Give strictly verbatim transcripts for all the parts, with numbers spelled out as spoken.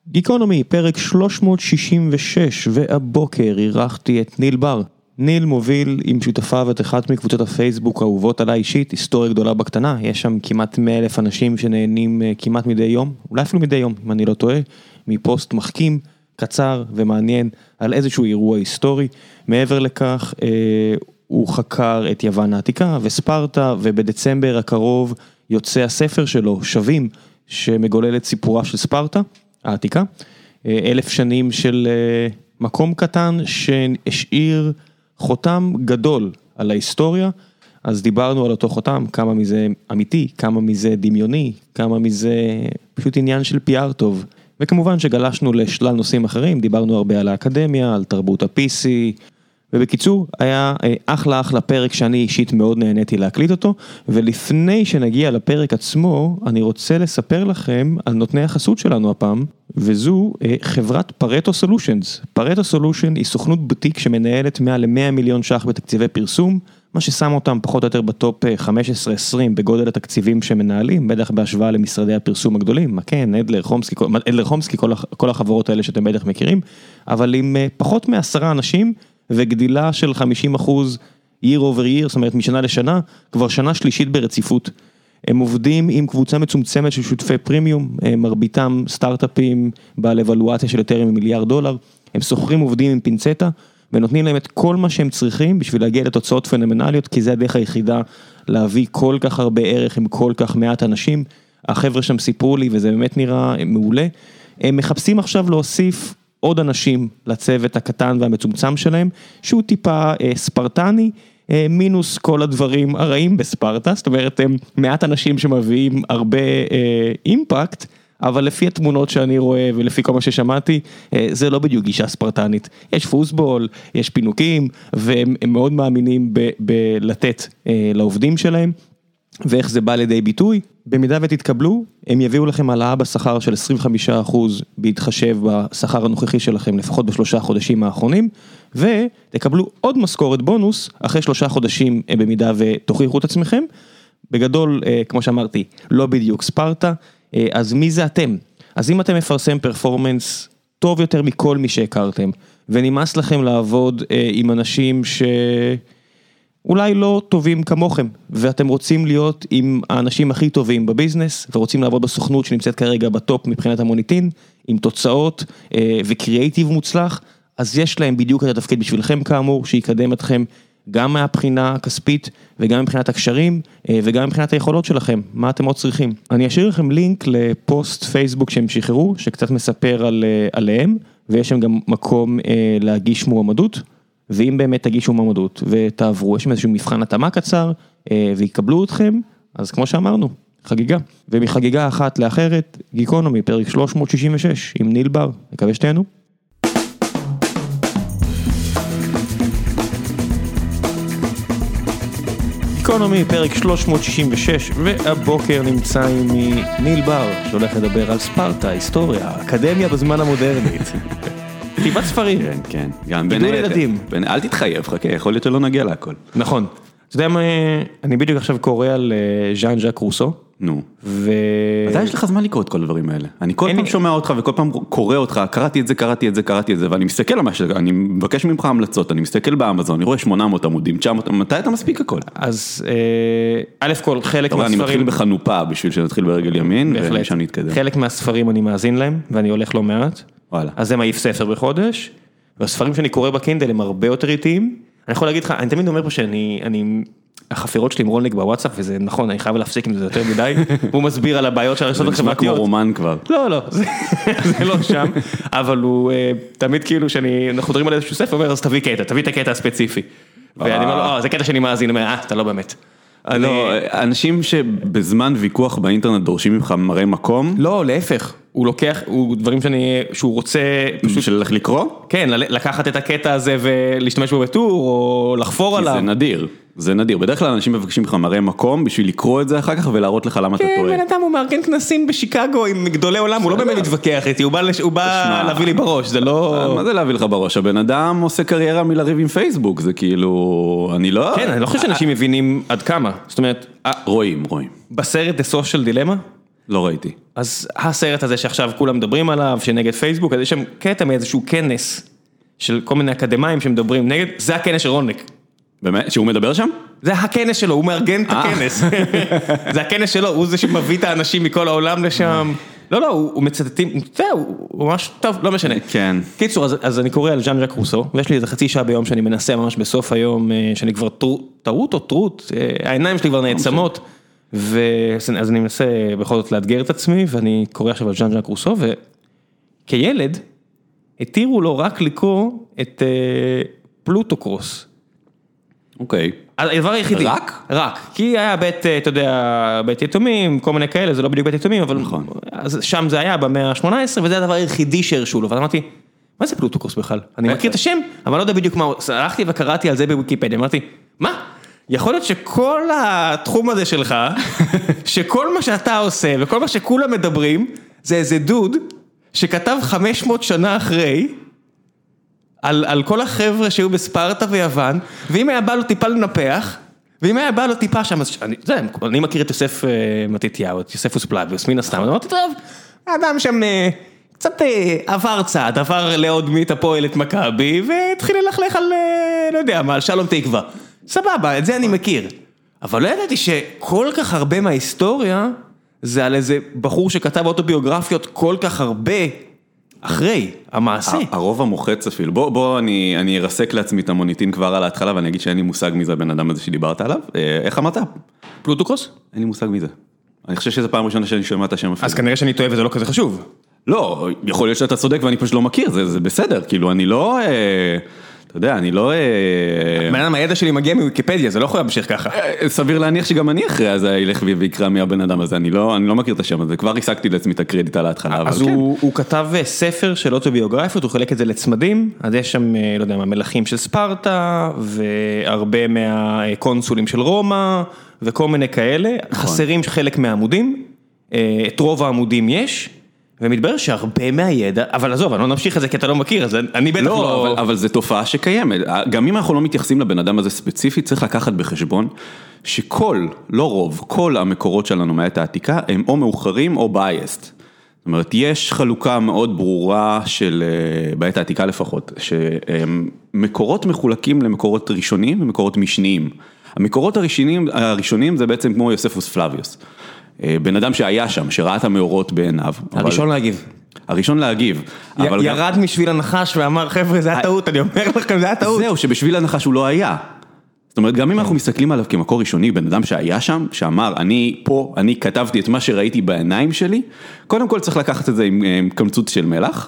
גיקונומי, פרק שלוש מאות שישים ושש, והבוקר אירחתי את ניל בר. ניל מוביל עם שותפיו את אחת מקבוצות הפייסבוק האהובות עליי אישית, היסטוריה גדולה בקטנה, יש שם כמעט מאה אלף אנשים שנהנים כמעט מדי יום, אולי אפילו מדי יום, אם אני לא טועה, מפוסט מחכים, קצר ומעניין על איזשהו אירוע היסטורי. מעבר לכך, אה, הוא חקר את יוון העתיקה וספרטה, ובדצמבר הקרוב יוצא הספר שלו, שווים, שמגולל את סיפורה של ספרטה העתיקה, אלף שנים של מקום קטן שהשאיר חותם גדול על ההיסטוריה. אז דיברנו על אותו חותם, כמה מזה אמיתי, כמה מזה דמיוני, כמה מזה פשוט עניין של פי אר טוב. וכמובן שגלשנו לשלל נושאים אחרים, דיברנו הרבה על האקדמיה, על תרבות ה-פי סי, ובקיצור, היה אחלה אחלה פרק שאני אישית מאוד נהניתי להקליט אותו, ולפני שנגיע לפרק עצמו, אני רוצה לספר לכם על נותני החסות שלנו הפעם, וזו חברת פרטו סולושנס. פרטו סולושן היא סוכנות בוטיק שמנהלת מעל ל-מאה מיליון ש"ח בתקציבי פרסום, מה ששם אותם פחות או יותר בטופ חמש עשרה עשרים בגודל התקציבים שמנהלים, בטח בהשוואה למשרדי הפרסום הגדולים, מקן, אדלר, חומסקי, אדלר, חומסקי, כל, כל החברות האלה שאתם בטח מכירים, אבל עם פחות מעשרה אנשים, וגדילה של חמישים אחוז year over year, זאת אומרת משנה לשנה, כבר שנה שלישית ברציפות. הם עובדים עם קבוצה מצומצמת של שותפי פרימיום, מרביתם סטארט-אפים בעל אבלואציה של יותר ממיליארד דולר, הם סוחרים עובדים עם פינצטה, ונותנים להם את כל מה שהם צריכים בשביל להגיע לתוצאות פנומנליות, כי זה הדרך היחידה להביא כל כך הרבה ערך עם כל כך מעט אנשים. החבר'ה שם סיפרו לי, וזה באמת נראה מעולה. הם מחפשים עכשיו להוסיף עוד אנשים לצוות הקטן והמצומצם שלהם, שהוא טיפה אה, ספרטני, אה, מינוס כל הדברים הרעים בספרטה, זאת אומרת, הם מעט אנשים שמביאים הרבה אה, אימפקט, אבל לפי התמונות שאני רואה ולפי כל מה ששמעתי, אה, זה לא בדיוק גישה ספרטנית. יש פוסבול, יש פינוקים, והם מאוד מאמינים ב- בלתת אה, לעובדים שלהם, ואיך זה בא לידי ביטוי. במידה ותתקבלו, הם יביאו לכם העלאה בשכר של עשרים וחמישה אחוז בהתחשב בשכר הנוכחי שלכם, לפחות בשלושה חודשים האחרונים, ותקבלו עוד משכורת בונוס אחרי שלושה חודשים במידה ותוכיחו את עצמכם. בגדול, כמו שאמרתי, לא בדיוק ספרטה, אז מי זה אתם? אז אם אתם מפרסם פרפורמנס טוב יותר מכל מי שהכרתם, ונמאס לכם לעבוד עם אנשים ש... אולי לא טובים כמוכם, ואתם רוצים להיות עם האנשים הכי טובים בביזנס, ורוצים לעבוד בסוכנות שנמצאת כרגע בטופ מבחינת המוניטין, עם תוצאות וקריאייטיב מוצלח, אז יש להם בדיוק את התפקיד בשבילכם כאמור, שיקדם אתכם גם מהבחינה הכספית, וגם מבחינת הקשרים, וגם מבחינת היכולות שלכם, מה אתם עוד צריכים. אני אשאיר לכם לינק לפוסט פייסבוק שהם שחררו, שקצת מספר על, עליהם, ויש שם גם מקום להגיש מועמדות, ואם באמת תגישו מועמדות ותעברו, יש שם איזשהו מבחן התאמה קצר, ויקבלו אתכם, אז כמו שאמרנו, חגיגה. ומחגיגה אחת לאחרת, גיקונומי, פרק שלוש מאות שישים ושש, עם ניל בר. מקווה שתהנו. גיקונומי, פרק שלוש מאות שישים ושש, והבוקר נמצא עם ניל בר, שהולך לדבר על ספרטה, היסטוריה, אקדמיה בזמן המודרנית. כתיבת ספרים. כן, כן. גם בין גידול ילדים. אל תתחייב, חכה, יכול להיות שלא נגיע להכל. נכון. אתה יודע מה, אני בדיוק עכשיו קורא על ז'אן ז'אק רוסו. נו. ו... מתי יש לך זמן לקרוא את כל הדברים האלה? אני כל פעם שומע אותך וכל פעם קורא אותך, קראתי את זה, קראתי את זה, קראתי את זה, ואני מסתכל על מה שזה, אני מבקש ממך המלצות, אני מסתכל באמזון, אני רואה שמונה מאות עמודים, תשע מאות, מתי אתה מספיק הכל? אז א' כל חלק מהספרים... אני מתחיל בחנופה בשביל שנתחיל ברגל ימין, ושאני אתקדם. חלק מהספרים אני מאזין להם, ואני הולך לא מעט. אז זה מעיף ספר בחודש, והספרים שאני קורא בקינדל הם הרבה יותר איטיים. אני יכול להגיד לך, אני תמיד אומר פה שאני, אני, החפירות שלי עם רולניק בוואטסאפ, וזה נכון, אני חייב להפסיק עם זה יותר מדי, והוא מסביר על הבעיות של הרשתות החברתיות. זה נשמע כמו רומן כבר. לא, לא, זה, זה לא שם, אבל הוא תמיד כאילו שאני, אנחנו מדברים על איזשהו ספר, הוא אומר, אז תביא קטע, תביא את הקטע הספציפי. ואני אומר לו, אה, זה קטע שאני מאזין, הוא אומר, אה, אתה לא באמת. לא, אנשים שבזמן ויכוח באינטרנט דורשים ממך מראה מקום. לא, להפך. הוא לוקח, הוא דברים שאני, שהוא רוצה פשוט... של לקרוא? כן, לקחת את הקטע הזה ולהשתמש בו בטור, או לחפור עליו. זה נדיר, זה נדיר. בדרך כלל אנשים מבקשים לך מראה מקום, בשביל לקרוא את זה אחר כך ולהראות לך למה אתה טועה. כן, בן אדם הוא מארגן כנסים בשיקגו עם גדולי עולם, הוא לא באמת מתווכח איתי, הוא בא להביא לי בראש, זה לא... מה זה להביא לך בראש? הבן אדם עושה קריירה מלריב עם פייסבוק, זה כאילו... אני לא... כן, אני לא חושב שאנשים מבינים עד כמה. זאת אומרת... רואים, רואים. בסרט The Social Dilemma? לא ראיתי. אז הסרט הזה שעכשיו כולם מדברים עליו, שנגד פייסבוק, אז יש שם קטע מאיזשהו כנס של כל מיני אקדמיים שמדברים נגד, זה הכנס של רולניק. באמת? שהוא מדבר שם? זה הכנס שלו, הוא מארגן את הכנס. זה הכנס שלו, הוא זה שמביא את האנשים מכל העולם לשם. לא, לא, הוא מצטטים, זהו, הוא ממש טוב, לא משנה. כן. קיצור, אז, אז אני קורא על ז'אן ז'אק רוסו, ויש לי איזה חצי שעה ביום שאני מנסה ממש בסוף היום, שאני כבר טעות או טעות, העיניים שלי כבר נעצמות, ואז אני מנסה בכל זאת לאתגר את עצמי, ואני קורא עכשיו על ז'אן ז'אק רוסו, וכילד, התירו לו רק לקרוא את פלוטוקרוס. אוקיי. הדבר היחידי. רק? רק. כי היה בית, אתה יודע, בית יתומים, כל מיני כאלה, זה לא בדיוק בית יתומים, אבל נכון. אז שם זה היה במאה ה-שמונה עשרה, וזה הדבר היחידי שהרשו לו, ואז אמרתי, מה זה פלוטוקרוס בכלל? אני מכיר את השם, אבל לא יודע בדיוק מה, הלכתי וקראתי על זה בוויקיפדיה, אמרתי, מה? יכול להיות שכל התחום הזה שלך, שכל מה שאתה עושה, וכל מה שכולם מדברים, זה איזה דוד, שכתב חמש מאות שנה אחרי, על, על כל החבר'ה שהיו בספרטה ויוון, ואם היה בא לו טיפה לנפח, ואם היה בא לו טיפה שם, אז אני, זה, אני מכיר את יוסף מתתיהו, את יוספוס פלביוס, מן הסתם, אז אמרתי, טוב, האדם שם קצת עבר צעד, עבר לעוד מית הפועל את מכבי, והתחיל ללכלך על, לא יודע מה, על שלום תקווה. סבבה, את זה אני מכיר. אבל לא ידעתי שכל כך הרבה מההיסטוריה, זה על איזה בחור שכתב אוטוביוגרפיות כל כך הרבה, אחרי המעשה. הרוב המוחץ אפילו, בוא, בוא אני, אני ארסק לעצמי את המוניטין כבר על ההתחלה, ואני אגיד שאין לי מושג מזה בן אדם הזה שדיברת עליו. איך אמרת? פלוטוקרוס? אין לי מושג מזה. אני חושב שזו פעם ראשונה שאני שומע את השם אפילו. אז כנראה שאני טועה וזה לא כזה חשוב. לא, יכול להיות שאתה צודק ואני פשוט לא מכיר, זה, זה בסדר, כאילו אני לא... אתה יודע, אני לא... בן הידע שלי מגיע מוויקיפדיה, זה לא יכול להמשיך ככה. סביר להניח שגם אני אחרי אז ילך ויקרא מהבן אדם הזה, אני לא, אני לא מכיר את השם הזה, כבר השגתי לעצמי את הקרדיט על ההתחלה. אז הוא, הוא כתב ספר של אוטוביוגרפיות, הוא חילק את זה לצמדים, אז יש שם, לא יודע, המלכים של ספרטה, והרבה מהקונסולים של רומא, וכל מיני כאלה, חסרים חלק מהעמודים, את רוב העמודים יש, ומתברר שהרבה מהידע, אבל עזוב, אני לא נמשיך את זה כי אתה לא מכיר, אז אני בטח לא... לא, אבל, אבל זה תופעה שקיימת. גם אם אנחנו לא מתייחסים לבן אדם הזה ספציפית, צריך לקחת בחשבון שכל, לא רוב, כל המקורות שלנו מהעת העתיקה, הם או מאוחרים או biased. זאת אומרת, יש חלוקה מאוד ברורה של, בעת העתיקה לפחות, שמקורות מחולקים למקורות ראשונים ומקורות משניים. המקורות הראשונים, הראשונים זה בעצם כמו יוספוס פלביוס. בן אדם שהיה שם, שראה את המאורות בעיניו. הראשון להגיב. הראשון להגיב. ירד משביל הנחש ואמר, חבר'ה, זה היה טעות, אני אומר לכם, זה היה טעות. זהו, שבשביל הנחש הוא לא היה. זאת אומרת, גם אם אנחנו מסתכלים עליו כמקור ראשוני, בן אדם שהיה שם, שאמר, אני פה, אני כתבתי את מה שראיתי בעיניים שלי, קודם כל צריך לקחת את זה עם קמצוץ של מלח,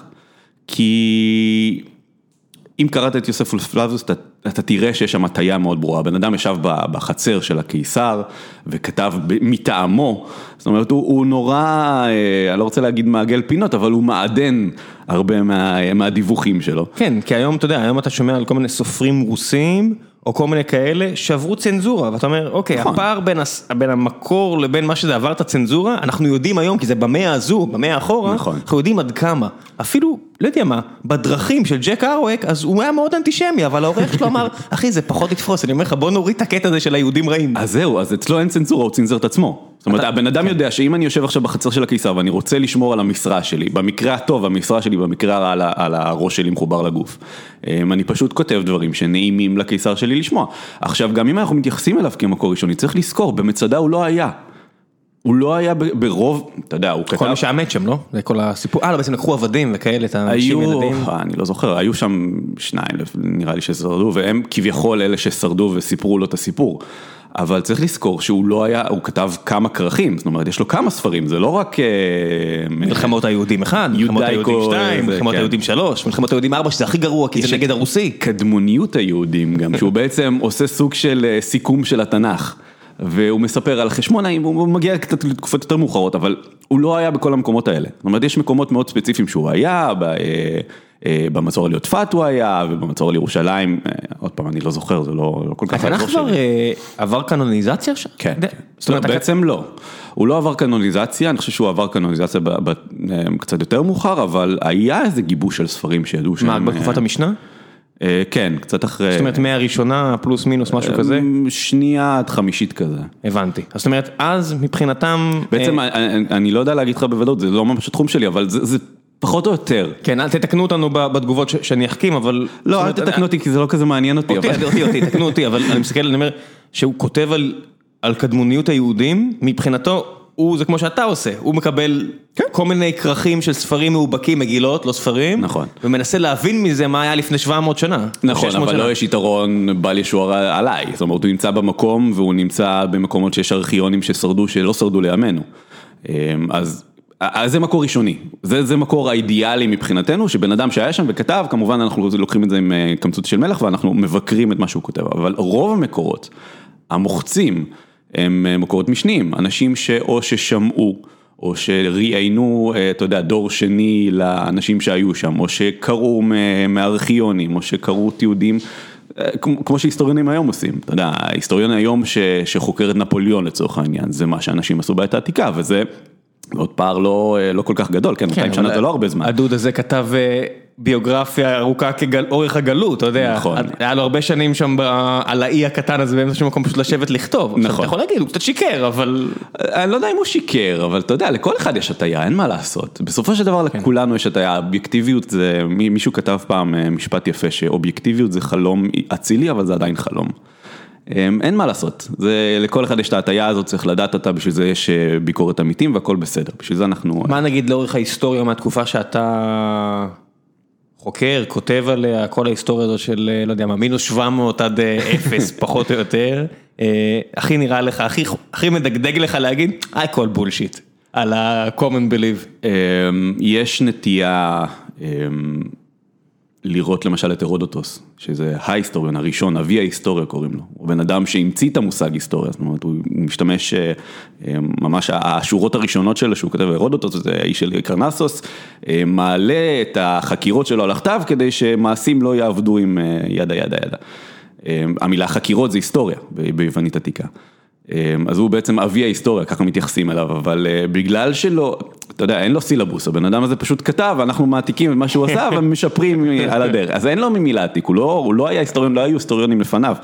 כי אם קראת את יוספוס פלביוס, אתה, אתה תראה שיש שם הטיה מאוד ברורה. בן אדם ישב בחצר של הקיסר, וכתב מטעמו, זאת אומרת, הוא, הוא נורא, אני לא רוצה להגיד מעגל פינות, אבל הוא מעדן הרבה מה, מהדיווחים שלו. כן, כי היום, אתה יודע, היום אתה שומע על כל מיני סופרים רוסים, או כל מיני כאלה, שעברו צנזורה, ואתה אומר, אוקיי, נכון. הפער בין, בין המקור לבין מה שזה עבר את הצנזורה, אנחנו יודעים היום, כי זה במאה הזו, במאה האחורה, נכון. אנחנו יודעים עד כמה. אפילו, לא יודע מה, בדרכים של ג'ק ארווק, אז הוא היה מאוד אנטישמי, אבל העורך שלו אמר, אחי, זה פחות לתפוס, אני אומר לך, בוא נוריד את הקטע הזה של היהודים רעים. אז זהו, אז אצלו אין צנזורה, הוא צנזר את עצמו. זאת אומרת, הבן אדם יודע שאם אני יושב עכשיו בחצר של הקיסר, ואני רוצה לשמור על המשרה שלי, במקרה הטוב, המשרה שלי, במקרה הרע על הראש שלי מחובר לגוף. אני פשוט כותב דברים שנעימים לקיסר שלי לשמוע. עכשיו, גם אם אנחנו מתייחסים אליו כמקור ראשוני, צריך לזכור, במצדה הוא לא היה. הוא לא היה ברוב, אתה יודע, הוא כתב... כל מי שעמד שם, לא? זה כל הסיפור, אה, לא, בעצם לקחו עבדים וכאלה, את האנשים ילדים. אני לא זוכר, היו שם שניים, נראה לי ששרדו, והם כביכול אלה ששרדו וסיפרו לו את הסיפור. אבל צריך לזכור שהוא לא היה, הוא כתב כמה כרכים, זאת אומרת, יש לו כמה ספרים, זה לא רק... מלחמות היהודים אחד, מלחמות היהודים שתיים, מלחמות היהודים שלוש, מלחמות היהודים ארבע, שזה הכי גרוע, כי זה נגד הרוסי. קדמוניות היהודים גם, שהוא בעצם עושה סוג של סיכום של התנ"ך, והוא מספר על חשמונאים, הוא מגיע קצת לתקופות יותר מאוחרות, אבל הוא לא היה בכל המקומות האלה. זאת אומרת, יש מקומות מאוד ספציפיים שהוא היה, במצור על יודפת הוא היה, ובמצור על ירושלים, עוד פעם, אני לא זוכר, זה לא כל כך... התנ"ך כבר עבר קנוניזציה עכשיו? כן, בעצם לא. הוא לא עבר קנוניזציה, אני חושב שהוא עבר קנוניזציה קצת יותר מאוחר, אבל היה איזה גיבוש של ספרים שידעו שהם... מה, בתקופת המשנה? כן, קצת אחרי... זאת אומרת, מהראשונה, פלוס מינוס, משהו כזה? שנייה עד חמישית כזה. הבנתי. זאת אומרת, אז מבחינתם... בעצם, אני לא יודע להגיד לך בוודאות, זה לא ממש התחום שלי, אבל זה פחות או יותר. כן, אל תתקנו אותנו בתגובות שאני אחכים, אבל... לא, אל תתקנו אותי, כי זה לא כזה מעניין אותי. אותי, אותי, אותי, תקנו אותי, אבל אני מסתכל, אני אומר, שהוא כותב על קדמוניות היהודים, מבחינתו, הוא, זה כמו שאתה עושה, הוא מקבל כל מיני כרכים של ספרים מאובקים, מגילות, לא ספרים, נכון. ומנסה להבין מזה מה היה לפני שבע מאות שנה. נכון, אבל לא יש יתרון בל ישוער עליי, זאת אומרת, הוא נמצא במקום, והוא נמצא במקומות שיש ארכיונים ששרדו, שלא שרדו לימינו. אז, אז זה מקור ראשוני, זה, זה מקור האידיאלי מבחינתנו, שבן אדם שהיה שם וכתב, כמובן אנחנו לוקחים את זה עם קמצוץ של מלך, ואנחנו מבקרים את מה שהוא כותב, אבל רוב המקורות, המוחצים, הם מקורות משניים, אנשים שאו ששמעו, או שראיינו, אתה יודע, דור שני לאנשים שהיו שם, או שקראו מארכיונים, או שקראו תיעודים, כמו שהיסטוריונים היום עושים, אתה יודע, ההיסטוריון היום ש, שחוקר את נפוליאון לצורך העניין, זה מה שאנשים עשו בעת העתיקה, וזה עוד פער לא, לא כל כך גדול, כן, מאתיים שנה זה לא הרבה זמן. הדוד הזה כתב ביוגרפיה ארוכה כאורך הגלות, אתה יודע, נכון. היה לו הרבה שנים שם על האי הקטן הזה, באיזשהו מקום פשוט לשבת לכתוב. נכון. אתה יכול להגיד, הוא קצת שיקר, אבל... אני לא יודע אם הוא שיקר, אבל אתה יודע, לכל אחד יש הטיה, אין מה לעשות. בסופו של דבר לכולנו יש הטיה, אובייקטיביות זה, מישהו כתב פעם משפט יפה, שאובייקטיביות זה חלום אצילי, אבל זה עדיין חלום. אין מה לעשות, זה, לכל אחד יש את ההטיה הזאת, צריך לדעת אותה, בשביל זה יש ביקורת אמיתים והכל בסדר, בשביל זה אנחנו... מה נגיד לאורך ההיסטוריה מהתקופה שאתה חוקר, כותב עליה, כל ההיסטוריה הזאת של, לא יודע מה, מינוס שבע מאות עד אפס, פחות או יותר, הכי נראה לך, הכי, הכי מדגדג לך להגיד, I call bullshit, על ה-common belief. יש נטייה... לראות למשל את הרודוטוס, שזה ההיסטוריון הראשון, אבי ההיסטוריה קוראים לו, הוא בן אדם שהמציא את המושג היסטוריה, זאת אומרת, הוא משתמש ממש, השורות הראשונות שלו, שהוא כותב הרודוטוס, זה האיש של קרנסוס, מעלה את החקירות שלו על הכתב, כדי שמעשים לא יעבדו עם ידה ידה ידה. המילה חקירות זה היסטוריה, ביוונית עתיקה. אז הוא בעצם אבי ההיסטוריה, ככה מתייחסים אליו, אבל בגלל שלא, אתה יודע, אין לו סילבוס, הבן אדם הזה פשוט כתב, אנחנו מעתיקים את מה שהוא עשה, ומשפרים על הדרך, אז אין לו ממי להעתיק, הוא לא, הוא לא היה היסטוריון, לא היו היסטוריונים לפניו,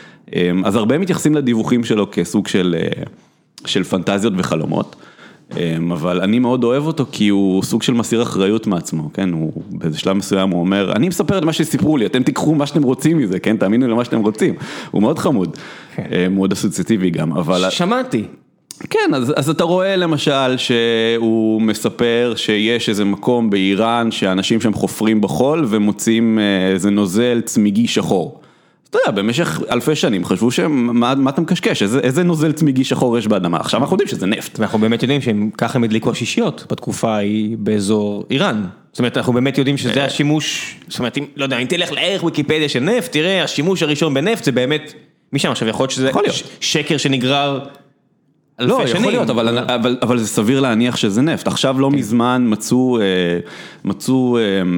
אז הרבה מתייחסים לדיווחים שלו כסוג של, של פנטזיות וחלומות, אבל אני מאוד אוהב אותו, כי הוא סוג של מסיר אחריות מעצמו, כן, הוא באיזה שלב מסוים הוא אומר, אני מספר את מה שסיפרו לי, אתם תיקחו מה שאתם רוצים מזה, כן, תאמינו למה שאתם רוצים, הוא מאוד חמוד, מאוד אסוציאטיבי גם, אבל... שמעתי. כן, אז, אז אתה רואה למשל שהוא מספר שיש איזה מקום באיראן, שאנשים שם חופרים בחול, ומוצאים איזה נוזל צמיגי שחור. אתה יודע, במשך אלפי שנים חשבו שמה מה אתה מקשקש, איזה, איזה נוזל צמיגי שחור יש באדמה, עכשיו אנחנו יודעים שזה נפט. ואנחנו באמת יודעים שהם ככה הם הדליקו השישיות בתקופה ההיא באזור איראן. זאת אומרת, אנחנו באמת יודעים שזה השימוש, זאת אומרת, אם, לא יודע, אם תלך לערך ויקיפדיה של נפט, תראה, השימוש הראשון בנפט זה באמת, משם עכשיו יכול להיות שזה שקר שנגרר אלפי לא, שנים. יכול להיות, אבל, אבל, אבל זה סביר להניח שזה נפט. עכשיו לא מזמן מצאו, מצאו,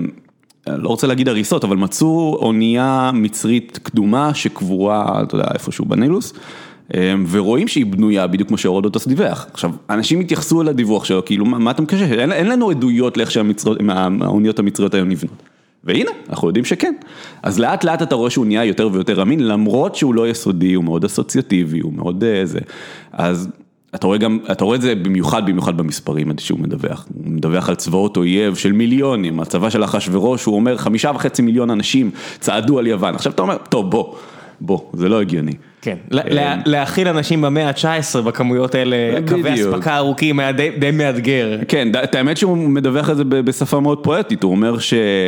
לא רוצה להגיד הריסות, אבל מצאו אונייה מצרית קדומה שקבורה, אתה יודע, איפשהו בנילוס, ורואים שהיא בנויה בדיוק כמו שהרודוטוס דיווח. עכשיו, אנשים התייחסו אל הדיווח שלו, כאילו, מה, מה אתה מקשש? אין, אין לנו עדויות לאיך שהאוניות המצריות היו נבנות. והנה, אנחנו יודעים שכן. אז לאט לאט אתה רואה שהוא נהיה יותר ויותר אמין, למרות שהוא לא יסודי, הוא מאוד אסוציאטיבי, הוא מאוד זה. אז אתה רואה גם, אתה רואה את זה במיוחד, במיוחד במספרים שהוא מדווח. הוא מדווח על צבאות אויב של מיליונים, הצבא של אחשוורוש, הוא אומר חמישה וחצי מיליון אנשים צעדו על יוון. עכשיו אתה אומר, טוב, בוא, בוא, זה לא הגיוני. כן, להכיל אנשים במאה ה-תשע עשרה בכמויות האלה, קווי הספקה ארוכים, היה די מאתגר. כן, את האמת שהוא מדווח את זה בשפה מאוד פואטית, הוא אומר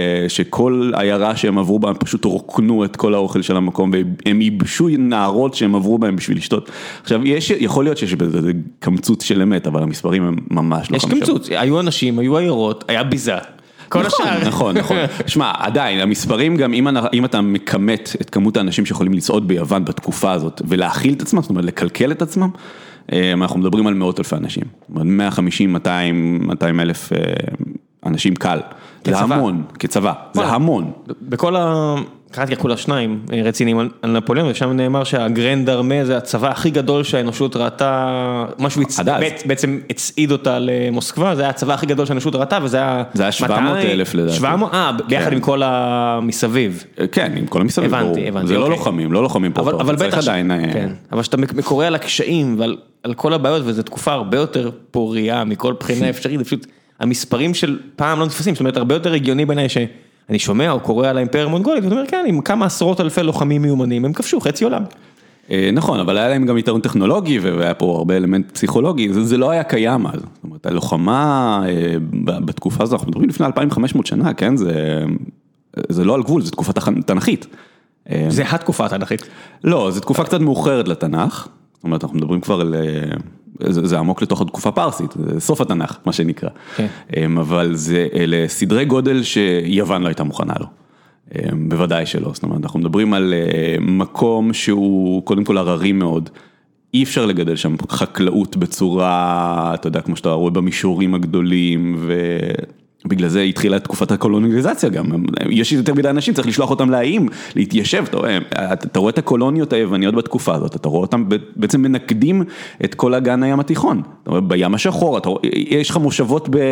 שכל עיירה שהם עברו בה, הם פשוט רוקנו את כל האוכל של המקום, והם ייבשו נערות שהם עברו בהם בשביל לשתות. עכשיו, יכול להיות שיש בזה קמצוץ של אמת, אבל המספרים הם ממש לא חמישה. יש קמצוץ, היו אנשים, היו עיירות, היה ביזה. נכון, נכון, נכון. שמע, עדיין, המספרים גם, אם אתה מקמת את כמות האנשים שיכולים לצעוד ביוון בתקופה הזאת, ולהכיל את עצמם, זאת אומרת, לקלקל את עצמם, אנחנו מדברים על מאות אלפי אנשים. מאה וחמישים, מאתיים, מאתיים אלף אנשים קל. זה המון, כצבא, זה המון. בכל ה... קראתי כולה שניים רציניים על נפוליאון, ושם נאמר שהגרנד ארמה זה הצבא הכי גדול שהאנושות ראתה, משהו בעצם הצעיד אותה למוסקבה, זה היה הצבא הכי גדול שהאנושות ראתה, וזה היה... זה היה שבע מאות אלף לדעתי. שבע מאות? אה, ביחד עם כל המסביב. כן, עם כל המסביב. הבנתי, הבנתי. זה לא לוחמים, לא לוחמים פה. אבל בטח, כן. אבל שאתה מקורא על הקשיים ועל כל הבעיות, וזו תקופה הרבה יותר פוריה מכל בחינה אפשרית, פשוט המספרים של פעם לא נתפסים, זאת אומרת, הרבה יותר הגיוני בעיניי שאני שומע או קורא על האימפריה המונגולית, ואתה אומר, כן, עם כמה עשרות אלפי לוחמים מיומנים, הם כבשו חצי עולם. נכון, אבל היה להם גם יתרון טכנולוגי, והיה פה הרבה אלמנט פסיכולוגי, זה לא היה קיים אז. זאת אומרת, הלוחמה בתקופה הזו, אנחנו מדברים לפני אלפיים וחמש מאות שנה, כן, זה לא על גבול, זה תקופה תנכית. זה התקופה התנכית? לא, זו תקופה קצת מאוחרת לתנ"ך, זאת אומרת, אנחנו מדברים כבר על... זה עמוק לתוך התקופה פרסית, זה סוף התנ"ך, מה שנקרא. אבל זה לסדרי גודל שיוון לא הייתה מוכנה לו. בוודאי שלא, זאת אומרת, אנחנו מדברים על מקום שהוא קודם כל הררי מאוד, אי אפשר לגדל שם חקלאות בצורה, אתה יודע, כמו שאתה רואה במישורים הגדולים, ובגלל זה התחילה תקופת הקולוניאליזציה גם, יש יותר מדי אנשים, צריך לשלוח אותם להאים, להתיישב, אתה רואה, אתה רואה את הקולוניות היווניות בתקופה הזאת, אתה רואה אותם בעצם מנקדים את כל אגן הים התיכון, אתה רואה, בים השחור, אתה רואה, יש לך מושבות ב...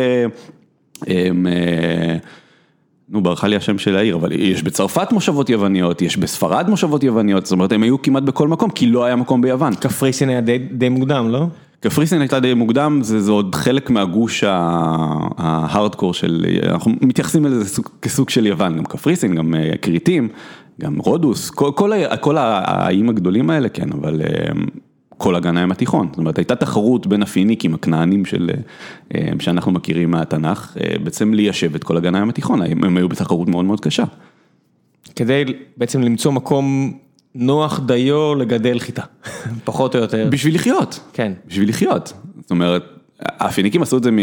נו, ברכה לי השם של העיר, אבל יש בצרפת מושבות יווניות, יש בספרד מושבות יווניות, זאת אומרת, הם היו כמעט בכל מקום, כי לא היה מקום ביוון. קפריסין היה די, די מוקדם, לא? קפריסין הייתה די מוקדם, זה, זה עוד חלק מהגוש ההארדקור של, אנחנו מתייחסים לזה כסוג של יוון, גם קפריסין, גם קריטים, גם רודוס, כל, כל, כל האיים הגדולים האלה, כן, אבל... כל אגן הים התיכון, זאת אומרת, הייתה תחרות בין הפיניקים, הכנענים של, שאנחנו מכירים מהתנ"ך, בעצם ליישב את כל אגן הים התיכון, הם היו בתחרות מאוד מאוד קשה. כדי בעצם למצוא מקום נוח דיו לגדל חיטה, פחות או יותר. בשביל לחיות. כן. בשביל לחיות. זאת אומרת, הפיניקים עשו את זה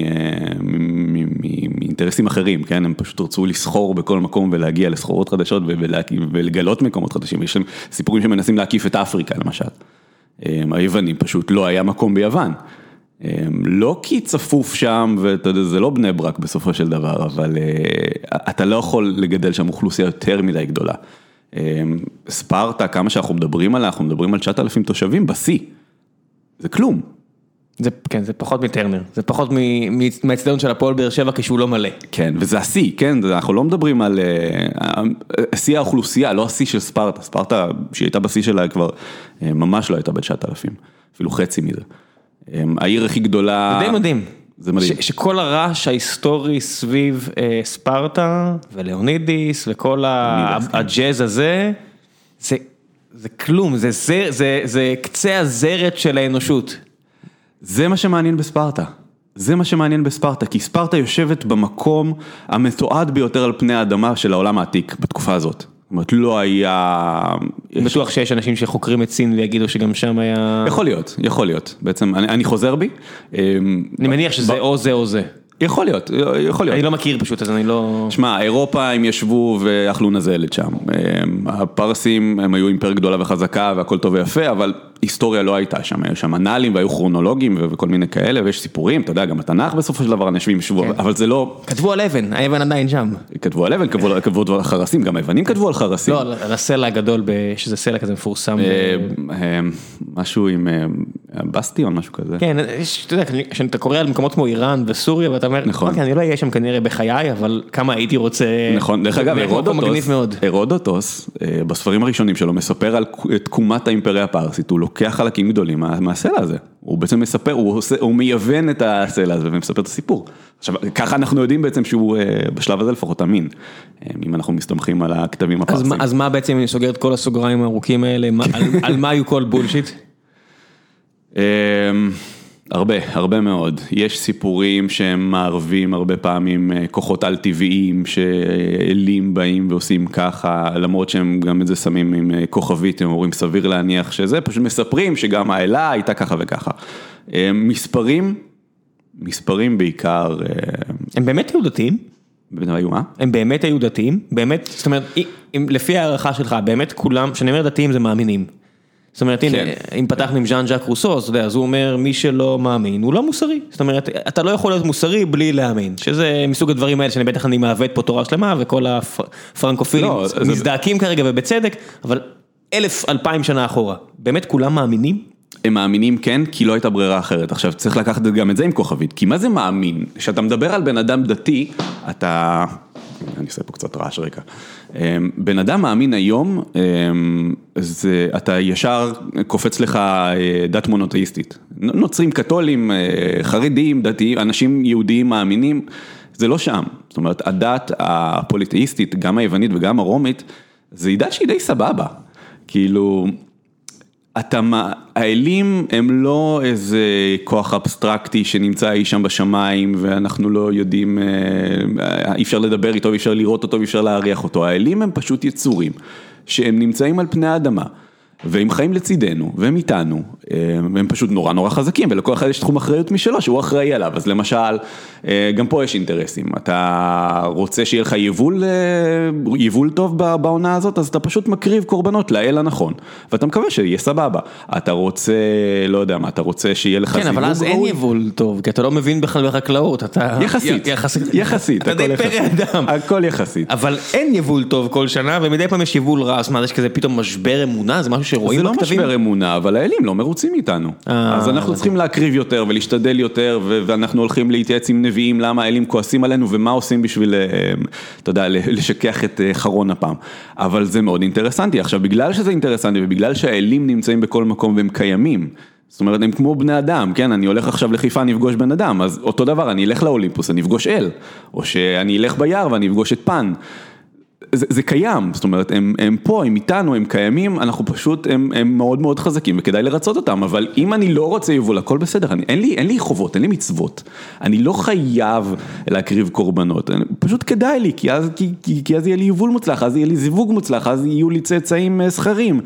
מאינטרסים אחרים, כן? הם פשוט רצו לסחור בכל מקום ולהגיע לסחורות חדשות ולגלות מקומות חדשים, יש להם סיפורים שמנסים להקיף את אפריקה, למשל. היוונים פשוט לא היה מקום ביוון, לא כי צפוף שם, וזה לא בני ברק בסופו של דבר, אבל אתה לא יכול לגדל שם אוכלוסייה יותר מדי גדולה. ספרטה, כמה שאנחנו מדברים עליה, אנחנו מדברים על תשעת אלפים תושבים, בסי, זה כלום. זה, כן, זה פחות מטרנר, זה פחות מהאצטדיון של הפועל באר שבע כשהוא לא מלא. כן, וזה השיא, כן, אנחנו לא מדברים על השיא האוכלוסייה, לא השיא של ספרטה, ספרטה שהיא הייתה בשיא שלה כבר ממש לא הייתה ב-תשעת אלפים, אפילו חצי מזה. העיר הכי גדולה... זה די מדהים. זה מדהים. ש- שכל הרעש ההיסטורי סביב אה, ספרטה ולאונידיס וכל הג'אז הזה, זה, זה כלום, זה, זה, זה, זה קצה הזרת של האנושות. זה מה שמעניין בספרטה, זה מה שמעניין בספרטה, כי ספרטה יושבת במקום המתועד ביותר על פני האדמה של העולם העתיק בתקופה הזאת. זאת אומרת, לא היה... בטוח שיש אנשים שחוקרים את סין ויגידו שגם שם היה... יכול להיות, יכול להיות. בעצם, אני, אני חוזר בי. אני מניח שזה או זה או זה. יכול להיות, יכול להיות. אני לא מכיר פשוט, אז אני לא... שמע, אירופה הם ישבו ואכלו נזלת שם. הפרסים הם היו אימפריה גדולה וחזקה והכל טוב ויפה, אבל היסטוריה לא הייתה שם. היו שם אנלים והיו כרונולוגים וכל מיני כאלה, ויש סיפורים, אתה יודע, גם התנ"ך בסופו של דבר אנשים ישבו, אבל זה לא... כתבו על אבן, האבן עדיין שם. כתבו על אבן, כתבו על חרסים, גם היוונים כתבו על חרסים. לא, על הסלע הגדול, שזה סלע כזה מפורסם. משהו עם בסטיון, משהו כזה. כן, אתה יודע, כשאתה קורא על מקומות כמו איראן וסוריה, ואתה אומר, אוקיי, אני לא אהיה שם כנראה בחיי, אבל כמה הייתי רוצה... נכון, דרך אגב, הרודוטוס, בספרים הראשונים שלו, מספר על תקומת האימפריה הפרסית, הוא לוקח חלקים גדולים מהסלע הזה, הוא בעצם מספר, הוא מייוון את הסלע הזה ומספר את הסיפור. עכשיו, ככה אנחנו יודעים בעצם שהוא בשלב הזה לפחות אמין, אם אנחנו מסתמכים על הכתבים הפרסיים. אז מה בעצם, אני סוגר את כל הסוגריים הארוכים האלה, על מה היו כל בולשיט? הרבה, הרבה מאוד. יש סיפורים שהם מערבים הרבה פעמים כוחות על טבעיים שאלים באים ועושים ככה, למרות שהם גם את זה שמים עם כוכבית, הם אומרים סביר להניח שזה, פשוט מספרים שגם האלה הייתה ככה וככה. מספרים, מספרים בעיקר... הם באמת היו דתיים? היו מה? הם באמת היו דתיים? באמת, זאת אומרת, לפי הערכה שלך, באמת כולם, שאני אומר דתיים זה מאמינים. זאת אומרת, הנה, אם פתחנו עם ז'אן ז'אק רוסו, אז הוא אומר, מי שלא מאמין, הוא לא מוסרי. זאת אומרת, אתה לא יכול להיות מוסרי בלי להאמין, שזה מסוג הדברים האלה, שאני בטח אני מעוות פה תורה שלמה, וכל הפרנקופילים מזדעקים כרגע ובצדק, אבל אלף, אלפיים שנה אחורה, באמת כולם מאמינים? הם מאמינים כן, כי לא הייתה ברירה אחרת. עכשיו, צריך לקחת גם את זה עם כוכבית, כי מה זה מאמין? כשאתה מדבר על בן אדם דתי, אתה... אני אעשה פה קצת רעש רקע. בן אדם מאמין היום, זה, אתה ישר קופץ לך דת מונותאיסטית. נוצרים, קתולים, חרדים, דתיים, אנשים יהודיים מאמינים, זה לא שם. זאת אומרת, הדת הפוליתאיסטית, גם היוונית וגם הרומית, זה דת שהיא די סבבה. כאילו... אתה, האלים הם לא איזה כוח אבסטרקטי שנמצא אי שם בשמיים ואנחנו לא יודעים, אי אפשר לדבר איתו, אי אפשר לראות אותו, אי אפשר להריח אותו. האלים הם פשוט יצורים שהם נמצאים על פני האדמה והם חיים לצידנו והם איתנו, הם פשוט נורא נורא חזקים ולכל אחד יש תחום אחריות משלו שהוא אחראי עליו. אז למשל, גם פה יש אינטרסים, אתה רוצה שיהיה לך יבול, יבול טוב בעונה הזאת, אז אתה פשוט מקריב קורבנות לאל הנכון, ואתה מקווה שיהיה סבבה. אתה רוצה, לא יודע מה, אתה רוצה שיהיה לך סיבוב ראוי. כן, אבל אז אין יבול טוב, כי אתה לא מבין בכלל בחקלאות, אתה... יחסית, יחסית, אתה די פרא אדם. הכל יחסית. אבל אין יבול טוב כל שנה, ומדי פעם יש יבול רע, אז מה, יש כזה פתאום משבר אמונה, זה משהו שרואים זה לא משבר אמונה, אבל האלים לא מרוצים איתנו. אז אנחנו צריכים להקריב יותר ולהשתדל יותר, ואנחנו הולכים להתייעץ עם נביאים, למה האלים כועסים עלינו, ומה עושים בשביל, אתה יודע, לשכח את חרון הפעם. אבל זה מאוד אינטרסנטי. עכשיו, בגלל שזה אינטרסנטי, ובגלל שהאלים נמצאים בכל מקום והם קיימים, זאת אומרת, הם כמו בני אדם, כן? אני הולך עכשיו לחיפה, אני אפגוש בן אדם, אז אותו דבר, אני אלך לאולימפוס, אני אפגוש אל, או שאני אלך ביער ואני אפגוש את פן. זה, זה קיים, זאת אומרת, הם, הם פה, הם איתנו, הם קיימים, אנחנו פשוט, הם, הם מאוד מאוד חזקים, וכדאי לרצות אותם, אבל אם אני לא רוצה יבול, הכל בסדר, אני, אין לי, אין לי חובות, אין לי מצוות, אני לא חייב להקריב קורבנות, אני, פשוט כדאי לי, כי אז, כי, כי, כי אז יהיה לי יבול מוצלח, אז יהיה לי זיווג מוצלח, אז יהיו לי צאצאים סחרים,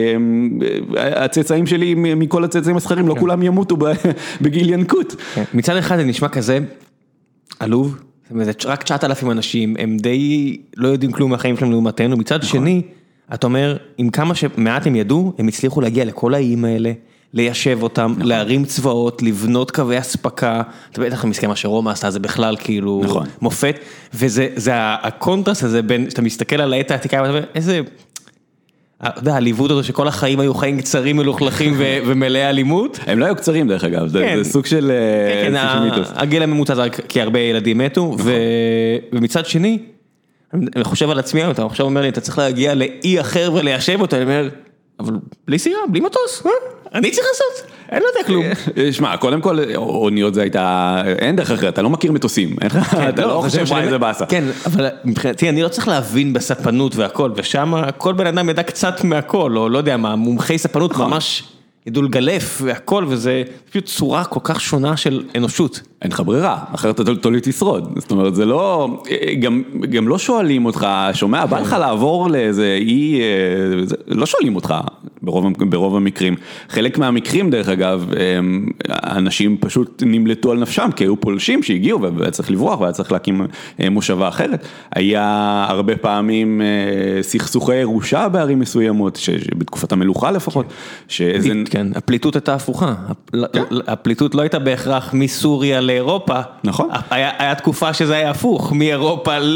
הצאצאים שלי, מכל הצאצאים הסחרים, לא כולם ימותו בגיל ינקות. מצד אחד זה נשמע כזה עלוב, זה רק תשעת אלפים אנשים, הם די לא יודעים כלום מהחיים שלהם לעומתנו, מצד שני, אתה אומר, עם כמה שמעט הם ידעו, הם הצליחו להגיע לכל האיים האלה, ליישב אותם, להרים צבאות, לבנות קווי הספקה, אתה בטח מסכם מה שרומא עשתה, זה בכלל כאילו מופת, וזה הקונטרסט הזה בין, שאתה מסתכל על העת העתיקה, ואתה אומר, איזה... אתה יודע, הליוות הזו שכל החיים היו חיים קצרים, מלוכלכים ומלאי אלימות. הם לא היו קצרים דרך אגב, זה סוג של מיתוס. הגיל הממוצע זה כי הרבה ילדים מתו, ומצד שני, אני חושב על עצמי, אתה עכשיו אומר לי, אתה צריך להגיע לאי אחר וליישב אותו, אני אומר, אבל בלי סירה, בלי מטוס, אני צריך לעשות, אין לא יודע כלום. שמע, קודם כל, אוניות זה הייתה, אין דרך אחרת, אתה לא מכיר מטוסים, אתה לא חושב שמה איזה באסה. כן, אבל מבחינתי, אני לא צריך להבין בספנות והכל, ושם כל בן אדם ידע קצת מהכל, או לא יודע מה, מומחי ספנות ממש ידעו לגלף והכל, וזה פשוט צורה כל כך שונה של אנושות. אין לך ברירה, אחרת אתה תולי תשרוד. זאת אומרת, זה לא, גם, גם לא שואלים אותך, שומע, בא לך לעבור לאיזה אי, לא שואלים אותך ברוב, ברוב המקרים. חלק מהמקרים, דרך אגב, אנשים פשוט נמלטו על נפשם, כי היו פולשים שהגיעו, והיה צריך לברוח, והיה צריך להקים מושבה אחרת. היה הרבה פעמים סכסוכי ירושה בערים מסוימות, שבתקופת המלוכה לפחות, שאיזה... כן, הפליטות הייתה הפוכה. הפליטות לא הייתה בהכרח מסוריה לאירופה. נכון. היה תקופה שזה היה הפוך, מאירופה ל...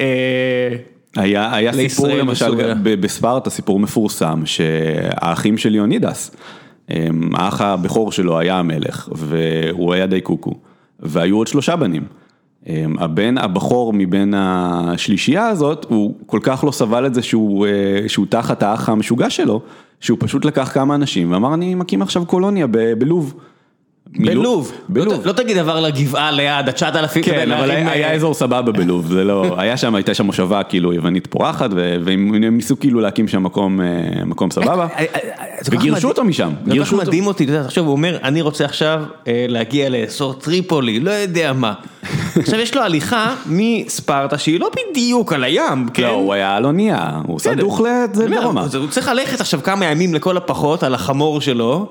היה, היה סיפור למשל בספרטה, סיפור מפורסם, שהאחים של ליאונידס, האח הבכור שלו היה המלך, והוא היה די קוקו, והיו עוד שלושה בנים. הבן הבכור מבין השלישייה הזאת, הוא כל כך לא סבל את זה שהוא, שהוא תחת האח המשוגע שלו, שהוא פשוט לקח כמה אנשים, ואמר אני מקים עכשיו קולוניה בלוב. בלוב, לא תגיד דבר לגבעה ליד, תשעת אלפים. כן, אבל היה אזור סבבה בלוב, זה לא, היה שם, הייתה שם מושבה כאילו יוונית פורחת, והם ניסו כאילו להקים שם מקום סבבה, וגירשו אותו משם. זה כל כך מדהים אותי, עכשיו הוא אומר, אני רוצה עכשיו להגיע לאזור טריפולי, לא יודע מה. עכשיו יש לו הליכה מספרטה, שהיא לא בדיוק על הים, כן? לא, הוא היה על אונייה, הוא עושה דוכלת, זה דרומה. הוא צריך ללכת עכשיו כמה ימים לכל הפחות על החמור שלו,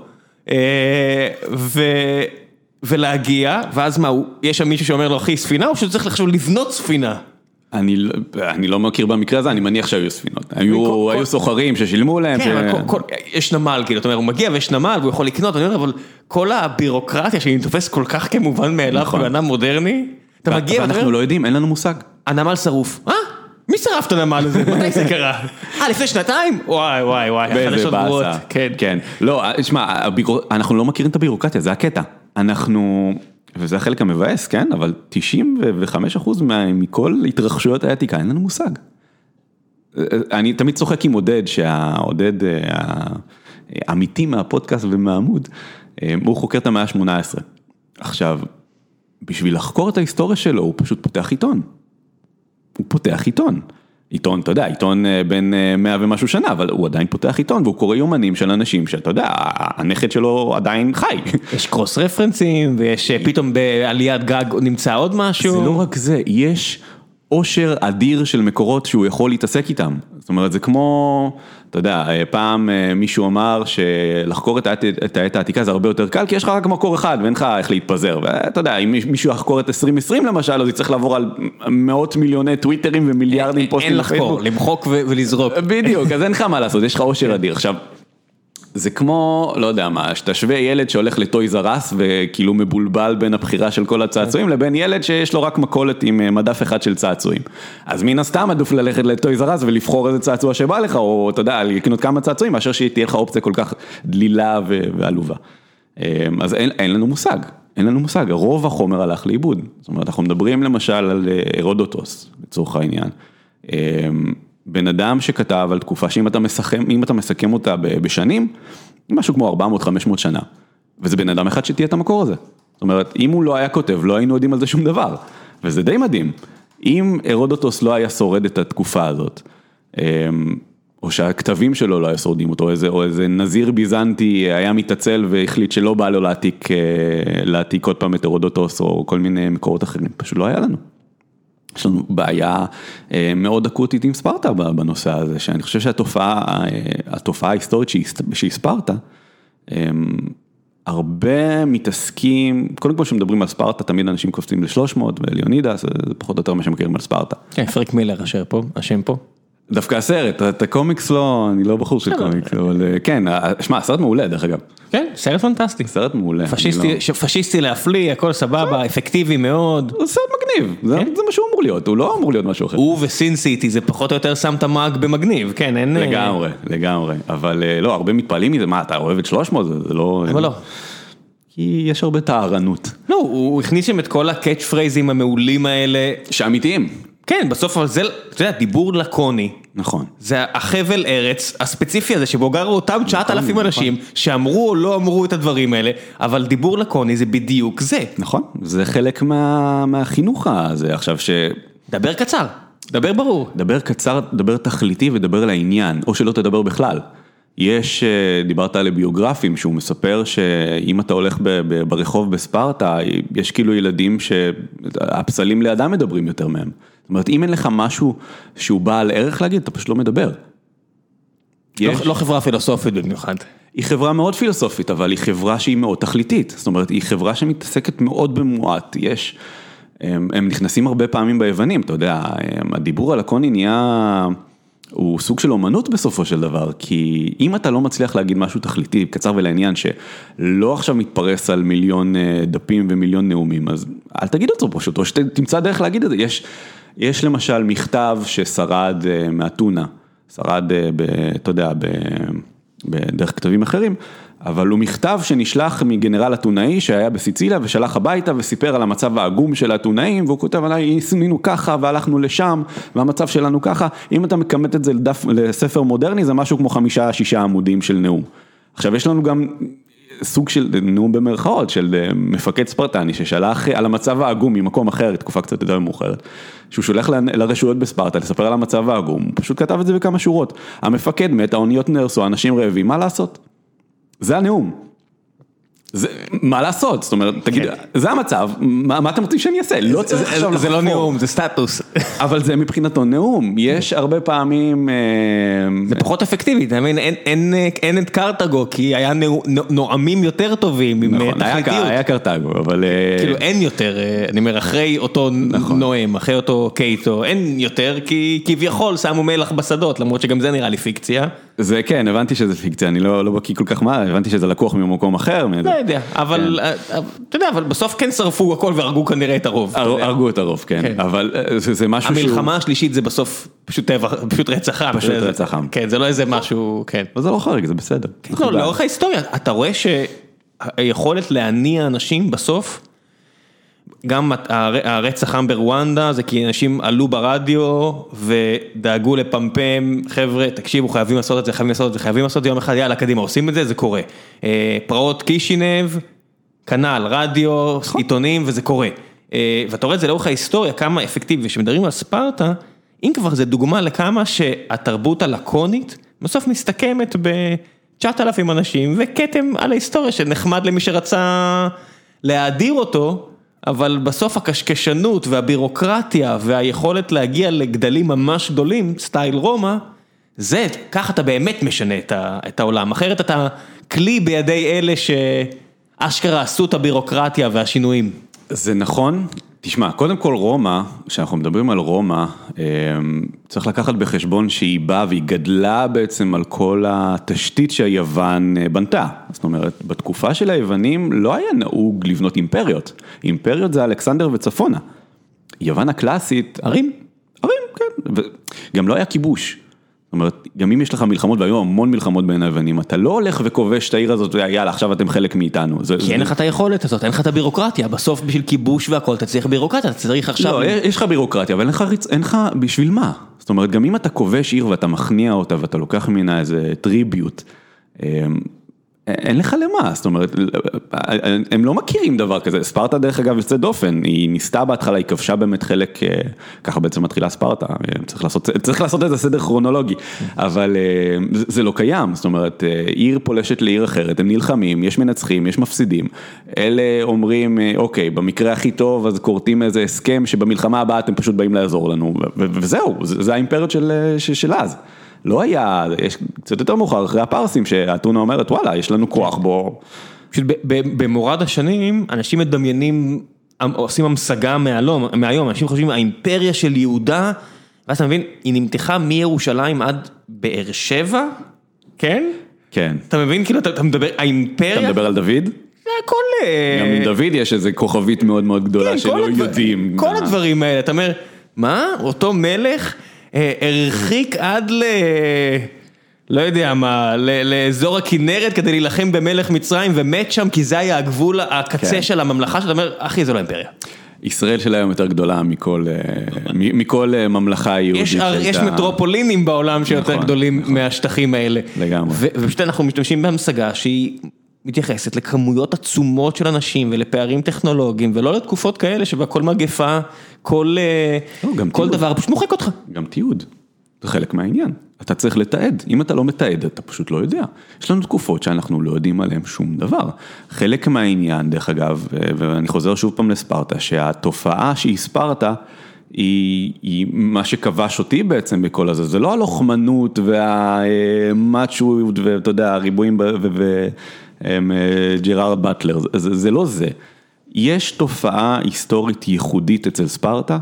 ו... ולהגיע, ואז מה, יש שם מישהו שאומר לו, אחי, ספינה, או שהוא צריך לחשוב לבנות ספינה? אני, אני לא מכיר במקרה הזה, אני מניח שהיו ספינות. היו, היו סוחרים ששילמו להם. כן, ו... כל, כל, יש נמל, כאילו, זאת אומרת, הוא מגיע ויש נמל, והוא יכול לקנות, אני אומר, אבל כל הבירוקרטיה שאני תופס כל כך כמובן מאליו, נכון. בעולם מודרני, אתה מגיע... ואנחנו ואומר, לא יודעים, אין לנו מושג. הנמל שרוף. אה? מי שרף את הנמל הזה? מתי זה קרה? אה, לפני שנתיים? וואי, וואי, וואי, החדשות גרועות. כן. כן. לא, תשמע, אנחנו לא מכירים את הבירוקרטיה, זה הקטע. אנחנו... וזה החלק המבאס, כן? אבל תשעים וחמישה אחוז מכל התרחשויות האתיקה, אין לנו מושג. אני תמיד צוחק עם עודד, שהעודד האמיתי מהפודקאסט ומהעמוד, הוא חוקר את המאה ה-שמונה עשרה. עכשיו, בשביל לחקור את ההיסטוריה שלו, הוא פשוט פותח עיתון. הוא פותח עיתון. עיתון, אתה יודע, עיתון בין מאה ומשהו שנה, אבל הוא עדיין פותח עיתון, והוא קורא יומנים של אנשים שאתה יודע, הנכד שלו עדיין חי. יש קרוס רפרנסים, ויש פתאום בעליית גג נמצא עוד משהו. זה לא רק זה, יש עושר אדיר של מקורות שהוא יכול להתעסק איתם. זאת אומרת, זה כמו, אתה יודע, פעם מישהו אמר שלחקור את העת העתיקה זה הרבה יותר קל, כי יש לך רק מקור אחד, ואין לך איך להתפזר. ואתה יודע, אם מישהו יחקור את עשרים עשרים למשל, אז יצטרך לעבור על מאות מיליוני טוויטרים ומיליארדים פוסטים לפייסבוק. אין לחקור, למחוק ולזרוק. בדיוק, אז אין לך מה לעשות, יש לך עושר אדיר. עכשיו, זה כמו, לא יודע מה, שתשווה ילד שהולך לטויז אר אס וכאילו מבולבל בין הבחירה של כל הצעצועים, לבין ילד שיש לו רק מקולת עם מדף אחד של צעצועים. אז מן הסתם עדוף ללכת לטויז אר אס ולבחור איזה צעצוע שבא לך, או אתה יודע, לקנות כמה צעצועים, מאשר שתהיה לך אופציה כל כך דלילה ועלובה. אז אין, אין לנו מושג, אין לנו מושג, רוב החומר הלך לאיבוד. זאת אומרת, אנחנו מדברים למשל על הרודוטוס, לצורך העניין. בן אדם שכתב על תקופה שאם אתה מסכם, אם אתה מסכם אותה בשנים, משהו כמו ארבע מאות חמש מאות שנה. וזה בן אדם אחד שתהיה את המקור הזה. זאת אומרת, אם הוא לא היה כותב, לא היינו יודעים על זה שום דבר. וזה די מדהים. אם הרודוטוס לא היה שורד את התקופה הזאת, או שהכתבים שלו לא היה שורדים אותו, או איזה, או איזה נזיר ביזנטי היה מתעצל והחליט שלא בא לו להעתיק, להעתיק עוד פעם את הרודוטוס, או כל מיני מקורות אחרים. פשוט לא היה לנו. יש לנו בעיה מאוד אקוטית עם ספרטה בנושא הזה, שאני חושב שהתופעה, התופעה ההיסטורית שהיא ספרטה, הרבה מתעסקים, קודם כל שמדברים על ספרטה, תמיד אנשים קופצים ל-שלוש מאות וליונידס, זה פחות או יותר מה שמכירים על ספרטה. כן, פריק מילר אשר פה, השם פה. דווקא הסרט, את הקומיקס לא, אני לא בחור של קומיקס, אבל כן, שמע, הסרט מעולה דרך אגב. כן, סרט פנטסטי. סרט מעולה. פשיסטי להפליא, הכל סבבה, אפקטיבי מאוד. זה סרט מגניב, זה מה שהוא אמור להיות, הוא לא אמור להיות משהו אחר. הוא וסין סיטי, זה פחות או יותר שם את המאג במגניב, כן, אין... לגמרי, לגמרי, אבל לא, הרבה מתפעלים מזה, מה, אתה אוהב את שלוש מאות, זה לא... אבל לא. כי יש הרבה טהרנות. לא, הוא הכניס שם את כל הקאץ' פרייזים המעולים האלה. שאמיתיים. כן, בסוף זה, אתה יודע, דיבור לקוני. נכון. זה החבל ארץ הספציפי הזה, שבו גרו אותם תשעת אלפים אנשים, שאמרו או לא אמרו את הדברים האלה, אבל דיבור לקוני זה בדיוק זה. נכון, זה חלק מה, מהחינוך הזה, עכשיו ש... דבר קצר, דבר ברור. דבר קצר, דבר תכליתי ודבר לעניין, או שלא תדבר בכלל. יש, דיברת על ביוגרפים, שהוא מספר שאם אתה הולך ברחוב בספרטה, יש כאילו ילדים שהפסלים לידם מדברים יותר מהם. זאת אומרת, אם אין לך משהו שהוא בעל ערך להגיד, אתה פשוט לא מדבר. יש... לא, לא חברה פילוסופית במיוחד. היא חברה מאוד פילוסופית, אבל היא חברה שהיא מאוד תכליתית. זאת אומרת, היא חברה שמתעסקת מאוד במועט. יש, הם, הם נכנסים הרבה פעמים ביוונים, אתה יודע, הדיבור על הקוני נהיה... הוא סוג של אומנות בסופו של דבר, כי אם אתה לא מצליח להגיד משהו תכליתי, קצר ולעניין, שלא עכשיו מתפרס על מיליון דפים ומיליון נאומים, אז אל תגיד אותו פשוט, או שתמצא דרך להגיד את זה. יש, יש למשל מכתב ששרד מאתונה, שרד, ב, אתה יודע, ב, בדרך כתבים אחרים, אבל הוא מכתב שנשלח מגנרל אתונאי שהיה בסיציליה ושלח הביתה וסיפר על המצב העגום של האתונאים, והוא כותב עליי, עשינו ככה והלכנו לשם והמצב שלנו ככה. אם אתה מקמת את זה לדף, לספר מודרני, זה משהו כמו חמישה, שישה עמודים של נאום. עכשיו יש לנו גם סוג של נאום במרכאות של מפקד ספרטני ששלח על המצב העגום ממקום אחר, תקופה קצת יותר מאוחרת, שהוא שולח לרשויות בספרטה לספר על המצב העגום, הוא פשוט כתב את זה בכמה שורות. המפקד מת, האוניות נהרסו, אנשים רעבים, מה לעשות? זה הנאום. זה, מה לעשות? זאת אומרת, תגיד, זה המצב, מה, מה אתם רוצים שאני אעשה? לא צריך עכשיו לחפור. זה לא נאום, זה סטטוס. אבל זה מבחינתו נאום, יש הרבה פעמים... זה פחות אפקטיבי, אתה מבין, אין, אין, אין את קרטגו, כי היה נואמים יותר טובים עם תכליתיות. נכון, היה קרטגו, אבל... כאילו אין יותר, אני אומר, אחרי אותו נואם, אחרי אותו קייטו, אין יותר, כי כביכול שמו מלח בשדות, למרות שגם זה נראה לי פיקציה. זה כן, הבנתי שזה פיקציה, אני לא בקיא כל כך מה, הבנתי שזה לקוח ממקום אחר. לא יודע, אבל אתה יודע, אבל בסוף כן שרפו הכל והרגו כנראה את הרוב. הרגו את הרוב, כן, אבל זה משהו שהוא... המלחמה השלישית זה בסוף פשוט רצח עם. פשוט רצח עם. כן, זה לא איזה משהו, כן. אבל זה לא חריג, זה בסדר. לא, לאורך ההיסטוריה, אתה רואה שהיכולת להניע אנשים בסוף, גם הרצח עם ברואנדה, זה כי אנשים עלו ברדיו ודאגו לפמפם, חבר'ה, תקשיבו, חייבים לעשות את זה, חייבים לעשות את זה, חייבים לעשות את זה יום אחד, יאללה, קדימה, עושים את זה, זה קורה. פרעות קישינב, כנל, רדיו, עיתונים, וזה קורה. ואתה רואה את זה לאורך ההיסטוריה, כמה אפקטיבי, ושמדברים על ספרטה, אם כבר זה דוגמה לכמה שהתרבות הלקונית, בסוף מסתכמת ב-תשעת אלפים אנשים, וכתם על ההיסטוריה שנחמד למי שרצה להאדיר אותו, אבל בסוף הקשקשנות והבירוקרטיה והיכולת להגיע לגדלים ממש גדולים, סטייל רומא, זה, ככה אתה באמת משנה את העולם. אחרת אתה כלי בידי אלה שאשכרה עשו את הבירוקרטיה והשינויים. זה נכון. תשמע, קודם כל רומא, כשאנחנו מדברים על רומא, צריך לקחת בחשבון שהיא באה והיא גדלה בעצם על כל התשתית שהיוון בנתה. זאת אומרת, בתקופה של היוונים לא היה נהוג לבנות אימפריות. אימפריות זה אלכסנדר וצפונה. יוון הקלאסית, ערים, ערים, כן. וגם לא היה כיבוש. זאת אומרת, גם אם יש לך מלחמות, והיו המון מלחמות בין היוונים, אתה לא הולך וכובש את העיר הזאת, ויאללה, עכשיו אתם חלק מאיתנו. כי אין לך את היכולת הזאת, אין לך את הבירוקרטיה, בסוף בשביל כיבוש והכל, אתה צריך בירוקרטיה, אתה צריך עכשיו... לא, יש לך בירוקרטיה, אבל אין לך בשביל מה? זאת אומרת, גם אם אתה כובש עיר ואתה מכניע אותה, ואתה לוקח ממנה איזה טריביוט, אין לך למה, זאת אומרת, הם לא מכירים דבר כזה, ספרטה דרך אגב יוצא דופן, היא ניסתה בהתחלה, היא כבשה באמת חלק, ככה בעצם מתחילה ספרטה, צריך לעשות, צריך לעשות איזה סדר כרונולוגי, אבל זה לא קיים, זאת אומרת, עיר פולשת לעיר אחרת, הם נלחמים, יש מנצחים, יש מפסידים, אלה אומרים, אוקיי, במקרה הכי טוב, אז קורטים איזה הסכם, שבמלחמה הבאה אתם פשוט באים לעזור לנו, וזהו, זה האימפריות של אז. לא היה, יש קצת יותר מאוחר, אחרי הפרסים, שהאתונה אומרת, וואלה, יש לנו כוח בו. פשוט במורד השנים, אנשים מדמיינים, עושים המשגה מהיום, אנשים חושבים, האימפריה של יהודה, ואז אתה מבין, היא נמתחה מירושלים עד באר שבע, כן? כן. אתה מבין, כאילו, אתה מדבר, האימפריה... אתה מדבר על דוד? זה הכל... גם עם דוד יש איזו כוכבית מאוד מאוד גדולה, שלא יודעים. כל הדברים האלה, אתה אומר, מה? אותו מלך... הרחיק עד ל... לא יודע מה, לאזור הכנרת כדי להילחם במלך מצרים ומת שם, כי זה היה הגבול, הקצה של הממלכה, שאתה אומר, אחי, זה לא אימפריה. ישראל של היום יותר גדולה מכל, מכל ממלכה יהודית. יש מטרופולינים בעולם שיותר גדולים מהשטחים האלה. לגמרי. ופשוט אנחנו משתמשים בהמשגה שהיא מתייחסת לכמויות עצומות של אנשים ולפערים טכנולוגיים, ולא לתקופות כאלה שבה כל מגפה, כל, כל דבר פשוט מוחק אותך. גם תיעוד, זה חלק מהעניין. אתה צריך לתעד, אם אתה לא מתעד, אתה פשוט לא יודע. יש לנו תקופות שאנחנו לא יודעים עליהן שום דבר. חלק מהעניין, דרך אגב, ואני חוזר שוב פעם לספרטה, שהתופעה שהיא ספרטה, היא, היא מה שכבש אותי בעצם בכל הזה, זה לא הלוחמנות והמאצ'ות, ואתה יודע, הריבועים וג'רארד באטלר, זה, זה לא זה. יש תופעה היסטורית ייחודית אצל ספרטה,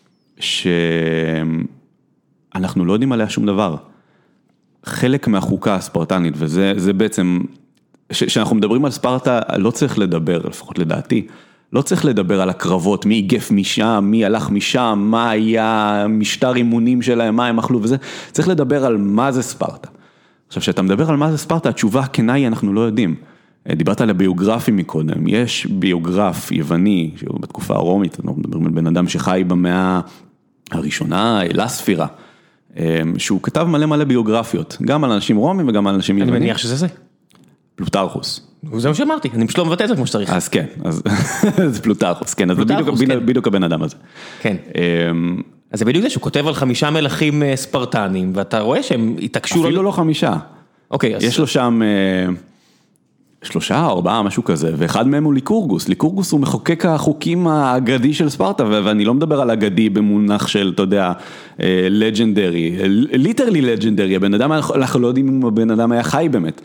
שאנחנו לא יודעים עליה שום דבר. חלק מהחוקה הספרטנית, וזה זה בעצם, שאנחנו מדברים על ספרטה, לא צריך לדבר, לפחות לדעתי, לא צריך לדבר על הקרבות, מי היגף משם, מי הלך משם, מה היה משטר אימונים שלהם, מה הם אכלו וזה, צריך לדבר על מה זה ספרטה. עכשיו, כשאתה מדבר על מה זה ספרטה, התשובה הכנה היא, אנחנו לא יודעים. דיברת על הביוגרפי מקודם, יש ביוגרף יווני, שהוא בתקופה הרומית, אנחנו מדברים על בן אדם שחי במאה הראשונה, אלה ספירה, שהוא כתב מלא מלא ביוגרפיות, גם על אנשים רומים וגם על אנשים יוונים. אני מניח שזה זה. פלוטרכוס. זה מה שאמרתי, אני פשוט לא מבטא את זה כמו שצריך. אז כן, אז זה פלוטרכוס, כן, אז זה בדיוק הבן אדם הזה. כן. אז זה בדיוק זה שהוא כותב על חמישה מלכים ספרטנים, ואתה רואה שהם התעקשו... אפילו לא חמישה. אוקיי, אז... יש לו שם שלושה, ארבעה, משהו כזה, ואחד מהם הוא ליקורגוס. ליקורגוס הוא מחוקק החוקים האגדי של ספרטה, ואני לא מדבר על אגדי במונח של, אתה יודע, לג'נדרי, ליטרלי לג'נדרי, הבן אדם, אנחנו לא יודעים אם הבן אדם היה חי באמת.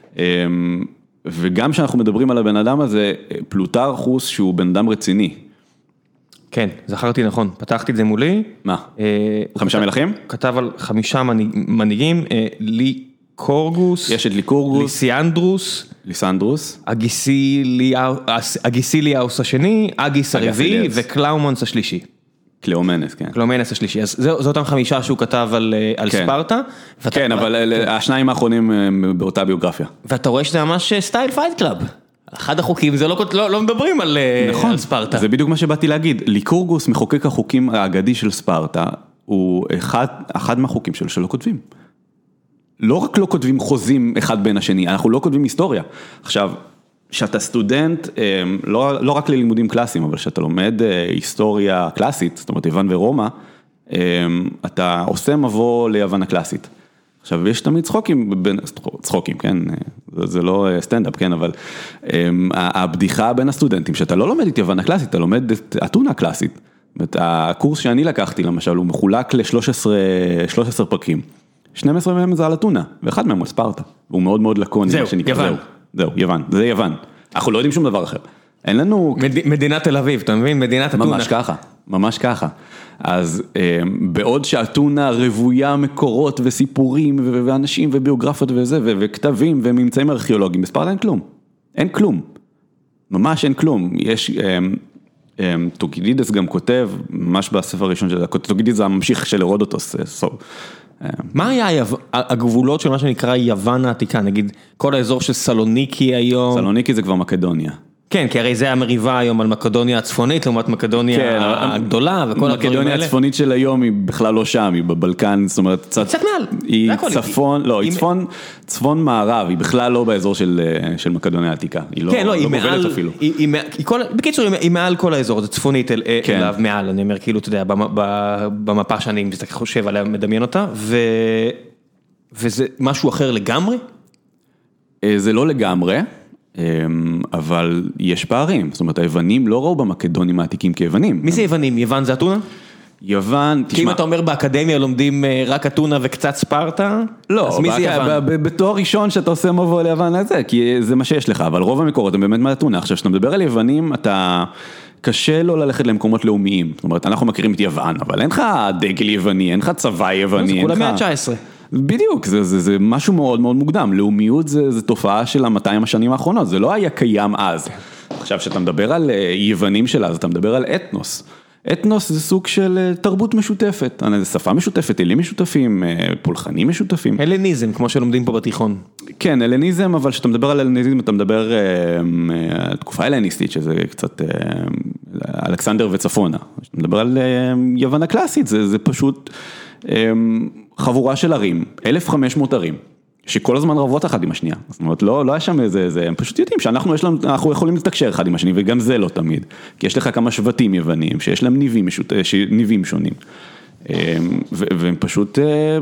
וגם כשאנחנו מדברים על הבן אדם הזה, פלוטרכוס שהוא בן אדם רציני. כן, זכרתי נכון, פתחתי את זה מולי. מה? חמישה מלכים? כתב על חמישה מנהיגים, לי קורגוס, יש את ליקורגוס, ליסיאנדרוס, ליסנדרוס, אגיסיליאוס השני, אגיס הרביעי וקלאומנס השלישי. קליאומנס, כן. קליאומנס השלישי, אז זה אותם חמישה שהוא כתב על ספרטה. כן, אבל השניים האחרונים באותה ביוגרפיה. ואתה רואה שזה ממש סטייל פייט קלאב. אחד החוקים, זה לא מדברים על ספרטה. זה בדיוק מה שבאתי להגיד. ליקורגוס, מחוקק החוקים האגדי של ספרטה, הוא אחד מהחוקים שלו שלא כותבים. לא רק לא כותבים חוזים אחד בין השני, אנחנו לא כותבים היסטוריה. עכשיו, שאתה סטודנט, לא, לא רק ללימודים קלאסיים, אבל שאתה לומד היסטוריה קלאסית, זאת אומרת, יוון ורומא, אתה עושה מבוא ליוון הקלאסית. עכשיו, יש תמיד צחוקים, צחוקים, כן, זה, זה לא סטנדאפ, כן, אבל הבדיחה בין הסטודנטים, שאתה לא לומד את יוון הקלאסית, אתה לומד את אתונה הקלאסית. הקורס שאני לקחתי, למשל, הוא מחולק ל-שלוש עשרה פרקים. שנים עשר מהם זה על אתונה, ואחד מהם הוא ספרטה, והוא מאוד מאוד לקוני. זהו, יוון. זהו, יוון, זה יוון. אנחנו לא יודעים שום דבר אחר. אין לנו... מדינת תל אביב, אתה מבין? מדינת אתונה. ממש ככה, ממש ככה. אז בעוד שאתונה רבויה מקורות וסיפורים ואנשים וביוגרפיות וזה, וכתבים וממצאים ארכיאולוגיים, בספרטה אין כלום. אין כלום. ממש אין כלום. יש... טוקידידס גם כותב, ממש בספר הראשון של... טוקידידס זה הממשיך של הרודוטוס, סוף. מה היה הגבולות של מה שנקרא יוון העתיקה, נגיד כל האזור של סלוניקי היום? סלוניקי זה כבר מקדוניה. כן, כי הרי זה המריבה היום על מקדוניה הצפונית, לעומת מקדוניה הגדולה וכל הדברים האלה. מקדוניה הצפונית של היום היא בכלל לא שם, היא בבלקן, זאת אומרת, קצת מעל. היא צפון, לא, היא צפון, צפון מערב, היא בכלל לא באזור של מקדוניה העתיקה. כן, לא, היא מעל, בקיצור, היא מעל כל האזור, זה צפונית אליו מעל, אני אומר, כאילו, אתה יודע, במפה שאני חושב עליה, מדמיין אותה, וזה משהו אחר לגמרי? זה לא לגמרי. אבל יש פערים, זאת אומרת, היוונים לא ראו במקדונים העתיקים כיוונים. מי זה יוונים? יוון זה אתונה? יוון, תשמע. כי אם אתה אומר באקדמיה לומדים רק אתונה וקצת ספרטה, לא, אז מי זה יוון? בתואר ראשון שאתה עושה מבוא ליוון הזה, כי זה מה שיש לך, אבל רוב המקורות הם באמת מאתונה. עכשיו, כשאתה מדבר על יוונים, אתה... קשה לא ללכת למקומות לאומיים, זאת אומרת, אנחנו מכירים את יוון, אבל אין לך דגל יווני, אין לך צבא יווני. זה כולה מאה תשע עשרה. בדיוק, זה, זה, זה משהו מאוד מאוד מוקדם, לאומיות זה, זה תופעה של המאתיים השנים האחרונות, זה לא היה קיים אז. עכשיו, שאתה מדבר על יוונים של אז, אתה מדבר על אתנוס. אתנוס זה סוג של תרבות משותפת, זה שפה משותפת, אלים משותפים, פולחנים משותפים. הלניזם, כמו שלומדים פה בתיכון. כן, הלניזם, אבל כשאתה מדבר על הלניזם, אתה מדבר על תקופה הלניסטית, שזה קצת אלכסנדר וצפונה. כשאתה מדבר על יוון הקלאסית, זה, זה פשוט חבורה של ערים, אלף וחמש מאות ערים. שכל הזמן רבות אחד עם השנייה, זאת אומרת, לא, לא היה שם איזה, זה, הם פשוט יודעים שאנחנו יש לנו, אנחנו יכולים לתקשר אחד עם השני, וגם זה לא תמיד, כי יש לך כמה שבטים יוונים, שיש להם ניבים, משות, ניבים שונים, והם פשוט,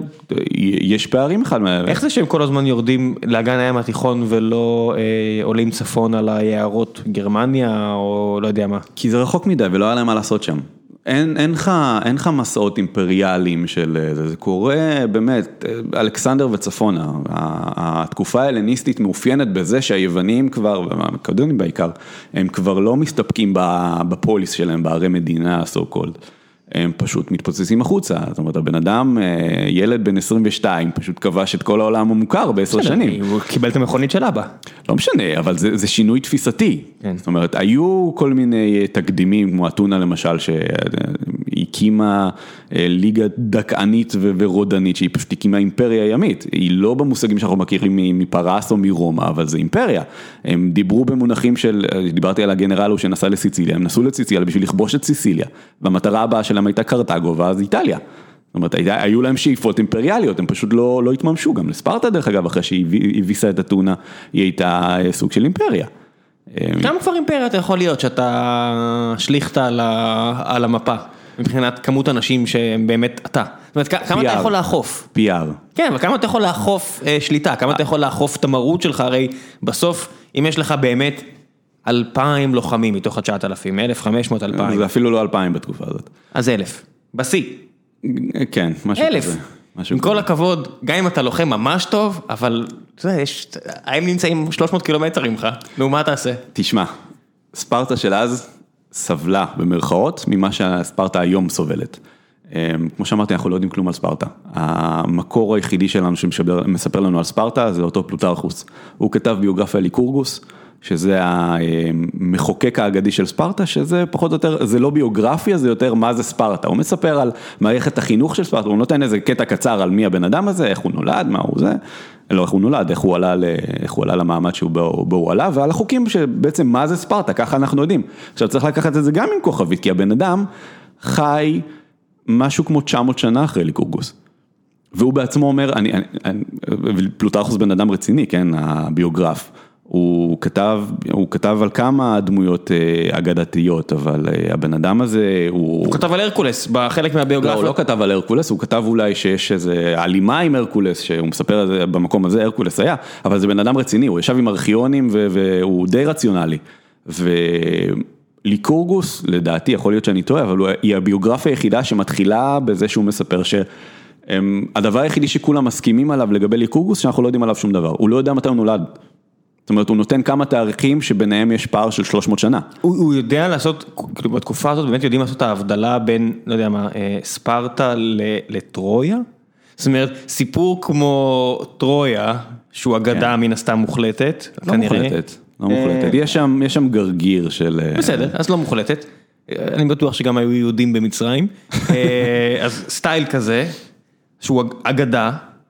יש פערים אחד מהם. איך זה שהם כל הזמן יורדים לאגן הים התיכון, ולא עולים צפון על היערות גרמניה, או לא יודע מה? כי זה רחוק מדי, ולא היה להם מה לעשות שם. אין, אין לך, אין לך מסעות אימפריאליים של זה, זה קורה באמת, אלכסנדר וצפונה, התקופה ההלניסטית מאופיינת בזה שהיוונים כבר, והמקדונים בעיקר, הם כבר לא מסתפקים בפוליס שלהם, בערי מדינה, so called. הם פשוט מתפוצצים החוצה, זאת אומרת, הבן אדם, ילד בן עשרים ושתיים, פשוט כבש את כל העולם המוכר בעשר שנים. הוא קיבל את המכונית של אבא. לא משנה, אבל זה, זה שינוי תפיסתי. כן. זאת אומרת, היו כל מיני תקדימים, כמו אתונה למשל, שהקימה ליגה דכאנית ורודנית, שהיא פשוט הקימה אימפריה ימית. היא לא במושגים שאנחנו מכירים מפרס או מרומא, אבל זה אימפריה. הם דיברו במונחים של, דיברתי על הגנרל הוא שנסע לסיציליה, הם נסעו לסיציליה בשביל לכבוש את סיציליה, והמטרה הבאה שלהם הייתה קרתגו, ואז איטליה. זאת אומרת, היו להם שאיפות אימפריאליות, הם פשוט לא, לא התממשו, גם לספרטה דרך אגב, אחרי שהיא הביסה את אתונה, היא הייתה סוג של אימפריה. כמה כבר אימפריה אתה יכול להיות, שאתה שליחת על, על המפה, מבחינת כמות אנשים שהם באמת אתה? זאת אומרת, כמה אתה יכול לאכוף? פי אר. כן, אבל כמה אתה יכול לאכוף שליטה, כמה אתה יכול לאכוף את המרות שלך, הרי בסוף, אם יש לך באמת אלפיים לוחמים מתוך ה-תשעת אלפים, אלף וחמש מאות, אלפיים. זה אפילו לא אלפיים בתקופה הזאת. אז אלף, בשיא. כן, משהו כזה. אלף. עם כל הכבוד, גם אם אתה לוחם ממש טוב, אבל אתה יודע, הם נמצאים שלוש מאות קילומטר ממך, נו, מה תעשה? תשמע, ספרטה של אז סבלה במרכאות ממה שהספרטה היום סובלת. כמו שאמרתי, אנחנו לא יודעים כלום על ספרטה. המקור היחידי שלנו שמספר לנו על ספרטה זה אותו פלוטרכוס. הוא כתב ביוגרפיה ליקורגוס, שזה המחוקק האגדי של ספרטה, שזה פחות או יותר, זה לא ביוגרפיה, זה יותר מה זה ספרטה. הוא מספר על מערכת החינוך של ספרטה, הוא נותן איזה קטע קצר על מי הבן אדם הזה, איך הוא נולד, מה הוא זה, לא איך הוא נולד, איך הוא עלה, איך הוא עלה למעמד שבו הוא עלה, ועל החוקים שבעצם מה זה ספרטה, ככה אנחנו יודעים. עכשיו צריך לקחת את זה גם עם כוכבית, כי הבן אדם חי משהו כמו תשע מאות שנה אחרי ליקורגוס. והוא בעצמו אומר, אני, אני, פלוטרכוס בן אדם רציני, כן, הביוגרף. הוא כתב, הוא כתב על כמה דמויות אגדתיות, אבל הבן אדם הזה, הוא... הוא כתב על הרקולס, בחלק מהביוגרפיה. לא, הוא לא כתב על הרקולס, הוא כתב אולי שיש איזה עלימה עם הרקולס, שהוא מספר על זה, במקום הזה הרקולס היה, אבל זה בן אדם רציני, הוא ישב עם ארכיונים, והוא די רציונלי. וליקורגוס, לדעתי, יכול להיות שאני טועה, אבל היא הביוגרפיה היחידה שמתחילה בזה שהוא מספר ש... הדבר היחידי שכולם מסכימים עליו לגבי ליקורגוס, שאנחנו לא יודעים עליו שום דבר. הוא לא יודע מתי הוא נולד. זאת אומרת, הוא נותן כמה תאריכים שביניהם יש פער של שלוש מאות שנה. הוא, הוא יודע לעשות, כאילו בתקופה הזאת, באמת יודעים לעשות את ההבדלה בין, לא יודע מה, ספרטה לטרויה? זאת אומרת, סיפור כמו טרויה, שהוא אגדה כן. מן הסתם מוחלטת. לא כנראה. מוחלטת, לא מוחלטת. יש שם, יש שם גרגיר של... בסדר, אז לא מוחלטת. אני בטוח שגם היו יהודים במצרים. אז סטייל כזה, שהוא אגדה,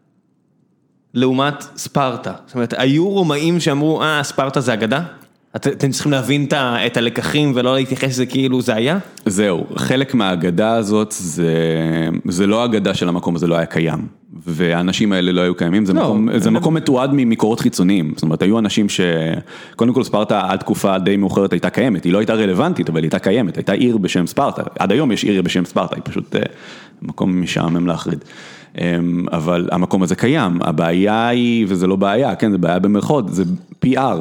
לעומת ספרטה. זאת אומרת, היו רומאים שאמרו, אה, ספרטה זה אגדה? אתם צריכים להבין את הלקחים ולא להתייחס לזה כאילו זה היה? זהו, חלק מהאגדה הזאת, זה, זה לא האגדה של המקום, זה לא היה קיים. והאנשים האלה לא היו קיימים, זה, לא, מקום, זה מקום מתועד ממקורות חיצוניים. זאת אומרת, היו אנשים ש... קודם כל ספרטה עד תקופה די מאוחרת הייתה קיימת, היא לא הייתה רלוונטית, אבל היא הייתה קיימת, הייתה עיר בשם ספרטה. עד היום יש עיר בשם ספרטה, היא פשוט מקום משעמם להחריד. אבל המקום הזה קיים, הבעיה היא, וזה לא בעיה, כן, זה בעיה במרכאות, זה פי אר.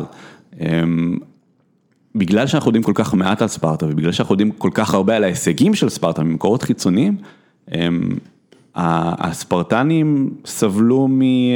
בגלל שאנחנו יודעים כל כך מעט על ספרטה, ובגלל שאנחנו יודעים כל כך הרבה על ההישגים של ספרטה, ממקורות חיצוניים, הספרטנים סבלו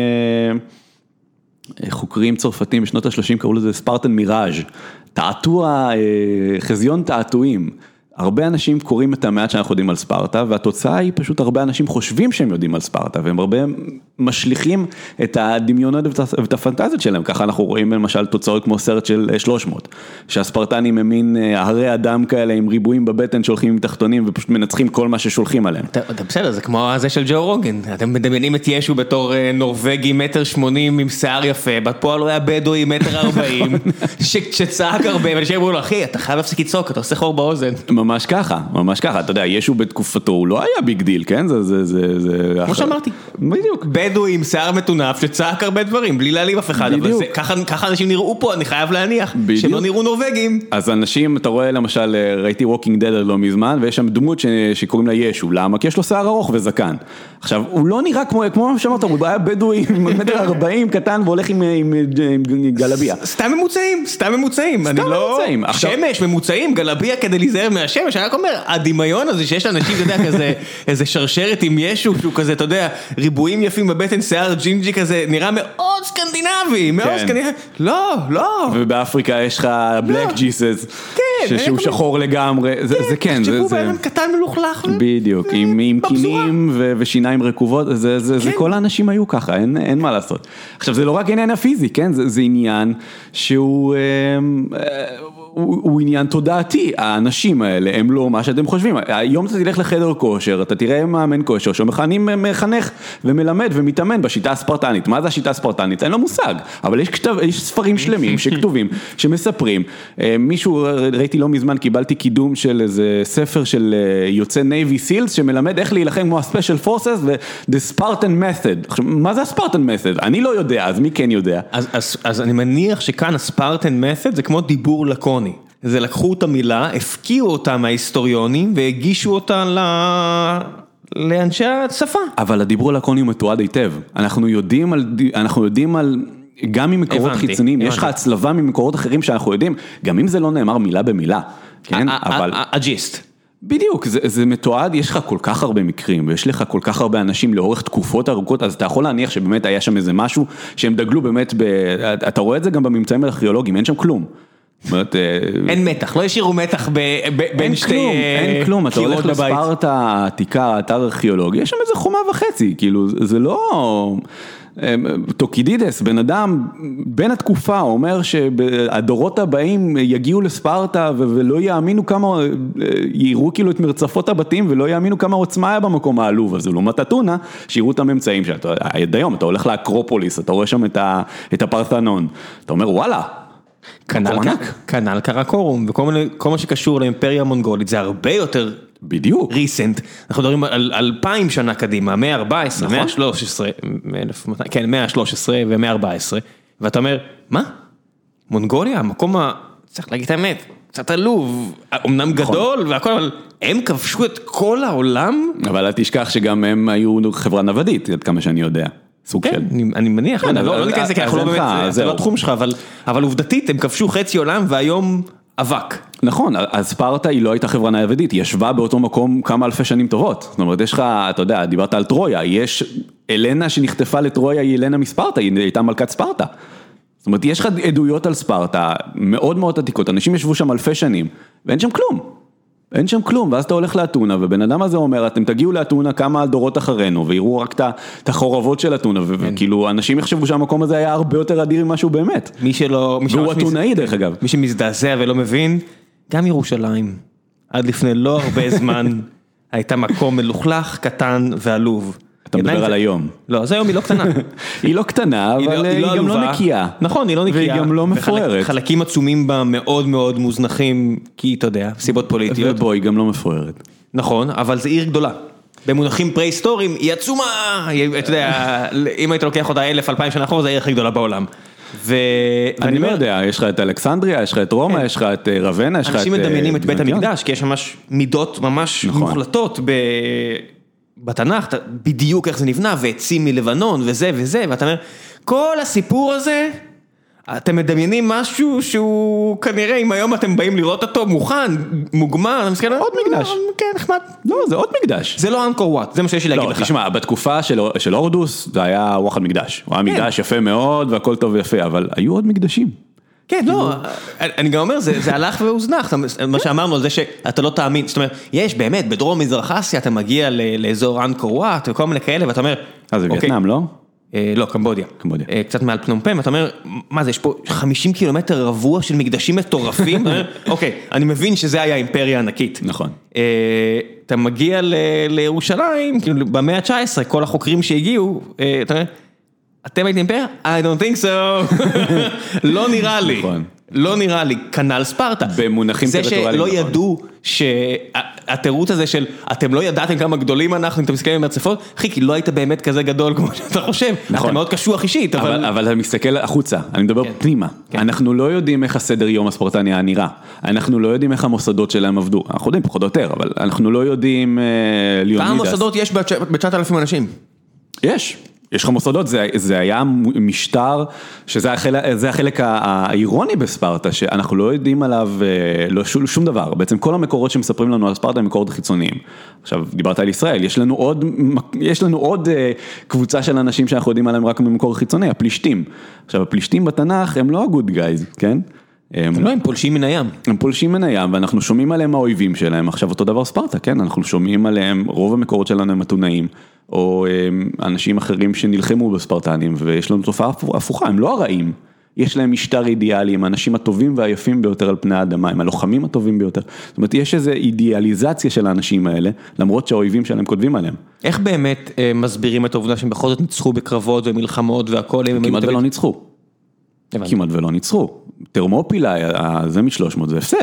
מחוקרים צרפתים בשנות ה-שלושים, קראו לזה ספרטן מיראז', תעתוע, חזיון תעתועים. הרבה אנשים קוראים את המעט שאנחנו יודעים על ספרטה, והתוצאה היא פשוט הרבה אנשים חושבים שהם יודעים על ספרטה, והם הרבה משליכים את הדמיונות ואת הפנטזיות שלהם, ככה אנחנו רואים למשל תוצאות כמו סרט של שלוש מאות, שהספרטנים הם מין הרי אדם כאלה עם ריבועים בבטן שהולכים עם תחתונים, ופשוט מנצחים כל מה ששולחים עליהם. אתה בסדר, זה כמו הזה של ג'ו רוגן, אתם מדמיינים את ישו בתור נורווגי מטר שמונים עם שיער יפה, בפועל הוא היה בדואי מטר ארבעים, שצעק הרבה, ואנשים אמרו לו, אחי, אתה חייב להפסיק לצעוק, אתה עושה חור באוזן. ממש ככה, ממש ככה, אתה יודע, ישו בתקופתו, הוא לא היה ביג דיל, כן? זה, זה, זה, זה... כמו שאמרתי, בדיוק. בדואי עם שיער מטונף, שצעק הרבה דברים, בלי להעליב אף אחד, אבל זה, ככה, ככה אנשים נראו פה, אני חייב להניח, בדיוק. שהם לא נראו נורווגים. אז אנשים, אתה רואה למשל, ראיתי ווקינג דד לא מזמן, ויש שם דמות ש... שקוראים לה ישו, למה? כי יש לו שיער ארוך וזקן. עכשיו, הוא לא נראה כמו, כמו שאמרת, הוא היה בדואי עם מטר ארבעים קטן, והולך עם, עם, עם, עם גלביה. סתם ממוצעים, סתם ממוצעים. סתם ממוצעים. לא... שמש, ממוצעים, גלביה כדי להיזהר מהשמש, אני רק אומר, הדמיון הזה שיש לאנשים, אתה יודע, כזה, איזה שרשרת עם ישו, שהוא כזה, אתה יודע, ריבועים יפים בבטן, שיער ג'ינג'י כזה, נראה מאוד סקנדינבי, מאוד סקנדינבי, לא, לא. ובאפריקה יש לך בלק ג'יסס, שהוא שחור לגמרי, זה כן. תחשבו באדם קטן מלוכלך. בדיוק, עם קינים ושיניים רקובות, זה כל האנשים היו ככה, אין מה לעשות. עכשיו, זה לא רק עניין הפיזי, כן? זה עניין שהוא... הוא, הוא עניין תודעתי, האנשים האלה הם לא מה שאתם חושבים, היום אתה תלך לחדר כושר, אתה תראה מאמן כושר, שמכנים מחנך ומלמד ומתאמן בשיטה הספרטנית, מה זה השיטה הספרטנית? אין לו מושג, אבל יש, כתב, יש ספרים שלמים שכתובים, שמספרים, מישהו, ראיתי לא מזמן, קיבלתי קידום של איזה ספר של יוצא נייבי סילס, שמלמד איך להילחם כמו הספיישל פורסס ו-The Spartan Method, עכשיו, מה זה הספרטן Method? אני לא יודע, אז מי כן יודע? אז, אז, אז אני מניח שכאן הספרטן Method זה כמו דיבור לקוני. זה לקחו את המילה, הפקיעו אותה מההיסטוריונים והגישו אותה ל... לאנשי השפה. אבל הדיבור הלקוני הוא מתועד היטב. אנחנו יודעים על, אנחנו יודעים על גם ממקורות חיצוניים, יש לך הצלבה ממקורות אחרים שאנחנו יודעים, גם אם זה לא נאמר מילה במילה, כן? אבל... הג'יסט. בדיוק, זה, זה מתועד, יש לך כל כך הרבה מקרים, ויש לך כל כך הרבה אנשים לאורך תקופות ארוכות, אז אתה יכול להניח שבאמת היה שם איזה משהו, שהם דגלו באמת, ב, אתה רואה את זה גם בממצאים הארכיאולוגיים, אין שם כלום. אין מתח, לא השאירו מתח בין שתי קירות בבית. אין כלום, אתה הולך לספרטה העתיקה, אתר ארכיאולוגי, יש שם איזה חומה וחצי, כאילו, זה לא... טוקידידס, בן אדם, בין התקופה, אומר שהדורות הבאים יגיעו לספרטה ולא יאמינו כמה, יראו כאילו את מרצפות הבתים ולא יאמינו כמה עוצמה היה במקום העלוב הזה, לעומת אתונה, שיראו את הממצאים שאתה, עד היום, אתה הולך לאקרופוליס, אתה רואה שם את הפרתנון, אתה אומר וואלה, כנ"ל קראקורום, וכל מה שקשור לאימפריה המונגולית זה הרבה יותר בדיוק ריסנט, אנחנו מדברים על אלפיים שנה קדימה, מאה וארבע עשרה, מאה ושלוש עשרה, כן, מאה ושלוש עשרה ו-מאה וארבע עשרה, ואתה אומר, מה? מונגוליה, המקום, צריך להגיד את האמת, קצת עלוב, אמנם גדול והכל, אבל הם כבשו את כל העולם. אבל אל תשכח שגם הם היו חברה נוודית, עד כמה שאני יודע. כן, אני מניח, לא ניכנס לכך, זה לא התחום שלך, אבל עובדתית הם כבשו חצי עולם והיום אבק. נכון, אז ספרטה היא לא הייתה חברה נוודית, היא ישבה באותו מקום כמה אלפי שנים טובות. זאת אומרת, יש לך, אתה יודע, דיברת על טרויה, יש אלנה שנחטפה לטרויה, היא אלנה מספרטה, היא הייתה מלכת ספרטה. זאת אומרת, יש לך עדויות על ספרטה, מאוד מאוד עתיקות, אנשים ישבו שם אלפי שנים, ואין שם כלום. אין שם כלום, ואז אתה הולך לאתונה, ובן אדם הזה אומר, אתם תגיעו לאתונה כמה דורות אחרינו, ויראו רק את החורבות של אתונה, וכאילו, אנשים יחשבו שהמקום הזה היה הרבה יותר אדיר ממשהו באמת. מי שלא... והוא אתונאי דרך אגב. מי שמזדעזע ולא מבין, גם ירושלים, עד לפני לא הרבה זמן, הייתה מקום מלוכלך, קטן ועלוב. אתה מדבר על היום. לא, אז היום היא לא קטנה. היא לא קטנה, אבל היא גם לא נקייה. נכון, היא לא נקייה. והיא גם לא מפוארת. חלקים עצומים בה מאוד מאוד מוזנחים, כי אתה יודע, סיבות פוליטיות. ובו היא גם לא מפוארת. נכון, אבל זו עיר גדולה. במונחים פרה-היסטוריים, היא עצומה. אתה יודע, אם היית לוקח אותה אלף, אלפיים שנה אחורה, זו העיר הכי גדולה בעולם. אני לא יודע, יש לך את אלכסנדריה, יש לך את רומא, יש לך את רבנה, יש לך את... אנשים מדמיינים את בית המקדש, כי יש ממש מידות ממש מוחלטות בתנ"ך, בדיוק איך זה נבנה, ועצים מלבנון, וזה וזה, ואתה אומר, כל הסיפור הזה, אתם מדמיינים משהו שהוא כנראה, אם היום אתם באים לראות אותו מוכן, מוגמר, אתה מסתכל, עוד מקדש. כן, נחמד. לא, זה עוד מקדש. זה לא אנקור וואט, זה מה שיש לי להגיד לך. לא, תשמע, בתקופה של הורדוס, זה היה וואחד מקדש. הוא היה מקדש יפה מאוד, והכל טוב ויפה, אבל היו עוד מקדשים. כן, לא, אני גם אומר, זה הלך והוזנח, מה שאמרנו על זה שאתה לא תאמין, זאת אומרת, יש באמת, בדרום מזרח אסיה, אתה מגיע לאזור אנקור וואט, וכל מיני כאלה, ואתה אומר, אה, זה וייטנאם, לא? לא, קמבודיה. קמבודיה. קצת מעל פנום פן, ואתה אומר, מה זה, יש פה חמישים קילומטר רבוע של מקדשים מטורפים, אוקיי, אני מבין שזה היה אימפריה ענקית. נכון. אתה מגיע לירושלים, כאילו במאה ה-תשע עשרה, כל החוקרים שהגיעו, אתה אומר, אתם הייתם אימפריה? I don't think so. לא נראה לי. נכון. לא נראה לי, כנ"ל ספרטה. במונחים טריטוריאליים. זה שלא ידעו שהתירוץ הזה של אתם לא ידעתם כמה גדולים אנחנו, אם אתה מסתכל במרצפות, אחי, כי לא היית באמת כזה גדול כמו שאתה חושב. אתה מאוד קשוח אישית, אבל... אבל אתה מסתכל החוצה, אני מדבר פנימה. אנחנו לא יודעים איך הסדר יום הספרטני היה נראה. אנחנו לא יודעים איך המוסדות שלהם עבדו. אנחנו יודעים פחות או יותר, אבל אנחנו לא יודעים ליאונידס. כמה מוסדות יש ב-תשעת אלפים אנשים? יש. יש לך מוסדות, זה, זה היה משטר, שזה החלק, זה החלק האירוני בספרטה, שאנחנו לא יודעים עליו לא, שום, שום דבר. בעצם כל המקורות שמספרים לנו על ספרטה הם מקורות חיצוניים. עכשיו, דיברת על ישראל, יש לנו עוד, יש לנו עוד קבוצה של אנשים שאנחנו יודעים עליהם רק ממקור חיצוני, הפלישתים. עכשיו, הפלישתים בתנ"ך הם לא good guys, כן? הם לא, הם פולשים מן הים. הם פולשים מן הים, ואנחנו שומעים עליהם האויבים שלהם. עכשיו, אותו דבר ספרטה, כן? אנחנו שומעים עליהם, רוב המקורות שלנו הם אתונאים, או אנשים אחרים שנלחמו בספרטנים, ויש לנו תופעה הפוכה, הם לא הרעים. יש להם משטר אידיאלי, הם האנשים הטובים והיפים ביותר על פני האדמה, הם הלוחמים הטובים ביותר. זאת אומרת, יש איזו אידיאליזציה של האנשים האלה, למרות שהאויבים שלהם כותבים עליהם. איך באמת מסבירים את העובדה שהם בכל זאת ניצחו בקרבות ומלחמות והכל? כמעט ולא ניצחו. כמעט ולא ניצחו. טרמופילה, זה מ-שלוש מאות, זה הפסד.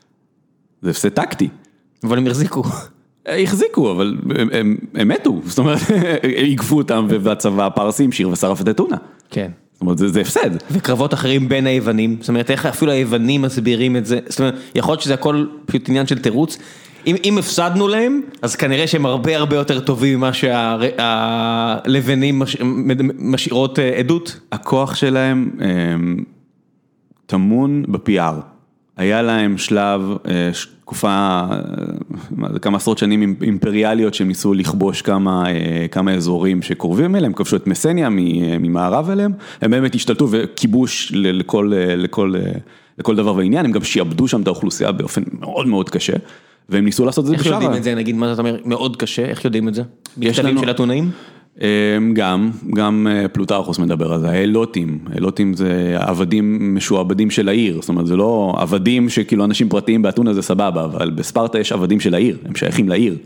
זה הפסד טקטי. אבל הם החזיקו. החזיקו, אבל הם, הם, הם מתו. זאת אומרת, עיגפו אותם, והצבא הפרסי המשיך ושרף את אתונה. כן. זאת אומרת, זה, זה הפסד. וקרבות אחרים בין היוונים, זאת אומרת, איך אפילו היוונים מסבירים את זה, זאת אומרת, יכול להיות שזה הכל פשוט עניין של תירוץ. אם, אם הפסדנו להם, אז כנראה שהם הרבה הרבה יותר טובים ממה שהלבנים מש, משאירות עדות. הכוח שלהם תמון ב-פי אר. היה להם שלב, תקופה, כמה עשרות שנים אימפריאליות שהם ניסו לכבוש כמה, כמה אזורים שקרובים אליהם, כבשו את מסניה ממערב אליהם, הם באמת השתלטו וכיבוש לכל, לכל, לכל דבר ועניין, הם גם שיעבדו שם את האוכלוסייה באופן מאוד מאוד קשה, והם ניסו לעשות את זה בשלב. איך יודעים את זה, נגיד, מה אתה אומר, מאוד קשה, איך יודעים את זה? בכתבים של עיתונאים? גם, גם פלוטרכוס מדבר על זה, האלוטים, האלוטים זה עבדים משועבדים של העיר, זאת אומרת זה לא עבדים שכאילו אנשים פרטיים באתונה זה סבבה, אבל בספרטה יש עבדים של העיר, הם שייכים לעיר.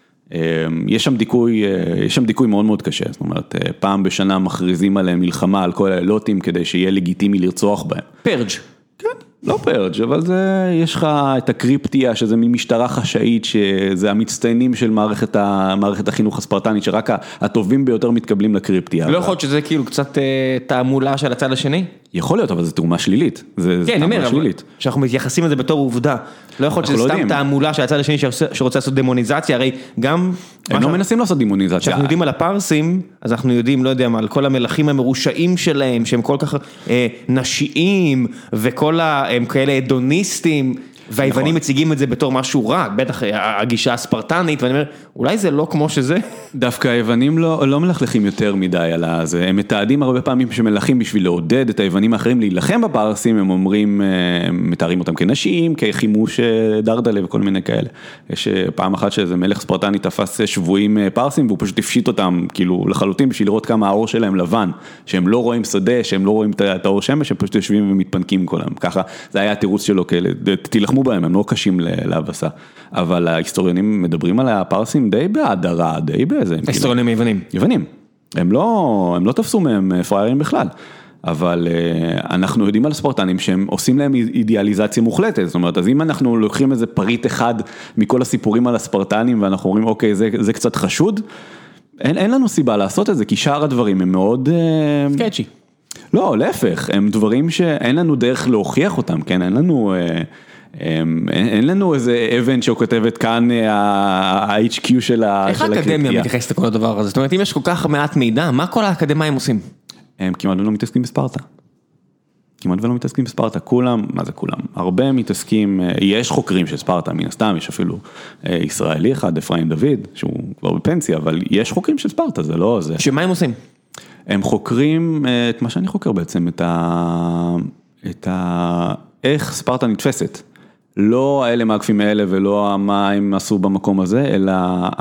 יש שם דיכוי, יש שם דיכוי מאוד מאוד קשה, זאת אומרת פעם בשנה מכריזים עליהם מלחמה על כל האלוטים כדי שיהיה לגיטימי לרצוח בהם. פרג'. כן. לא פרג', אבל זה, יש לך את הקריפטיה, שזה ממשטרה חשאית, שזה המצטיינים של מערכת, מערכת החינוך הספרטנית, שרק הטובים ביותר מתקבלים לקריפטיה. לא יכול להיות שזה כאילו קצת תעמולה של הצד השני? יכול להיות, אבל זו תאומה שלילית. כן, אני אומר, שאנחנו מתייחסים לזה בתור עובדה. לא יכול להיות שזה סתם תעמולה של הצד השני שרוצה לעשות דמוניזציה, הרי גם... הם לא מנסים לעשות דמוניזציה. כשאנחנו יודעים על הפרסים, אז אנחנו יודעים, לא יודע מה, על כל המלכים המרושעים שלהם, שהם כל כך נשיים, וכל הם כאלה אדוניסטים, והיוונים מציגים את זה בתור משהו רע, בטח הגישה הספרטנית, ואני אומר, אולי זה לא כמו שזה? דווקא היוונים לא, לא מלכלכים יותר מדי על זה, הם מתעדים הרבה פעמים שמלכים בשביל לעודד את היוונים האחרים להילחם בפרסים, הם אומרים, הם מתארים אותם כנשים, כחימוש דרדלה וכל מיני כאלה. יש פעם אחת שאיזה מלך ספרטני תפס שבויים פרסים, והוא פשוט הפשיט אותם כאילו לחלוטין בשביל לראות כמה האור שלהם לבן, שהם לא רואים שדה, שהם לא רואים את האור שמש, הם פשוט יושבים ומתפנקים כל היום. ככה, זה היה התירוץ שלו, תילחמו בהם, הם לא קשים להבסה. אבל ההיסטוריונים מדברים על הפרסים די בהדרה, די באיזה... ההיסטוריונים היוונים. יוונים. הם לא, הם לא תפסו מהם פריירים בכלל. אבל אנחנו יודעים על ספרטנים שהם עושים להם אידיאליזציה מוחלטת. זאת אומרת, אז אם אנחנו לוקחים איזה פריט אחד מכל הסיפורים על הספרטנים, ואנחנו אומרים, אוקיי, זה, זה קצת חשוד, אין, אין לנו סיבה לעשות את זה, כי שאר הדברים הם מאוד... סקצ'י. לא, להפך, הם דברים שאין לנו דרך להוכיח אותם, כן? אין לנו... אין לנו איזה אבן שכותבת כאן ה-אייץ' קיו של הקריפטיה. איך האקדמיה מתייחסת לכל הדבר הזה? זאת אומרת, אם יש כל כך מעט מידע, מה כל האקדמיים עושים? הם כמעט לא מתעסקים בספרטה. כמעט ולא מתעסקים בספרטה. כולם, מה זה כולם? הרבה מתעסקים, יש חוקרים של ספרטה, מן הסתם, יש אפילו ישראלי אחד, אפרים דוד, שהוא כבר בפנסיה, אבל יש חוקרים של ספרטה, זה לא זה. שמה הם עושים? הם חוקרים את מה שאני חוקר בעצם, את ה... את ה... איך ספרטה נתפסת. לא האלה מאגפים האלה ולא מה הם עשו במקום הזה, אלא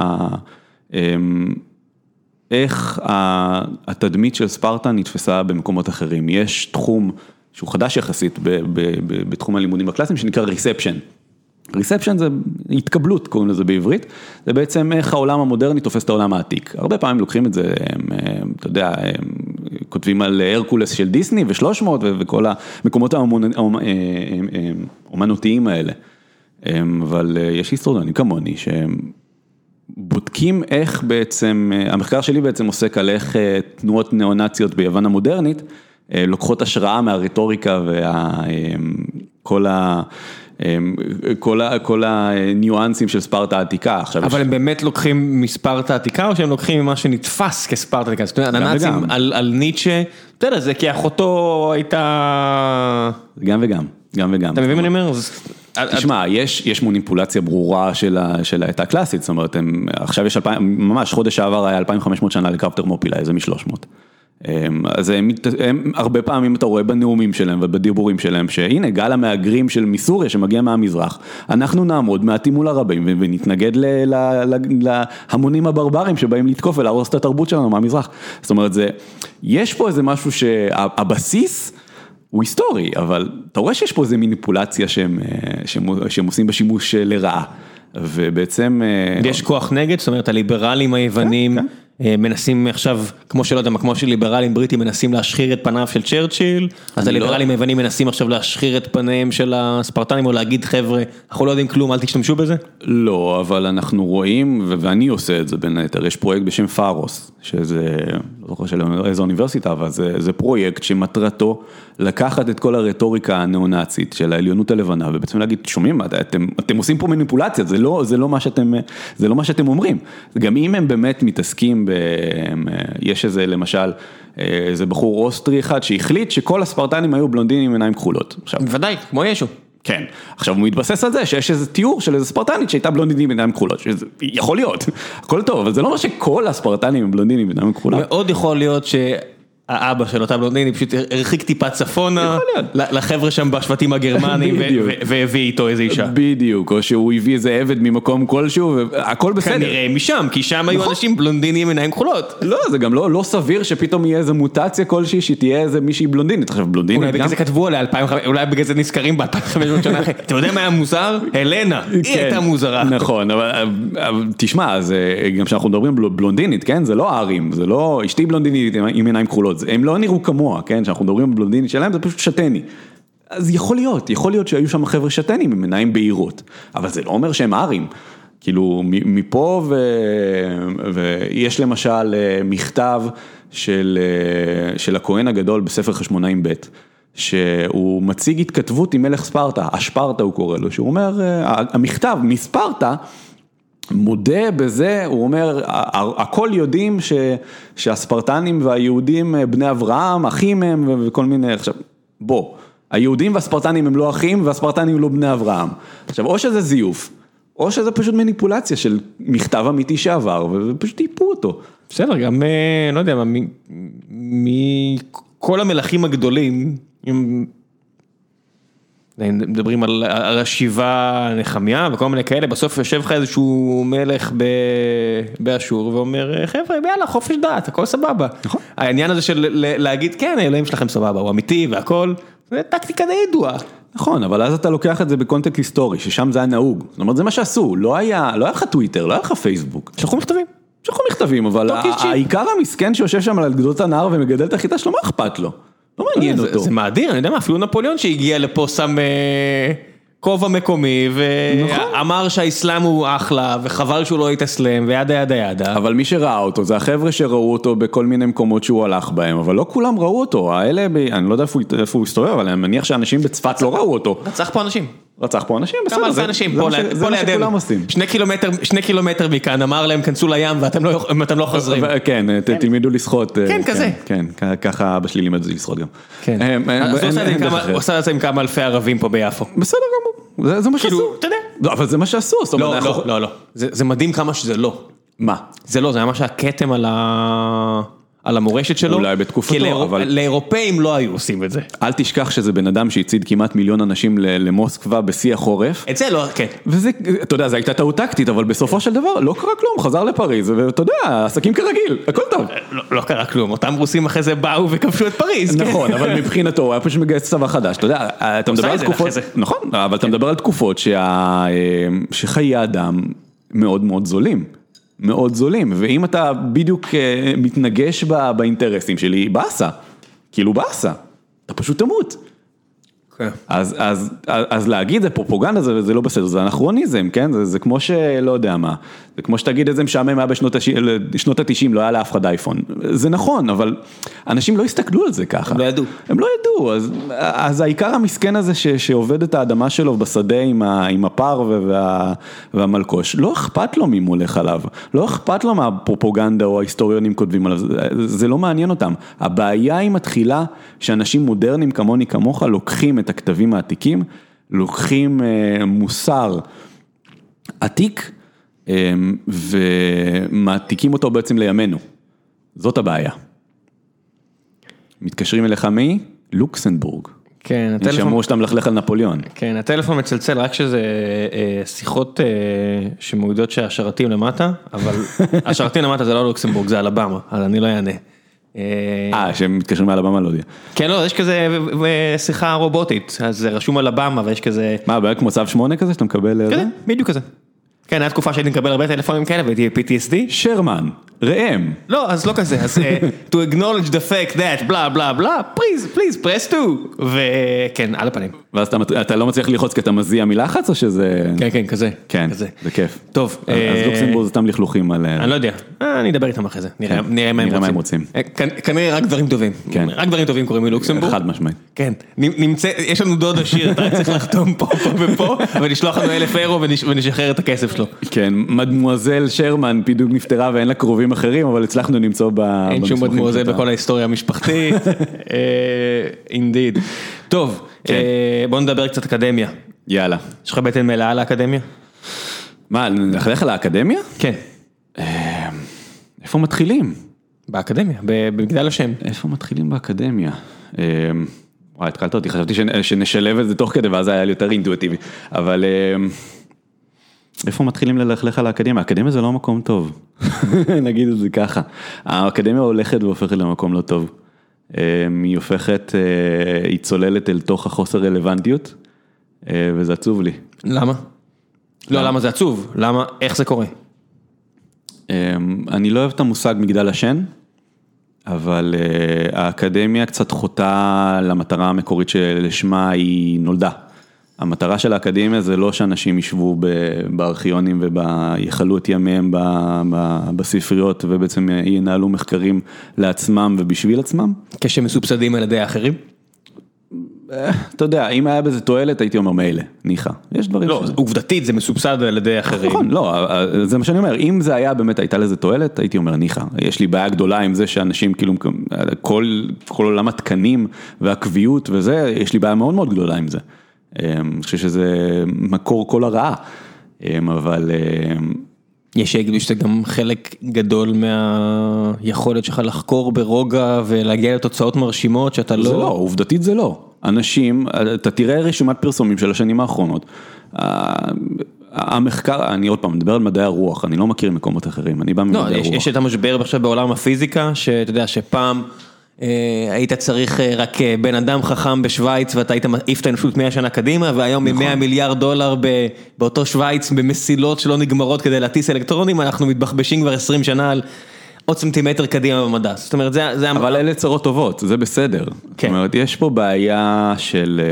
איך התדמית של ספרטה נתפסה במקומות אחרים. יש תחום שהוא חדש יחסית בתחום הלימודים הקלאסיים שנקרא ריספשן. ריספשן זה התקבלות, קוראים לזה בעברית, זה בעצם איך העולם המודרני תופס את העולם העתיק. הרבה פעמים לוקחים את זה, הם, אתה יודע, הם כותבים על הרקולס של דיסני ו-שלוש מאות וכל המקומות האומנותיים האלה. אבל יש היסטוריונים כמוני שהם בודקים איך בעצם, המחקר שלי בעצם עוסק על איך תנועות ניאו-נאציות ביוון המודרנית, לוקחות השראה מהרטוריקה וכל ה... כל, כל הניואנסים של ספרטה העתיקה. אבל הם באמת לוקחים מספרטה העתיקה, או שהם לוקחים ממה שנתפס כספרטה העתיקה? זאת אומרת, הנאצים על, על ניטשה, אתה יודע, זה כי אחותו הייתה... גם וגם, גם וגם. אתה מבין מה אני אומר? תשמע, יש, יש מוניפולציה ברורה של, של העת הקלאסית, זאת אומרת, הם, עכשיו יש אלפיים, ממש חודש העבר היה אלפיים וחמש מאות שנה לקרב תרמופילה, איזה מ-שלוש מאות. אז הם, הם, הרבה פעמים אתה רואה בנאומים שלהם ובדיבורים שלהם, שהנה גל המהגרים של מסוריה שמגיע מהמזרח, אנחנו נעמוד מעטים מול הרבים ונתנגד ל, ל, ל, להמונים הברברים שבאים לתקוף ולהרוס את התרבות שלנו מהמזרח. זאת אומרת, זה, יש פה איזה משהו שהבסיס הוא היסטורי, אבל אתה רואה שיש פה איזה מניפולציה שהם, שהם, שהם עושים בשימוש לרעה. ובעצם... יש כוח נגד, זאת אומרת, הליברלים היוונים מנסים עכשיו, כמו שלא יודע, כמו שליברלים בריטים מנסים להשחיר את פניו של צ'רצ'יל, אז הליברלים היוונים מנסים עכשיו להשחיר את פניהם של הספרטנים, או להגיד, חבר'ה, אנחנו לא יודעים כלום, אל תשתמשו בזה? לא, אבל אנחנו רואים, ואני עושה את זה בין היתר, יש פרויקט בשם פארוס, שזה, לא זוכר של איזו אוניברסיטה, אבל זה, זה פרויקט שמטרתו לקחת את כל הרטוריקה הנאו-נאצית של העליונות הלבנה, ובעצם להגיד, שומעים, אתם, אתם עושים פה מניפולציה, זה לא, זה לא מה שאתם, זה לא מה שאתם אומרים. גם אם הם באמת מתעסקים ב... יש איזה, למשל, איזה בחור אוסטרי אחד שהחליט שכל הספרטנים היו בלונדינים עם עיניים כחולות. עכשיו, בוודאי, כמו ישו. כן, עכשיו הוא מתבסס על זה שיש איזה תיאור של איזה ספרטנית שהייתה בלונדינית עם עיניים כחולות, שזה יכול להיות, הכל טוב, אבל זה לא אומר שכל הספרטנים הם בלונדינים עם עיניים כחולות. מאוד יכול להיות שהאבא של אותה בלונדינית פשוט הרחיק טיפה צפונה לחבר'ה שם בשבטים הגרמנים והביא איתו איזה אישה. בדיוק, או שהוא הביא איזה עבד ממקום כלשהו, והכל בסדר. כנראה משם, כי שם היו אנשים בלונדינים עם עיניים כחולות. לא, זה גם לא סביר שפתאום יהיה איזה מוטציה כלשהי, שתהיה איזה מישהי בלונדינית, עכשיו בלונדינית. אולי בגלל זה כתבו עליה, אולי בגלל זה נזכרים ב-אלפיים וחמש מאות שנה אחרי. אתה יודע מה היה מוזר? הלנה, היא הייתה מוזרה. נכון, אבל תשמע, גם כשאנחנו מדברים בלונדינית, כן, זה לא ערים, זה לא אשתי בלונדינית עם עיניים כחולות, הם לא נראו כמוה, כן, שאנחנו מדברים בבלונדינית שלהם, זה פשוט שטני. אז יכול להיות, יכול להיות שהיו שם חבר'ה שטנים עם עיניים בהירות, אבל זה לא אומר שהם ערים. כאילו, מפה ו... ויש למשל מכתב של, של הכהן הגדול בספר חשמונאים ב', שהוא מציג התכתבות עם מלך ספרטה, השפרטה הוא קורא לו, שהוא אומר, המכתב מספרטה, מודה בזה, הוא אומר, הכל יודעים ש, שהספרטנים והיהודים בני אברהם, אחים הם וכל מיני, עכשיו, בוא, היהודים והספרטנים הם לא אחים, והספרטנים לא בני אברהם. עכשיו, או שזה זיוף, או שזה פשוט מניפולציה של מכתב אמיתי שעבר, ופשוט טיפו אותו. בסדר, גם, לא יודע, מכל המלכים הגדולים, אם... מדברים על, על השיבה נחמיה וכל מיני כאלה, בסוף יושב לך איזשהו מלך ב, באשור ואומר, חבר'ה, יאללה, חופש דעת, הכל סבבה. נכון. העניין הזה של להגיד, כן, האלוהים שלכם סבבה, הוא אמיתי והכל, זה טקטיקה די ידועה. נכון, אבל אז אתה לוקח את זה בקונטקסט היסטורי, ששם זה היה נהוג. זאת אומרת, זה מה שעשו, לא היה, לא היה לך טוויטר, לא היה לך פייסבוק. שלחו מכתבים. שלחו מכתבים, אבל העיקר המסכן שיושב שם על גדות הנהר ומגדל את החיטה שלו, מה אכפת לו? לא מעניין אותו. זה מאדיר, אני יודע מה, אפילו נפוליאון שהגיע לפה שם כובע מקומי, ואמר שהאסלאם הוא אחלה, וחבל שהוא לא יתאסלם, וידה ידה ידה. אבל מי שראה אותו, זה החבר'ה שראו אותו בכל מיני מקומות שהוא הלך בהם, אבל לא כולם ראו אותו, האלה, אני לא יודע איפה הוא הסתובב, אבל אני מניח שאנשים בצפת לא ראו אותו. רצח פה אנשים. רצח פה אנשים, בסדר. כמה אלפי אנשים, פה לידינו. שני קילומטר מכאן, אמר להם, כנסו לים ואתם לא חוזרים. כן, תלמידו לשחות. כן, כזה. כן, ככה אבא שלי לימד לשחות גם. כן. הוא עושה את זה עם כמה אלפי ערבים פה ביפו. בסדר גמור. זה מה שעשו. אתה יודע. לא, אבל זה מה שעשו. לא, לא, לא, לא. זה מדהים כמה שזה לא. מה? זה לא, זה היה ממש הכתם על ה... על המורשת שלו, אולי בתקופתו, כי אבל... לאירופאים לא היו עושים את זה. אל תשכח שזה בן אדם שהציד כמעט מיליון אנשים למוסקבה בשיא החורף. את זה לא, כן. וזה, אתה יודע, זה הייתה טעות טקטית, אבל בסופו של דבר לא קרה כלום, חזר לפריז, ואתה יודע, עסקים כרגיל, הכל טוב. לא, לא קרה כלום, אותם רוסים אחרי זה באו וכבשו את פריז. נכון, אבל מבחינתו, הוא היה פשוט מגייס צבא חדש, אתה יודע, אתה מדבר על תקופות, נכון, אבל אתה מדבר על תקופות שחיי אדם מאוד מאוד זולים. מאוד זולים, ואם אתה בדיוק מתנגש באינטרסים שלי, באסה, כאילו באסה, אתה פשוט תמות. אז, אז, אז להגיד, זה פרופוגנדה, זה, זה לא בסדר, זה אנכרוניזם, כן? זה, זה כמו שלא יודע מה, זה כמו שתגיד את זה משעמם היה בשנות ה-תשעים, לא היה לאף אחד אייפון. זה נכון, אבל אנשים לא הסתכלו על זה ככה. הם לא ידעו. הם לא ידעו, אז, אז העיקר המסכן הזה ש, שעובד את האדמה שלו בשדה עם, ה, עם הפר וה, והמלקוש, לא אכפת לו מי מולך עליו, לא אכפת לו מה הפרופוגנדה או ההיסטוריונים כותבים עליו, זה, זה לא מעניין אותם. הבעיה היא מתחילה שאנשים מודרניים כמוני כמוך לוקחים את הכתבים העתיקים, לוקחים אה, מוסר עתיק, אה, ומעתיקים אותו בעצם לימינו. זאת הבעיה. מתקשרים אליך מי? לוקסנבורג. כן, הטלפון... נשמעו שאתה מלכלך על נפוליאון. כן, הטלפון מצלצל רק שזה אה, שיחות אה, שמועדות שהשרתים למטה, אבל השרתים למטה זה לא לוקסנבורג, זה אלבמה, אז אני לא אענה. אה, שהם מתקשרים על הבמה, לא יודע. כן, לא, יש כזה שיחה רובוטית, אז זה רשום על הבמה, ויש כזה... מה, בעיה כמו צו שמונה כזה, שאתה מקבל... כן, בדיוק כזה. כן, היה תקופה שהייתי מקבל הרבה טלפונים כאלה, והייתי ב-פי טי אס די. שרמן. ראם. לא, אז לא כזה, אז to acknowledge the fact that, בלה בלה בלה, please, please, press two, וכן, על הפנים. ואז אתה לא מצליח ללחוץ כי אתה מזיע מלחץ או שזה... כן, כן, כזה. כן, זה כיף. טוב. אז לוקסמבורג זה סתם לכלוכים על... אני לא יודע, אני אדבר איתם אחרי זה, נראה מה הם רוצים. כנראה רק דברים טובים, רק דברים טובים קוראים מלוקסמבורג. חד משמעית. כן, נמצא, יש לנו דוד עשיר, אתה צריך לחתום פה, פה ופה, ולשלוח לנו אלף אירו ונשחרר את הכסף שלו. כן, מדמואזל שרמן בדיוק נפטרה ואין לה קרובים אחרים, אבל הצלחנו למצוא במסמכים. אין שום מדמואזל בכל ההיסטוריה המשפחתית. אינדיד. טוב, בוא נדבר קצת אקדמיה. יאללה. יש לך בטן מלאה לאקדמיה? מה, נחלך על האקדמיה? כן. איפה מתחילים? באקדמיה, במגדל השם. איפה מתחילים באקדמיה? וואי, התחלת אותי, חשבתי שנשלב את זה תוך כדי, ואז היה לי יותר אינטואיטיבי. אבל איפה מתחילים ללכלך על האקדמיה? האקדמיה זה לא מקום טוב. נגיד את זה ככה. האקדמיה הולכת והופכת למקום לא טוב. היא הופכת, היא צוללת אל תוך החוסר רלוונטיות, וזה עצוב לי. למה? לא, למה זה עצוב? למה, איך זה קורה? אני לא אוהב את המושג מגדל השן, אבל האקדמיה קצת חוטאה למטרה המקורית שלשמה היא נולדה. המטרה של האקדמיה זה לא שאנשים ישבו בארכיונים ויחלו את ימיהם בספריות ובעצם ינהלו מחקרים לעצמם ובשביל עצמם. כשמסובסדים על ידי האחרים? אתה יודע, אם היה בזה תועלת, הייתי אומר מילא, ניחא. יש דברים... לא, עובדתית זה מסובסד על ידי אחרים. נכון, לא, זה מה שאני אומר, אם זה היה באמת, הייתה לזה תועלת, הייתי אומר ניחא. יש לי בעיה גדולה עם זה שאנשים כאילו, כל עולם התקנים והקביעות וזה, יש לי בעיה מאוד מאוד גדולה עם זה. אני חושב שזה מקור כל הרעה, אבל... יש שיגידו שזה גם חלק גדול מהיכולת שלך לחקור ברוגע ולהגיע לתוצאות מרשימות שאתה לא... זה לא, עובדתית זה לא. אנשים, אתה תראה רשימת פרסומים של השנים האחרונות, המחקר, אני עוד פעם מדבר על מדעי הרוח, אני לא מכיר מקומות אחרים, אני בא ממדעי הרוח. לא, יש את המשבר עכשיו בעולם הפיזיקה, שאתה יודע שפעם... היית צריך רק בן אדם חכם בשוויץ, ואתה היית מעיף את האנושות מאה שנה קדימה, והיום מ-מאה מיליארד דולר באותו שוויץ, במסילות שלא נגמרות כדי להטיס אלקטרונים, אנחנו מתבחבשים כבר עשרים שנה על עוד סנטימטר קדימה במדע. זאת אומרת, זה... זה אבל אלה צרות טובות, זה בסדר. כן. זאת אומרת, יש פה בעיה של...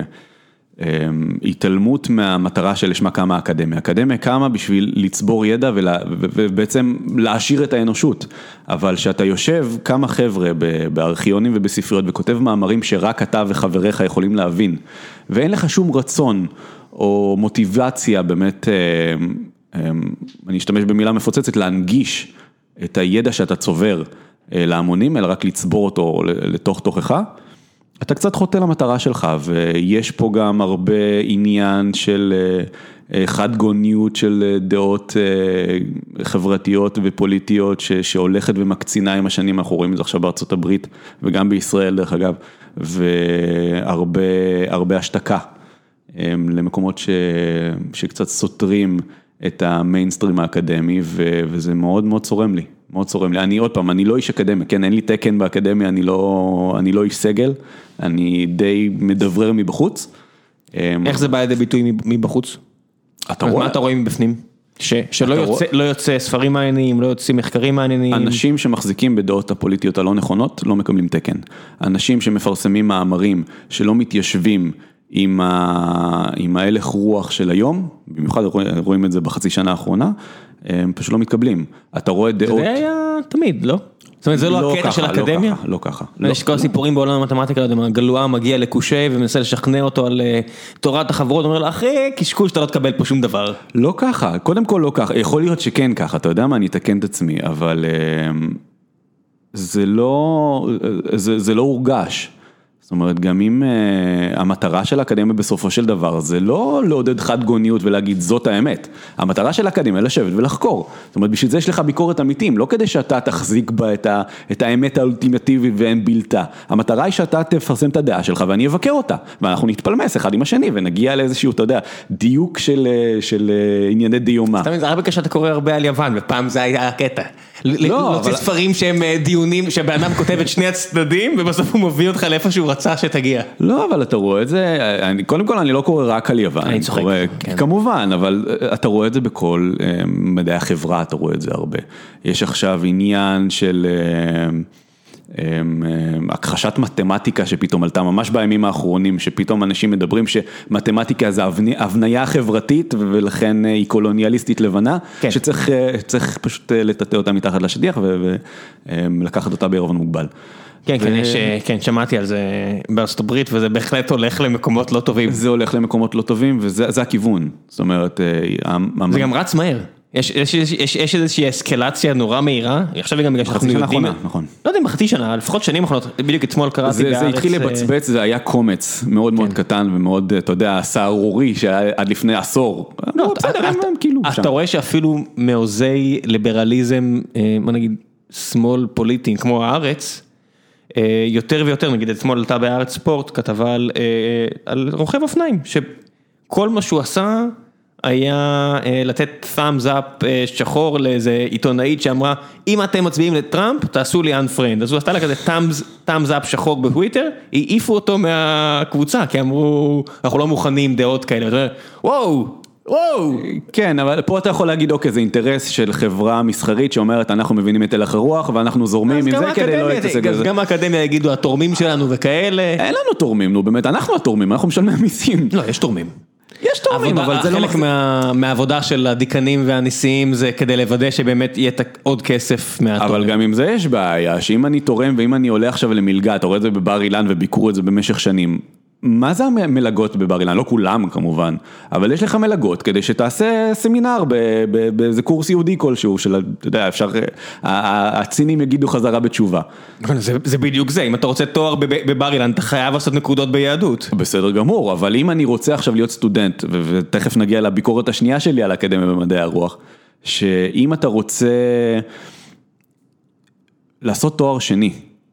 התעלמות מהמטרה של לשמה קמה האקדמיה. האקדמיה קמה בשביל לצבור ידע ובעצם להעשיר את האנושות. אבל שאתה יושב כמה חבר'ה בארכיונים ובספריות וכותב מאמרים שרק אתה וחבריך יכולים להבין, ואין לך שום רצון או מוטיבציה באמת, אני אשתמש במילה מפוצצת, להנגיש את הידע שאתה צובר להמונים, אלא רק לצבור אותו לתוך תוכך, אתה קצת חוטא למטרה שלך, ויש פה גם הרבה עניין של חד גוניות של דעות חברתיות ופוליטיות, שהולכת ומקצינה עם השנים, אנחנו רואים את זה עכשיו בארצות הברית, וגם בישראל דרך אגב, והרבה הרבה השתקה, למקומות ש, שקצת סותרים את המיינסטרים האקדמי, וזה מאוד מאוד צורם לי. מאוד צורם לי, אני עוד פעם, אני לא איש אקדמיה, כן, אין לי תקן באקדמיה, אני לא, אני לא איש סגל, אני די מדברר מבחוץ. איך זה בא לידי ביטוי מבחוץ? אתה רואה? מה אתה רואה מבפנים? שלא יוצא, לא יוצא ספרים מעניינים, לא יוצאים מחקרים מעניינים. אנשים שמחזיקים בדעות הפוליטיות הלא נכונות, לא מקבלים תקן. אנשים שמפרסמים מאמרים שלא מתיישבים עם, ה... עם ההלך רוח של היום, במיוחד רואים את זה בחצי שנה האחרונה, הם פשוט לא מתקבלים. אתה רואה דעות... זה היה תמיד, לא? זאת אומרת, זה לא הקטע של אקדמיה? לא ככה. יש כל הסיפורים בעולם המתמטיקה, הגלואה מגיע לקושי ומנסה לשכנע אותו על תורת החברות, אומר לו, אחי, קשקוש, אתה לא תקבל פה שום דבר. לא ככה, קודם כל לא ככה, יכול להיות שכן ככה, אתה יודע מה, אני אתקן את עצמי, אבל זה לא, זה, זה לא הורגש. זאת אומרת, גם אם uh, המטרה של האקדמיה בסופו של דבר, זה לא לעודד חד גוניות ולהגיד זאת האמת. המטרה של האקדמיה לשבת ולחקור. זאת אומרת, בשביל זה יש לך ביקורת אמיתים, לא כדי שאתה תחזיק בה את, ה, את האמת האולטימטיבית ואין בלתה. המטרה היא שאתה תפרסם את הדעה שלך ואני אבקר אותה. ואנחנו נתפלמס אחד עם השני ונגיע לאיזשהו, אתה יודע, דיוק של, של ענייני דיומה. סתם, זה הרבה כשאתה קורא הרבה על יוון, ופעם זה היה הקטע. להוציא ספרים שהם דיונים, שהבן אדם כותב את שני הצדדים, ובסוף הוא מביא אותך לאיפה שהוא רצה שתגיע. לא, אבל אתה רואה את זה, קודם כל אני לא קורא רק על יוון. אני צוחק. כמובן, אבל אתה רואה את זה בכל מדעי החברה, אתה רואה את זה הרבה. יש עכשיו עניין של הכחשת מתמטיקה שפתאום עלתה ממש בימים האחרונים, שפתאום אנשים מדברים שמתמטיקה זה הבניה חברתית ולכן היא קולוניאליסטית לבנה, שצריך פשוט לטאטא אותה מתחת לשטיח ולקחת אותה בערבון מוגבל. כן, כן, יש, כן, שמעתי על זה בארצות הברית, וזה בהחלט הולך למקומות לא טובים. זה הולך למקומות לא טובים, וזה הכיוון. זאת אומרת, זה גם רץ מהר. יש, יש, יש, יש איזושהי אסקלציה נורא מהירה, עכשיו גם בגלל שאנחנו יודעים, נכון. לא יודע אם בחצי שנה, לפחות שנים האחרונות, בדיוק אתמול קראתי זה, בארץ. זה התחיל לבצבץ, זה היה קומץ מאוד מאוד קטן ומאוד, אתה יודע, סערורי, שהיה עד לפני עשור. לא, אתה רואה שאפילו מעוזי ליברליזם, מה נגיד, שמאל פוליטיים, כמו הארץ, יותר ויותר, נגיד, אתמול עלתה בארץ ספורט, כתבה על, על רוכב אופניים, שכל מה שהוא עשה, היה לתת thumbs up שחור לאיזה עיתונאית שאמרה, אם אתם מצביעים לטראמפ, תעשו לי unfriend. אז הוא עשתה לה כזה thumbs up שחור בטוויטר, העיפו אותו מהקבוצה, כי אמרו, אנחנו לא מוכנים דעות כאלה. וואו, וואו. כן, אבל פה אתה יכול להגיד, אוקיי, זה אינטרס של חברה מסחרית שאומרת, אנחנו מבינים את הלך הרוח, ואנחנו זורמים עם זה כדי לא להתעסק בזה. גם האקדמיה יגידו, התורמים שלנו וכאלה. אין לנו תורמים, נו, באמת, אנחנו התורמים, אנחנו משלמים מיסים. לא, יש תורמים. יש תורמים, אבל זה לא... חלק מהעבודה של הדיקנים והניסים זה כדי לוודא שבאמת יהיה עוד כסף מהתורמים. אבל גם עם זה יש בעיה, שאם אני תורם ואם אני עולה עכשיו למלגה, אתה רואה את זה בבר אילן וביקרו את זה במשך שנים, מה זה המלגות בבר אילן? לא כולם כמובן, אבל יש לך מלגות כדי שתעשה סמינר באיזה קורס יהודי כלשהו, של, אתה יודע, אפשר, הצינים יגידו חזרה בתשובה. זה בדיוק זה, אם אתה רוצה תואר בבר אילן, אתה חייב לעשות נקודות ביהדות. בסדר גמור, אבל אם אני רוצה עכשיו להיות סטודנט, ותכף נגיע לביקורת השנייה שלי על האקדמיה במדעי הרוח, שאם אתה רוצה לעשות תואר שני,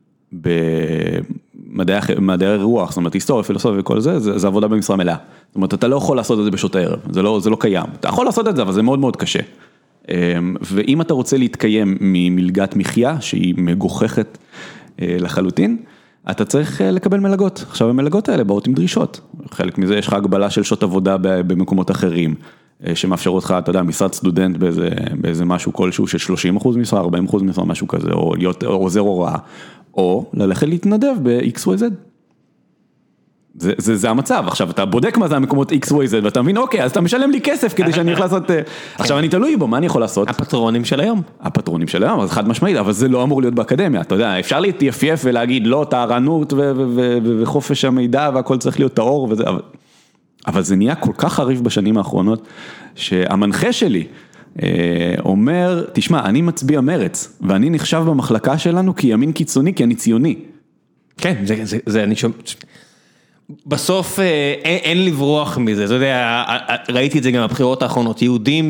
במדעי הרוח, זאת אומרת, היסטוריה, פילוסופיה וכל זה, זה, זה עבודה במשרה מלאה. זאת אומרת, אתה לא יכול לעשות את זה בשעות הערב, זה לא, זה לא קיים. אתה יכול לעשות את זה, אבל זה מאוד מאוד קשה. ואם אתה רוצה להתקיים ממלגת מחיה, שהיא מגוחכת לחלוטין, אתה צריך לקבל מלגות. עכשיו, המלגות האלה באות עם דרישות. חלק מזה, יש לך הגבלה של שעות עבודה במקומות אחרים, שמאפשרות לך, אתה יודע, משרד סטודנט באיזה, באיזה משהו כלשהו של שלושים אחוז משרה, ארבעים אחוז משרה, משהו כזה, או להיות עוזר הוראה, או ללכת להתנדב ב-X Y Z. זה, זה, זה המצב. עכשיו, אתה בודק מה זה המקומות X Y Z, ואתה מבין, אוקיי, אז אתה משלם לי כסף כדי שאני יכול לעשות... עכשיו, אני תלוי בו, מה אני יכול לעשות? הפטרונים של היום. הפטרונים של היום, אז חד משמעית, אבל זה לא אמור להיות באקדמיה, אתה יודע, אפשר להתייפייף ולהגיד, לא, טהרנות וחופש המידע, והכל צריך להיות טהור וזה, אבל... אבל זה נהיה כל כך חריף בשנים האחרונות, שהמנחה שלי אומר, תשמע, אני מצביע מרץ, ואני נחשב במחלקה שלנו כימין קיצוני, כי אני ציוני. כן, זה, זה, זה אני שומע... בסוף אין, אין לברוח מזה, אתה יודע, ראיתי את זה גם בבחירות האחרונות, יהודים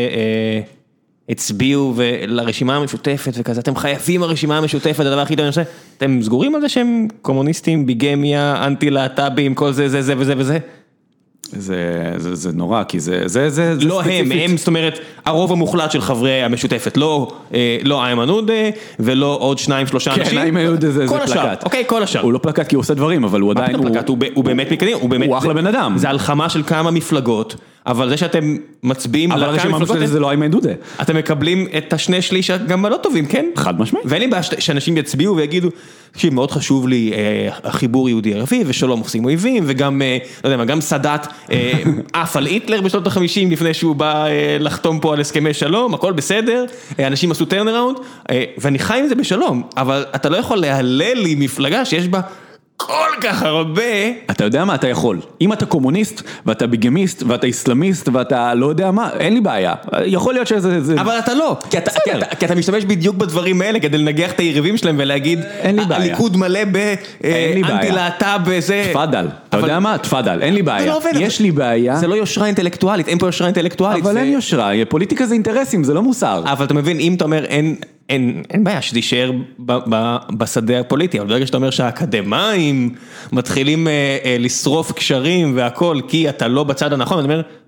שהצביעו לרשימה המשותפת וכזה, אתם חייבים הרשימה המשותפת, הדבר הכי טוב אני עושה, אתם סגורים על זה שהם קומוניסטים, ביגמיה, אנטי-להט"בים, כל זה, זה, זה וזה וזה? זה, זה, זה נורא, כי זה, זה, זה, זה לא הם, הם, זאת אומרת, הרוב המוחלט של חברי המשותפת, לא, לא איימן עודה, ולא עוד שניים, שלושה אנשים. כן, איימן עודה זה, זה פלקט. אוקיי, כל השאר. הוא לא פלקט כי הוא עושה דברים, אבל הוא עדיין, הוא, פלקט, הוא, הוא באמת מקדם, הוא באמת, הוא אחלה בן אדם. זה הלחמה של כמה מפלגות, אבל זה שאתם מצביעים אבל הרשימה המשותפת זה לא איימן עודה. אתם מקבלים את השני שליש גם הלא טובים, כן? חד משמעית. ואין לי בעיה שאנשים יצביעו ויגידו, תקשיב, מאוד חשוב לי החיבור יהודי ערבי, ושלום עושים אויבים, וגם, לא יודע מה, גם סאדאת עף על היטלר בשנות ה-חמישים, לפני שהוא בא לחתום פה על הסכמי שלום, הכל בסדר, אנשים עשו טרנראונד, ואני חי עם זה בשלום, אבל אתה לא יכול להלל לי מפלגה שיש בה כל כך הרבה. אתה יודע מה, אתה יכול. אם אתה קומוניסט, ואתה ביגמיסט, ואתה איסלאמיסט, ואתה לא יודע מה, אין לי בעיה. יכול להיות שזה... זה... אבל אתה לא, כי אתה, כי, אתה, כי אתה משתמש בדיוק בדברים האלה, כדי לנגח את היריבים שלהם, ולהגיד, הליכוד מלא באנטי-להט"ב וזה... תפדל. אתה יודע מה? תפדל. אין לי בעיה. יש לי בעיה. זה לא יושרה אינטלקטואלית, אין פה יושרה אינטלקטואלית. אבל אין יושרה. פוליטיקה זה אינטרסים, זה לא מוסר. אבל אתה מבין, אם אתה אומר, אין... אין, אין בעיה שזה יישאר ב, ב, בשדה הפוליטי, אבל ברגע שאתה אומר שהאקדמיים מתחילים אה, אה, לשרוף קשרים והכל, כי אתה לא בצד הנכון, אני אומר,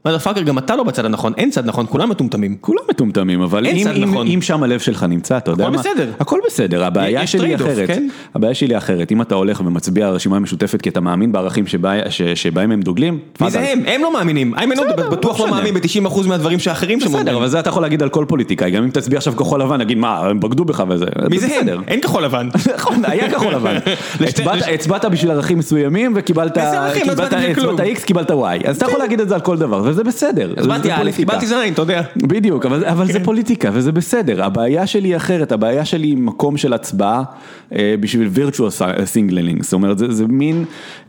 מודרפאקר, גם אתה לא בצד הנכון, אין צד נכון, כולם מטומטמים. כולם מטומטמים, אבל אם, אם, נכון. אם שם הלב שלך נמצא, אתה יודע מה? הכל בסדר. הכל בסדר, הבעיה שלי אחרת. כן? הבעיה שלי אחרת, אם אתה הולך ומצביע הרשימה המשותפת, כי אתה מאמין בערכים שבה, ש, שבהם הם דוגלים. מי זה הם? הם לא מאמינים. איימן עודה בטוח לא מאמין ב-תשעים אחוז מהדברים שאחרים שמאמינים. בסדר, אבל זה אתה יכול להגיד על כל פוליטיקאי, גם אם תצביע עכשיו כחול לבן, נגיד מה, הם בגדו בך וזה. מי זה הם? אין כחול לבן. נכון, היה כחול לבן. הצבעת בשביל ערכים מסוימים וקיבלת X, קיבלת Y. אז אתה יכול להגיד את זה על כל דבר, וזה בסדר. הצבעתי א', קיבלתי זין, אתה יודע. בדיוק, אבל זה פוליטיקה וזה בסדר. הבעיה שלי היא אחרת, הבעיה שלי היא מקום של הצבעה בשביל virtual signaling. זאת אומרת, זה מין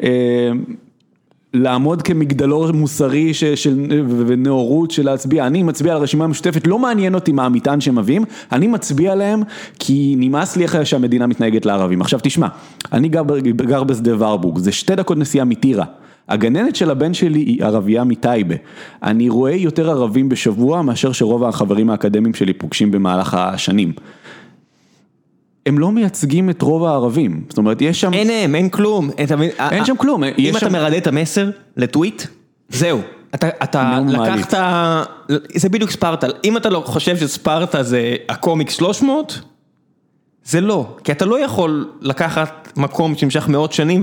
לעמוד כמגדלור מוסרי ונאורות של להצביע. אני מצביע על הרשימה המשותפת, לא מעניין אותי מה המטען שהם מביאים, אני מצביע להם כי נמאס לי אחרי שהמדינה מתנהגת לערבים. עכשיו תשמע, אני גר, גר בשדה ורבורג, זה שתי דקות נסיעה מטירה. הגננת של הבן שלי היא ערבייה מטייבה. אני רואה יותר ערבים בשבוע מאשר שרוב החברים האקדמיים שלי פוגשים במהלך השנים. הם לא מייצגים את רוב הערבים. זאת אומרת, יש שם... אין הם, אין כלום. אין שם כלום. אם אתה מרדה את המסר לטוויט, זהו. אתה לקחת... זה בדיוק ספרטה. אם אתה לא חושב שספרטה זה הקומיקס שלוש מאות, זה לא. כי אתה לא יכול לקחת מקום שנמשך מאות שנים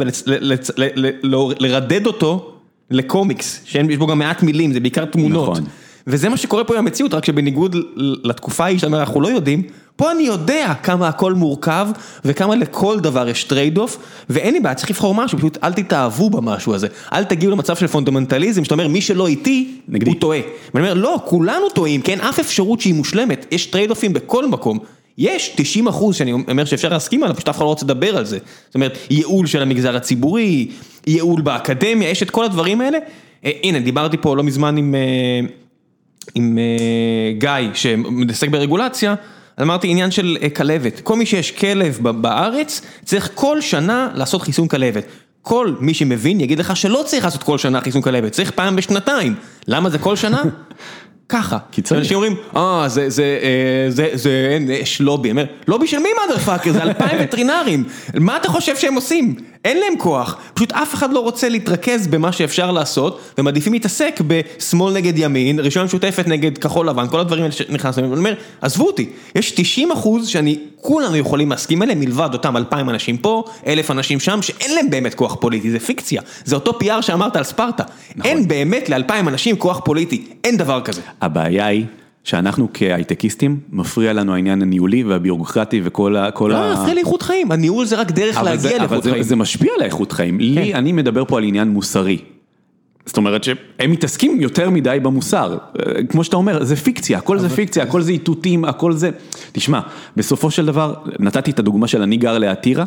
ולרדד אותו לקומיקס, שיש בו גם מעט מילים, זה בעיקר תמונות. נכון. וזה מה שקורה פה עם המציאות, רק שבניגוד לתקופה היא שאומר, אנחנו לא יודעים, פה אני יודע כמה הכל מורכב, וכמה לכל דבר יש טרייד אוף, ואין לי בעיה, צריך לבחור משהו, פשוט אל תתאהבו במשהו הזה, אל תגיעו למצב של פונדמנטליזם, שאתה אומר, מי שלא איתי, נגדי. הוא טועה. ואני אומר, לא, כולנו טועים, כי אין אף אפשרות שהיא מושלמת, יש טרייד אופים בכל מקום, יש תשעים אחוז שאני אומר שאפשר להסכים עליו, פשוט אף אחד לא רוצה לדבר על זה, זאת אומרת, ייעול של המגזר הציבורי, ייעול באקדמיה, יש את כל הדברים האלה, הנה, דיברתי פה לא מזמן עם עם גיא שמתעסק ברגולציה, אמרתי עניין של כלבת, כל מי שיש כלב בארץ צריך כל שנה לעשות חיסון כלבת, כל מי שמבין יגיד לך שלא צריך לעשות כל שנה חיסון כלבת, צריך פעם בשנתיים, למה זה כל שנה? ככה, אנשים אומרים, אה, זה, זה, זה, זה, יש לובי, אומר, לובי של מי מודרפאקר, זה אלפיים וטרינרים, מה אתה חושב שהם עושים? אין להם כוח, פשוט אף אחד לא רוצה להתרכז במה שאפשר לעשות, ומעדיפים להתעסק בשמאל נגד ימין, רשימה משותפת נגד כחול לבן, כל הדברים האלה שנכנסים, ואני אומר, עזבו אותי, יש תשעים אחוז שאני, כולנו יכולים להסכים אליהם, מלבד אותם אלפיים אנשים פה, אלף אנשים שם, שאין להם באמת כוח פוליטי, זה פיקציה, זה אותו פי אר שאמרת על ספרטה, נכון. אין באמת לאלפיים אנשים כוח פוליטי, אין דבר כזה. הבעיה היא שאנחנו כהייטקיסטים, מפריע לנו העניין הניהולי והביורוקרטי וכל ה... לא, מפריע לאיכות חיים, הניהול זה רק דרך להגיע לאיכות חיים. אבל זה משפיע על האיכות חיים. לי, אני מדבר פה על עניין מוסרי. זאת אומרת שהם מתעסקים יותר מדי במוסר. כמו שאתה אומר, זה פיקציה, הכל זה פיקציה, הכל זה איתותים, הכל זה... תשמע, בסופו של דבר, נתתי את הדוגמה של אני גר להטירה,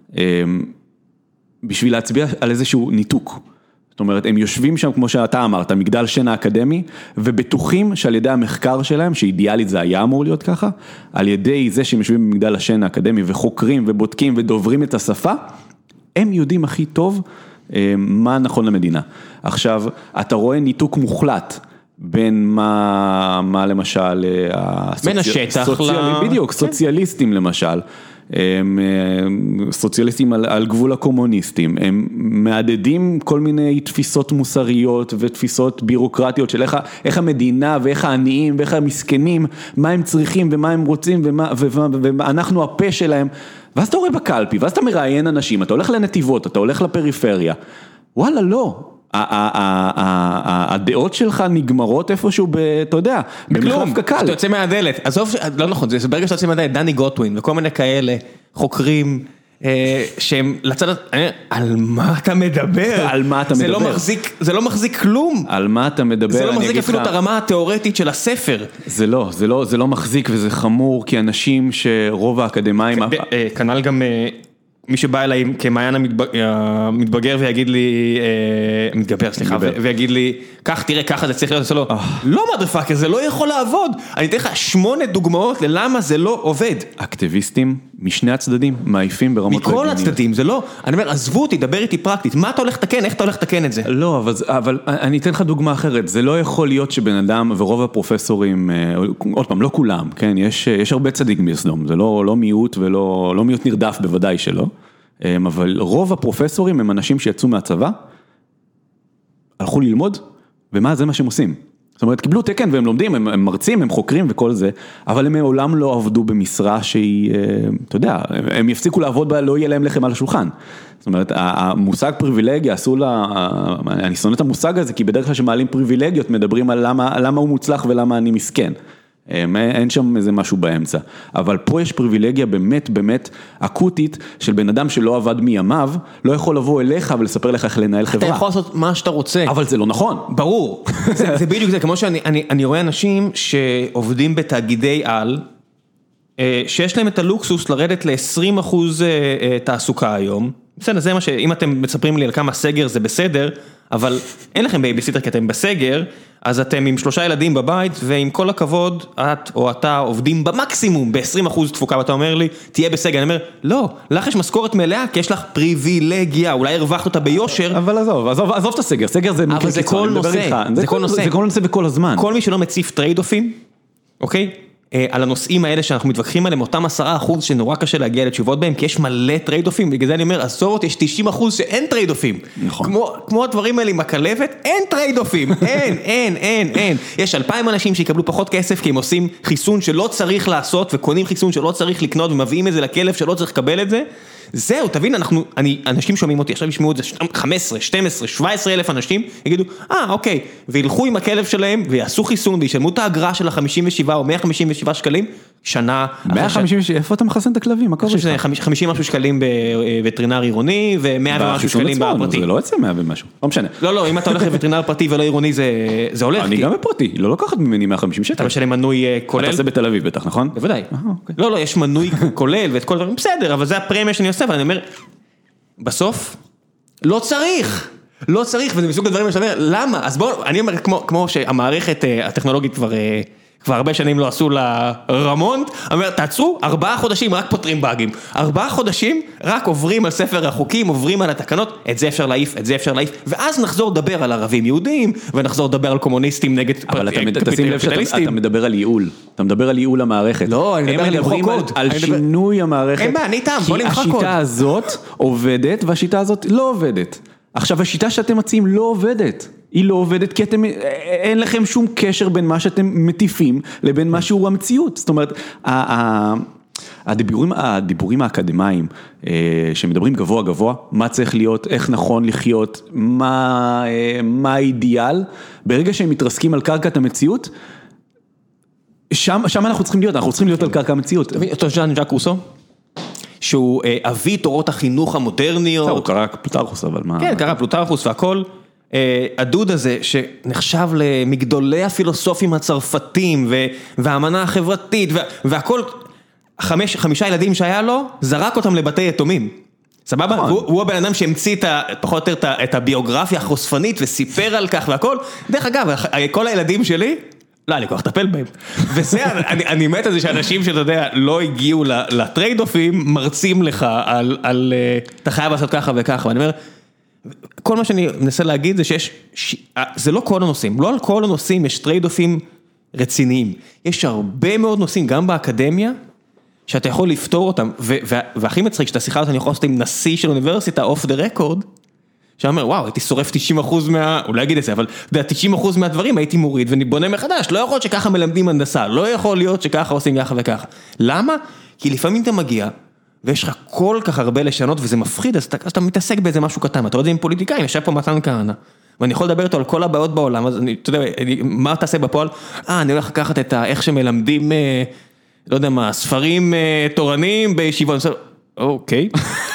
בשביל להצביע על איזשהו ניתוק. זאת אומרת, הם יושבים שם, כמו שאתה אמרת, מגדל שן האקדמי, ובטוחים שעל ידי המחקר שלהם, שאידיאלית זה היה אמור להיות ככה, על ידי זה שהם יושבים במגדל השן האקדמי, וחוקרים ובודקים ודוברים את השפה, הם יודעים הכי טוב מה נכון למדינה. עכשיו, אתה רואה ניתוק מוחלט, בין מה, מה למשל, בין השטח, בדיוק, סוציאליסטים למשל, הם סוציאליסטים על, על גבול הקומוניסטים, הם מעדדים כל מיני תפיסות מוסריות ותפיסות בירוקרטיות של איך, איך המדינה ואיך העניים ואיך המסכנים, מה הם צריכים ומה הם רוצים ומה, ומה, ואנחנו הפה שלהם, ואז אתה רואה בקלפי, ואז אתה מראיין אנשים, אתה הולך לנתיבות, אתה הולך לפריפריה, וואלה לא, הדעות שלך נגמרות איפשהו, אתה יודע, בכלום, אתה יוצא מהדלת, עזוב, לא נכון, זה ברגע שאתה יוצא מהדלת, דני גוטווין וכל מיני כאלה חוקרים שהם לצד, על מה אתה מדבר? על מה אתה מדבר? זה לא מחזיק כלום. על מה אתה מדבר? זה לא מחזיק אפילו את הרמה התיאורטית של הספר. זה לא, זה לא, זה לא מחזיק וזה חמור, כי אנשים שרוב האקדמיים... כנ"ל גם... מי שבא אליי כמעיין המתבגר ויגיד לי, מתגבר סליחה, ויגיד לי, כך תראה, ככה זה צריך להיות, זה לא, לא מודרפאקר, זה לא יכול לעבוד, אני אתן לך שמונה דוגמאות ללמה זה לא עובד. אקטיביסטים משני הצדדים, מעיפים ברמות רגיוניות. מכל הצדדים, זה לא, אני אומר, עזבו אותי, דבר איתי פרקטית, מה אתה הולך לתקן, איך אתה הולך לתקן את זה? לא, אבל, אבל אני אתן לך דוגמה אחרת, זה לא יכול להיות שבן אדם, ורוב הפרופסורים, עוד פעם, לא כולם, כן, יש, יש הרבה צדיק בסדום, זה לא, לא מיעוט ולא, לא מיעוט נרדף בוודאי שלא. אבל רוב הפרופסורים הם אנשים שיצאו מהצבא, הלכו ללמוד, ומה זה מה שהם עושים? זאת אומרת, קיבלו תקן והם לומדים, הם, הם מרצים, הם חוקרים וכל זה, אבל הם מעולם לא עבדו במשרה שהיא, אתה יודע, הם יפסיקו לעבוד בה, לא יהיה להם לחם על השולחן. זאת אומרת, המושג פריבילגיה, עשו לה, אני שונא את המושג הזה, כי בדרך כלל שמעלים פריבילגיות, מדברים על למה, למה הוא מוצלח ולמה אני מסכן. אין שם איזה משהו באמצע, אבל פה יש פריבילגיה באמת באמת אקוטית של בן אדם שלא עבד מימיו, לא יכול לבוא אליך ולספר לך איך לנהל חברה. אתה יכול לעשות מה שאתה רוצה. אבל זה לא נכון. ברור. זה, זה בדיוק זה, כמו שאני אני, אני רואה אנשים שעובדים בתאגידי על, שיש להם את הלוקסוס לרדת ל-עשרים אחוז תעסוקה היום. בסדר, זה מה ש... אם אתם מספרים לי על כמה סגר זה בסדר, אבל אין לכם בייביסיטר כי אתם בסגר, אז אתם עם שלושה ילדים בבית, ועם כל הכבוד, את או אתה עובדים במקסימום, ב-עשרים אחוז תפוקה, ואתה אומר לי, תהיה בסגר. אני אומר, לא, לך יש משכורת מלאה, כי יש לך פריבילגיה, אולי הרווחת אותה ביושר. אבל עזוב, עזוב, עזוב את הסגר, סגר זה... אבל זה כל נושא, זה כל נושא. זה כל נושא בכל הזמן. כל מי שלא מציף טרייד אופים, אוקיי? על הנושאים האלה שאנחנו מתווכחים עליהם, אותם עשרה אחוז שנורא קשה להגיע לתשובות בהם, כי יש מלא טרייד אופים, בגלל זה אני אומר, עשורות יש תשעים אחוז שאין טרייד אופים. נכון. כמו, כמו הדברים האלה עם הכלבת, אין טרייד אופים, אין, אין, אין, אין. יש אלפיים אנשים שיקבלו פחות כסף, כי הם עושים חיסון שלא צריך לעשות, וקונים חיסון שלא צריך לקנות, ומביאים את זה לכלב שלא צריך לקבל את זה. זהו, תבין, אנחנו, אני, אנשים שומעים אותי, עכשיו ישמעו את זה, חמש עשרה, שתים עשרה, שבע עשרה אלף אנשים, יגידו, אה, אוקיי, וילכו עם הכלב שלהם, ויעשו חיסון, וישלמו את האגרה של ה-חמישים ושבע או מאה חמישים ושבע שקלים, שנה... מאה חמישים ושבע, איפה אתה מחסן את הכלבים? מה קורה לך? חמישים משהו שקלים בווטרינר עירוני, ו-מאה ומשהו שקלים בפרטי. זה לא יוצא מאה ומשהו, לא משנה. לא, לא, אם אתה הולך לווטרינר פרטי ולא עירוני, זה הולך. אני גם בפרטי, לא לוקחת ממני מאה וחמישים שקל. אתה משלם מנוי כולל? אתה עושה בתל אביב בטח, נכון? בוודאי. לא, לא, יש מנוי כולל ואת כל דברים, בסדר, אבל זה הפרמיה שאני עושה, ואני אומר, בסוף, לא צריך, לא צריך, וזה מסוג הדברים שאני אומר, למה? אז בואו, אני אומר, כמו, כמו שהמערכת הטכנולוגית כבר, כבר הרבה שנים לא עשו לה רמונט, אני אומר, תעצרו, ארבעה חודשים רק פותרים באגים, ארבעה חודשים רק עוברים על ספר החוקים, עוברים על התקנות, את זה אפשר להעיף, את זה אפשר להעיף, ואז נחזור לדבר על ערבים יהודים, ונחזור לדבר על קומוניסטים נגד קפיטליסטים. אבל תשים לב שאתה מדבר על ייעול, אתה מדבר על ייעול המערכת. לא, אני מדבר על למחוק קוד. על שינוי המערכת. אין בעיה, אני איתם, בוא נמחק קוד. כי השיטה הזאת עובדת, והשיטה הזאת לא עובדת. עכשיו, השיטה שאתם מציעים לא עובדת. היא לא עובדת כי אתם, אין לכם שום קשר בין מה שאתם מטיפים לבין מה שהוא המציאות. זאת אומרת, הדיבורים, הדיבורים האקדמיים שמדברים גבוה גבוה, מה צריך להיות, איך נכון לחיות, מה, מה האידיאל, ברגע שהם מתרסקים על קרקעת המציאות, שם, שם אנחנו צריכים להיות, אנחנו צריכים להיות על קרקע המציאות. אתה יודע, ז'אק רוסו? שהוא אבי תורות החינוך המודרניות. הוא קרא פלוטרכוס, אבל מה... כן, קרא פלוטרכוס והכל. הדוד הזה שנחשב למגדולי הפילוסופים הצרפתים והאמנה החברתית והכל, חמש, חמישה ילדים שהיה לו, זרק אותם לבתי יתומים. סבבה? הוא הבן אדם שהמציא פחות או יותר את הביוגרפיה החושפנית וסיפר על כך והכל. דרך אגב, כל הילדים שלי, לא, אני כל כך טפל בהם. וזה, אני מת על זה שאנשים שאתה יודע, לא הגיעו לטרייד אופים, מרצים לך על, אתה חייב לעשות ככה וככה, ואני אומר, כל מה שאני מנסה להגיד זה שיש, זה לא כל הנושאים, לא על כל הנושאים יש טרייד אופים רציניים, יש הרבה מאוד נושאים, גם באקדמיה, שאתה יכול לפתור אותם, והכי מצחיק, שאתה שיחה הזאת, אני יכול לעשות עם נשיא של אוניברסיטה, אוף דה רקורד, שאומר, וואו, הייתי שורף תשעים אחוז מה, אולי אגיד את זה, אבל תשעים אחוז מהדברים הייתי מוריד ואני בונה מחדש, לא יכול להיות שככה מלמדים הנדסה, לא יכול להיות שככה עושים ככה וככה. למה? כי לפעמים אתה מגיע, ויש לך כל כך הרבה לשנות, וזה מפחיד, אז אתה, אז אתה מתעסק באיזה משהו קטן, אתה לא יודע עם פוליטיקאים, ישב פה מתן כהנא, ואני יכול לדבר איתו על כל הבעיות בעולם, אז אני, אתה יודע, מה תעשה בפועל? אה, אני הולך לקחת את איך שמלמדים, אה, לא יודע מה, ספרים אה, תורניים בישיבות, אוקיי.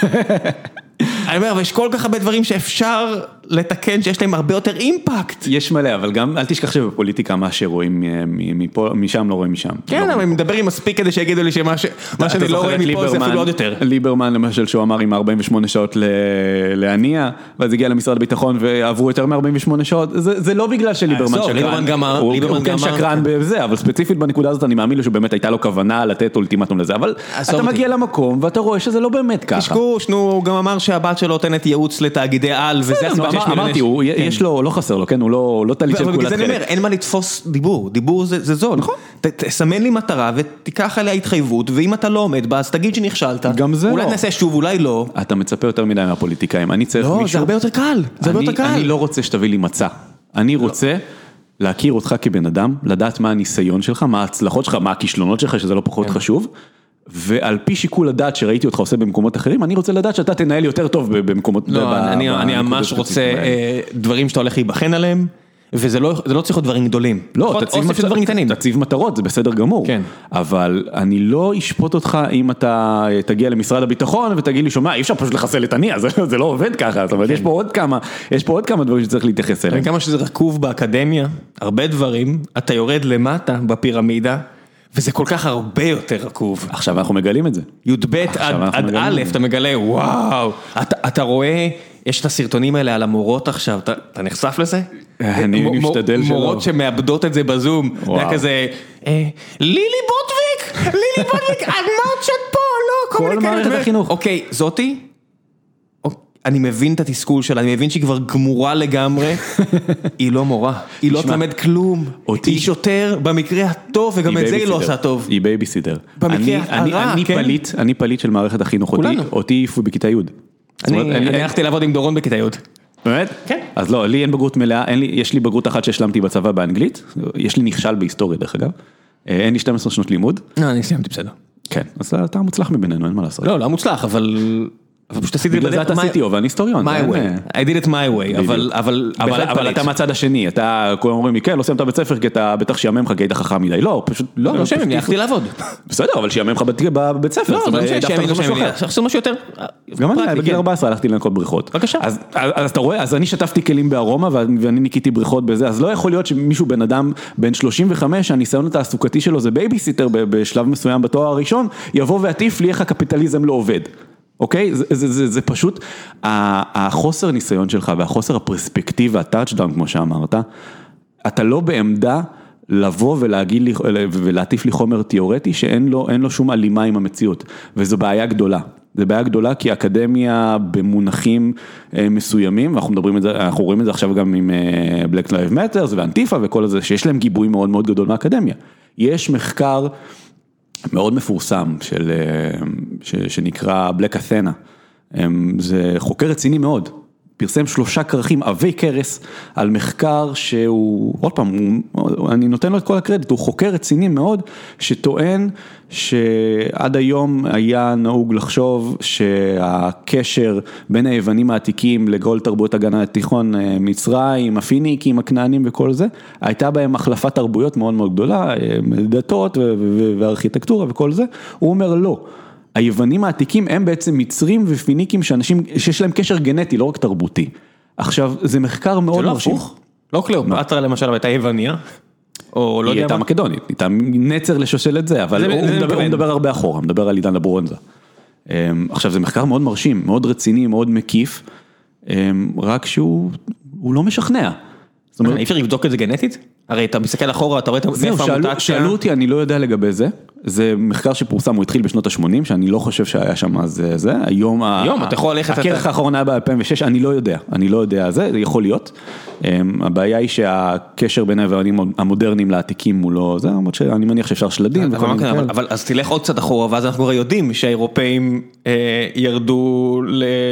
אני אומר, אבל יש כל כך הרבה דברים שאפשר לתקן, שיש להם הרבה יותר אימפקט. יש מלא, אבל גם, אל תשכח שבפוליטיקה מה שרואים מפה, משם לא רואים משם. כן, אבל אני מדבר עם מספיק כדי שיגידו לי שמה שאני לא רואה מפה זה אפילו עוד יותר. ליברמן, למשל, שהוא אמר עם ארבעים ושמונה שעות להניע, ואז הגיע למשרד הביטחון ועברו יותר מ-ארבעים ושמונה שעות, זה לא בגלל שליברמן שקרן. הוא כן שקרן בזה, אבל ספציפית בנקודה הזאת אני מאמין לו שבאמת הייתה לו כוונה לתת אולטימטום לזה, אבל אתה מגיע למקום ואתה רואה שזה לא באמת ככה. תשקוש, הוא גם אמר שהבת שלו נותנת ייעוץ לתאגידי על, וזה הסיבה שיש מיליוני... אמרתי, יש לו, לא חסר לו, כן, הוא לא תליט של כולת חלק. אין מה לתפוס דיבור, דיבור זה זול. נכון. תסמן לי מטרה ותיקח עליה התחייבות, ואם אתה לא עומד בה, אז תגיד שנכשלת. גם זה לא. אולי נעשה שוב, אולי לא. אתה מצפה יותר מדי מהפוליטיקאים, אני צריך מישהו... לא, זה הרבה יותר קל. זה הרבה יותר קל. אני לא רוצה שתביא לי מצע. אני רוצה להכיר אותך כבן אדם, לדעת מה הניסיון שלך, מה ההצלחות שלך, מה הכישלונות שלך, שזה לא פחות חשוב, ועל פי שיקול הדעת שראיתי אותך עושה במקומות אחרים, אני רוצה לדעת שאתה תנהל יותר טוב במקומות... לא, אני ממש רוצה דברים שאתה הולך להיבחן עליהם, וזה לא, זה לא צריך להיות דברים גדולים. לא, תציב מטרות, זה בסדר גמור. כן. אבל אני לא אשפוט אותך אם אתה תגיע למשרד הביטחון ותגיד לי, שומע, אי אפשר פשוט לחסל את הנייה, זה לא עובד ככה. זאת אומרת, יש פה עוד כמה, יש פה עוד כמה דברים שצריך להתייחס אליהם. וכמה שזה רכוב באקדמיה, הרבה דברים, אתה יורד למטה בפירמידה, וזה כל כך הרבה יותר רכוב. עכשיו אנחנו מגלים את זה. י"ב עד א', אתה מגלה, וואו, אתה רואה, יש את הסרטונים האלה על המורות עכשיו, אתה נחשף לזה? אני משתדל שלא. מורות שמאבדות את זה בזום, זה כזה, לילי בוטוויק, לילי בוטוויק, מה עוד שאת פה, לא, כל מערכת החינוך. אוקיי, זאתי, אני מבין את התסכול שלה, אני מבין שהיא כבר גמורה לגמרי, היא לא מורה, היא לא תלמד כלום, היא שוטר במקרה הטוב, וגם את זה היא לא עושה טוב. היא בייביסיטר. במקרה הרע, כן. אני פליט של מערכת החינוך, אותי העיפו בכיתה י'. אני הלכתי לעבוד עם דורון בכיתה י'. באמת? כן. אז לא, לי אין בגרות מלאה, יש לי בגרות אחת שהשלמתי בצבא באנגלית, יש לי נכשל בהיסטוריה דרך אגב, אין לי שתים עשרה שנות לימוד. אני סיימתי בסדר. כן, אז אתה מוצלח מבינינו, אין מה לעשות. לא, לא מוצלח, אבל... אבל פשוט עשיתי... בגלל זה אתה עשיתי ואני היסטוריון. my way, I did it my way, אבל... אבל אתה מהצד השני, אתה כולם אומרים לי, כן, לא סיים את הבית ספר, כי אתה בטח שיאמם לך, כי היית חכם מדי, לא, פשוט... לא, לא שיאמם, הלכתי לעבוד. בסדר, אבל שיאמם לך בבית ספר. לא, לא שיאמם, לא שיאמם, עשו משהו יותר... גם אני, בגיל ארבע עשרה הלכתי לנקות בריכות. בבקשה. אז אתה רואה, אז אני שטפתי כלים בארומה, ואני ניקיתי בריכות בזה, אז לא יכול להיות שמישהו בן אדם בן שלושים וחמש, הניסיון התעסוקתי שלו זה בייביסיטר בשלב מסוים בתואר הראשון, יבוא ועטיף לי איך הקפיטליזם לא עובד. אוקיי? זה, זה, זה, זה פשוט, החוסר ניסיון שלך והחוסר הפרספקטיבה, הטאצ'דאון כמו שאמרת, אתה לא בעמדה לבוא ולהגיד לי, ולהטיף לי חומר תיאורטי שאין לו, אין לו שום הלימה עם המציאות, וזו בעיה גדולה. זה בעיה גדולה כי האקדמיה במונחים מסוימים, ואנחנו מדברים את זה, אנחנו רואים את זה עכשיו גם עם Black Lives Matter ואנטיפה וכל זה, שיש להם גיבוי מאוד מאוד גדול מהאקדמיה. יש מחקר מאוד מפורסם של, ש, שנקרא Black Athena, זה חוקר רציני מאוד, פרסם שלושה כרכים, עבי קרס, על מחקר שהוא, עוד פעם, אני נותן לו את כל הקרדיט, הוא חוקר רציני מאוד, שטוען שעד היום היה נהוג לחשוב שהקשר בין היוונים העתיקים לכל תרבות הגנה התיכון, מצרים, הפיניקים, הכנענים וכל זה, הייתה בהם החלפת תרבויות מאוד מאוד גדולה, דתות וארכיטקטורה וכל זה, הוא אומר לא. היוונים העתיקים הם בעצם מצרים ופיניקים שאנשים, שיש להם קשר גנטי, לא רק תרבותי. עכשיו, זה מחקר מאוד מרשים. לא קליאופטרה למשל, הייתה יווניה, או לא יודע מה. היא הייתה מקדונית, הייתה נצר לשושל את זה, אבל הוא מדבר הרבה אחורה, מדבר על עידן הברונזה. עכשיו, זה מחקר מאוד מרשים, מאוד רציני, מאוד מקיף, רק שהוא לא משכנע. אי אפשר לבדוק את זה גנטית? הרי אתה מסתכל אחורה, אתה רואה את המוטציה. שאלו אותי, אני לא יודע לגבי זה. זה מחקר שפורסם, הוא התחיל בשנות ה-שמונים, שאני לא חושב שהיה שם אז זה. היום, אתה יכול ללכת... הכרך האחרון היה ב-אלפיים ושש, אני לא יודע. אני לא יודע זה, זה יכול להיות. הבעיה היא שהקשר בין היוונים המודרניים לעתיקים הוא לא זה, למרות שאני מניח שאפשר שלדים. אבל אז תלך עוד קצת אחורה, ואז אנחנו כבר יודעים שהאירופאים ירדו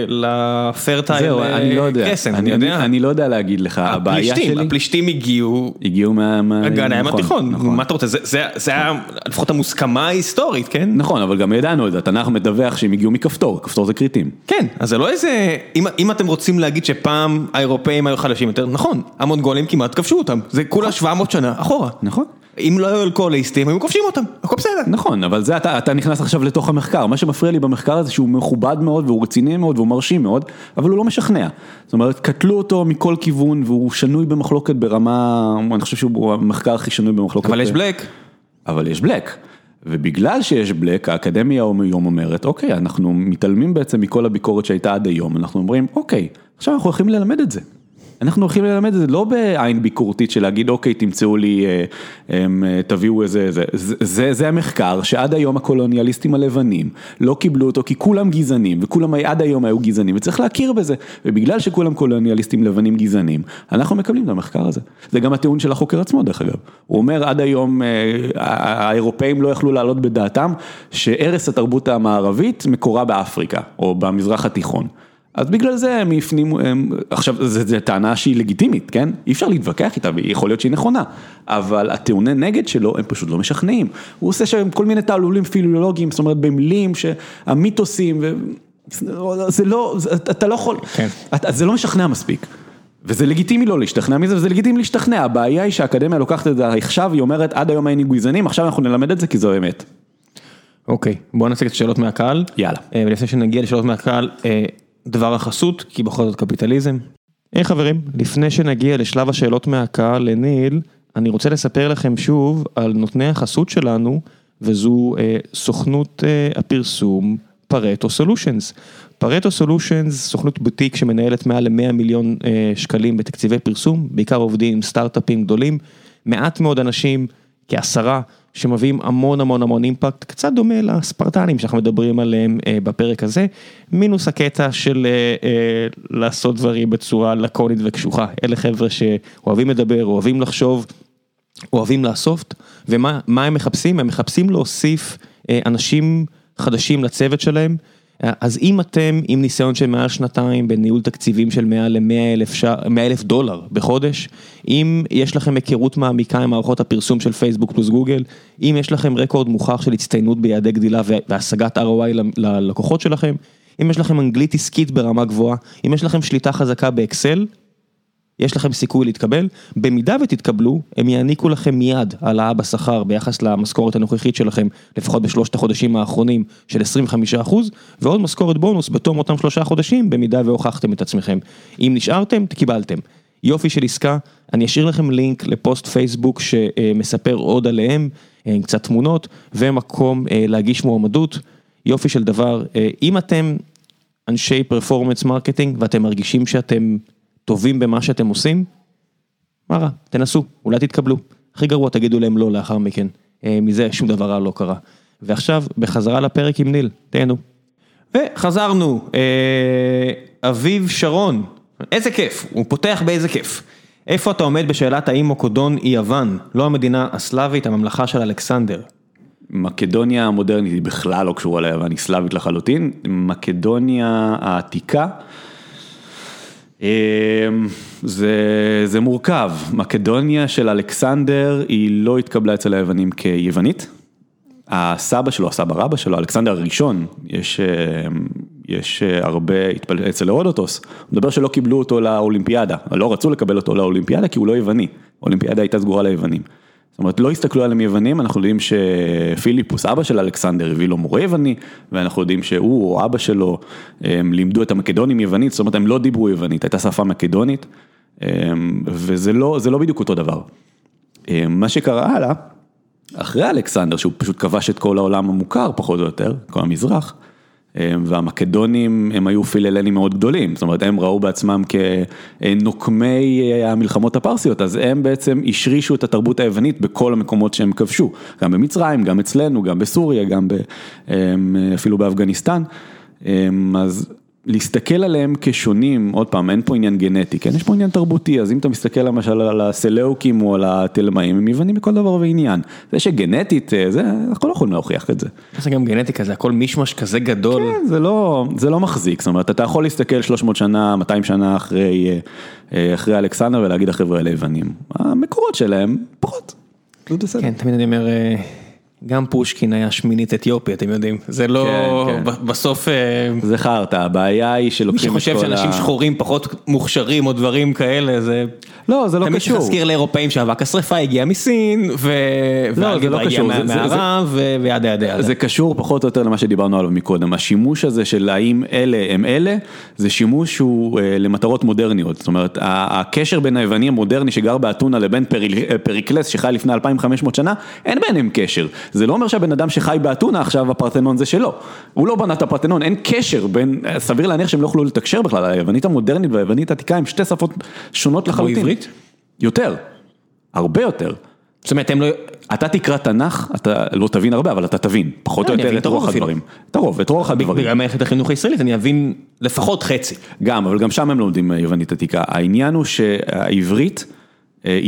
לפרטייל קסם. אני לא יודע להגיד לך, הבעיה שלי... הפלישתים הגיעו... הגיעו מה... הגן הים התיכון. מה אתה רוצה? זה היה לפחות המוסכמה ההיסטורית, כן? נכון, אבל גם ידענו את זה. התנ"ך מדווח שהם הגיעו מכפתור. כפתור זה קריטים. כן, אז זה לא איזה... אם אתם רוצים להגיד שפעם האירופאים היו חלשים יותר, נכון, המונגולים כמעט כבשו אותם. זה כולה שבע מאות שנה אחורה. נכון. אם לא היו אלכוהוליסטים, היו כובשים אותם, הכל בסדר. נכון, אבל זה אתה, אתה נכנס עכשיו לתוך המחקר. מה שמפריע לי במחקר הזה שהוא מכובד מאוד והוא רציני מאוד והוא מרשים מאוד, אבל הוא לא משכנע. זאת אומרת, קטלו אותו מכל כיוון והוא שנוי במחלוקת ברמה, אני חושב שהוא המחקר הכי שנוי במחלוקת. אבל יש בלק. אבל יש בלק. ובגלל שיש בלק, האקדמיה היום אומרת, אוקיי, אנחנו מתעלמים בעצם מכל הביקורת שהייתה עד היום, אנחנו אומרים, אוקיי, עכשיו אנחנו הולכים ללמד את זה. אנחנו הולכים ללמד את זה לא בעין ביקורתית של להגיד, אוקיי, תמצאו לי, תביאו איזה, זה, זה, זה המחקר שעד היום הקולוניאליסטים הלבנים לא קיבלו אותו כי כולם גזענים, וכולם עד היום היו גזענים, וצריך להכיר בזה, ובגלל שכולם קולוניאליסטים לבנים גזענים, אנחנו מקבלים את המחקר הזה. זה גם הטיעון של החוקר עצמו, דרך אגב. הוא אומר, עד היום האירופאים לא יכלו לעלות בדעתם, שערש התרבות המערבית מקורה באפריקה, או במזרח התיכון. אז בגלל זה הם יפנימו, הם, עכשיו זו טענה שהיא לגיטימית, כן? אי אפשר להתווכח איתה, ויכול להיות שהיא נכונה, אבל הטיעוני נגד שלו הם פשוט לא משכנעים. הוא עושה שם כל מיני תעלולים פילולוגיים, זאת אומרת במילים שהמיתוסים, ו... זה לא, אתה לא יכול, כן. זה לא משכנע מספיק. וזה לגיטימי לא להשתכנע מזה, וזה לגיטימי להשתכנע. הבעיה היא שהאקדמיה לוקחת את זה עכשיו, היא אומרת, עד היום היינו גזענים, עכשיו אנחנו נלמד את זה כי זו אמת. אוקיי, בואו נעשה את שאלות מהקהל. יאללה. ולפני שנגיע לשאלות מהקהל, דבר החסות, כי בכל זאת קפיטליזם. היי חברים, לפני שנגיע לשלב השאלות מהקהל לניל, אני רוצה לספר לכם שוב על נותני החסות שלנו, וזו סוכנות הפרסום פרטו סולושנס. פרטו סולושנס, סוכנות בוטיק שמנהלת מעל ל-מאה מיליון שקלים בתקציבי פרסום, בעיקר עובדים עם סטארט-אפים גדולים, מעט מאוד אנשים, כעשרה, שמביאים המון המון המון אימפקט, קצת דומה לספרטנים שאנחנו מדברים עליהם בפרק הזה, מינוס הקטע של לעשות דברים בצורה לקונית וקשוחה. אלה חבר'ה שאוהבים לדבר, אוהבים לחשוב, אוהבים לאסוף, ומה מה הם מחפשים? הם מחפשים להוסיף אנשים חדשים לצוות שלהם, אז אם אתם עם ניסיון של מעל שנתיים בניהול תקציבים של מעל ל-מאה אלף דולר בחודש, אם יש לכם היכרות מעמיקה עם מערכות הפרסום של פייסבוק פלוס גוגל, אם יש לכם רקורד מוכח של הצטיינות ביעדי גדילה והשגת אר או איי ללקוחות שלכם, אם יש לכם אנגלית עסקית ברמה גבוהה, אם יש לכם שליטה חזקה באקסל, יש לכם סיכוי להתקבל, במידה ותתקבלו, הם יעניקו לכם מיד העלאה בשכר ביחס למשכורת הנוכחית שלכם, לפחות בשלושת החודשים האחרונים של עשרים וחמישה אחוז, ועוד משכורת בונוס בתום אותם שלושה חודשים, במידה והוכחתם את עצמכם. אם נשארתם, תקיבלתם. יופי של עסקה, אני אשאיר לכם לינק לפוסט פייסבוק שמספר עוד עליהם, עם קצת תמונות, ומקום להגיש מועמדות. יופי של דבר, אם אתם אנשי פרפורמנס מרקטינג, ואתם מרגישים שאתם טובים במה שאתם עושים, מה רע? תנסו, אולי תתקבלו. הכי גרוע, תגידו להם לא לאחר מכן. מזה שום דבר רע לא קרה. ועכשיו, בחזרה לפרק עם ניל, תהנו. וחזרנו, אביב שרון, איזה כיף, הוא פותח באיזה כיף. איפה אתה עומד בשאלת האם מקדון היא יוון, לא המדינה הסלאבית, הממלכה של אלכסנדר? מקדוניה המודרנית היא בכלל לא קשורה ליוון, היא סלאבית לחלוטין. מקדוניה העתיקה, זה, זה מורכב. מקדוניה של אלכסנדר היא לא התקבלה אצל היוונים כיוונית. הסבא שלו, הסבא רבא שלו, אלכסנדר הראשון, יש, יש הרבה אצל הרודוטוס, הוא מדבר שלא קיבלו אותו לאולימפיאדה, לא רצו לקבל אותו לאולימפיאדה כי הוא לא יווני, האולימפיאדה הייתה סגורה ליוונים. זאת אומרת, לא הסתכלו עליהם יוונים, אנחנו יודעים שפיליפוס, אבא של אלכסנדר, הביא לו מורה יווני, ואנחנו יודעים שהוא או אבא שלו הם לימדו את המקדונים יוונית, זאת אומרת, הם לא דיברו יוונית, הייתה שפה מקדונית, וזה לא, זה לא בדיוק אותו דבר. מה שקרה הלאה, אחרי אלכסנדר, שהוא פשוט כבש את כל העולם המוכר, פחות או יותר, כל המזרח, והמקדונים הם היו פיללנים מאוד גדולים, זאת אומרת הם ראו בעצמם כנוקמי המלחמות הפרסיות, אז הם בעצם השרישו את התרבות היוונית בכל המקומות שהם כבשו, גם במצרים, גם אצלנו, גם בסוריה, גם אפילו באפגניסטן, אז להסתכל עליהם כשונים, עוד פעם, אין פה עניין גנטי, כן? יש פה עניין תרבותי, אז אם אתה מסתכל למשל על הסלאוקים או על התלמאים, הם יוונים בכל דבר ועניין. זה שגנטית, זה, אנחנו לא יכולים להוכיח את זה. זה גם גנטיקה, זה הכל מישמש כזה גדול. כן, זה לא, זה לא מחזיק, זאת אומרת, אתה יכול להסתכל שלוש מאות שנה, מאתיים שנה אחרי, אחרי אלכסנדר ולהגיד החבר'ה האלה יוונים. המקורות שלהם פחות. זה בסדר. כן, תמיד אני אומר, גם פושקין היה שמינית אתיופי, אתם יודעים, זה לא, כן, כן. בסוף, זה חרטה, הבעיה היא שלוקחים מי שחושב שאנשים ה... שחורים פחות מוכשרים או דברים כאלה, זה, לא, זה לא תמיד קשור. תמיד שתזכיר לאירופאים שאבק השריפה הגיע מסין, ו... לא, והגברה הגיעה מה... מהערב, ו... ויד יד יד. זה קשור פחות או יותר למה שדיברנו עליו מקודם, השימוש הזה של האם אלה הם אלה, זה שימוש שהוא למטרות מודרניות, זאת אומרת, הקשר בין היווני המודרני שגר באתונה לבין פריקלס שחי לפני אלפיים וחמש מאות שנה, אין ביניהם קשר. זה לא אומר שהבן אדם שחי באתונה עכשיו הפרתנון זה שלו. הוא לא בנה את הפרתנון, אין קשר בין, סביר להניח שהם לא יכולו לתקשר בכלל, היוונית המודרנית והיוונית העתיקה הם שתי שפות שונות לחלוטין. או עברית? יותר, הרבה יותר. זאת אומרת, הם לא... אתה תקרא תנ"ך, אתה לא תבין הרבה, אבל אתה תבין, פחות או יותר את רוח הדברים. את הרוב, את רוח הדברים. בגלל מערכת החינוך הישראלית, אני אבין לפחות חצי. גם, אבל גם שם הם לומדים יוונית עתיקה. העניין הוא שהעברית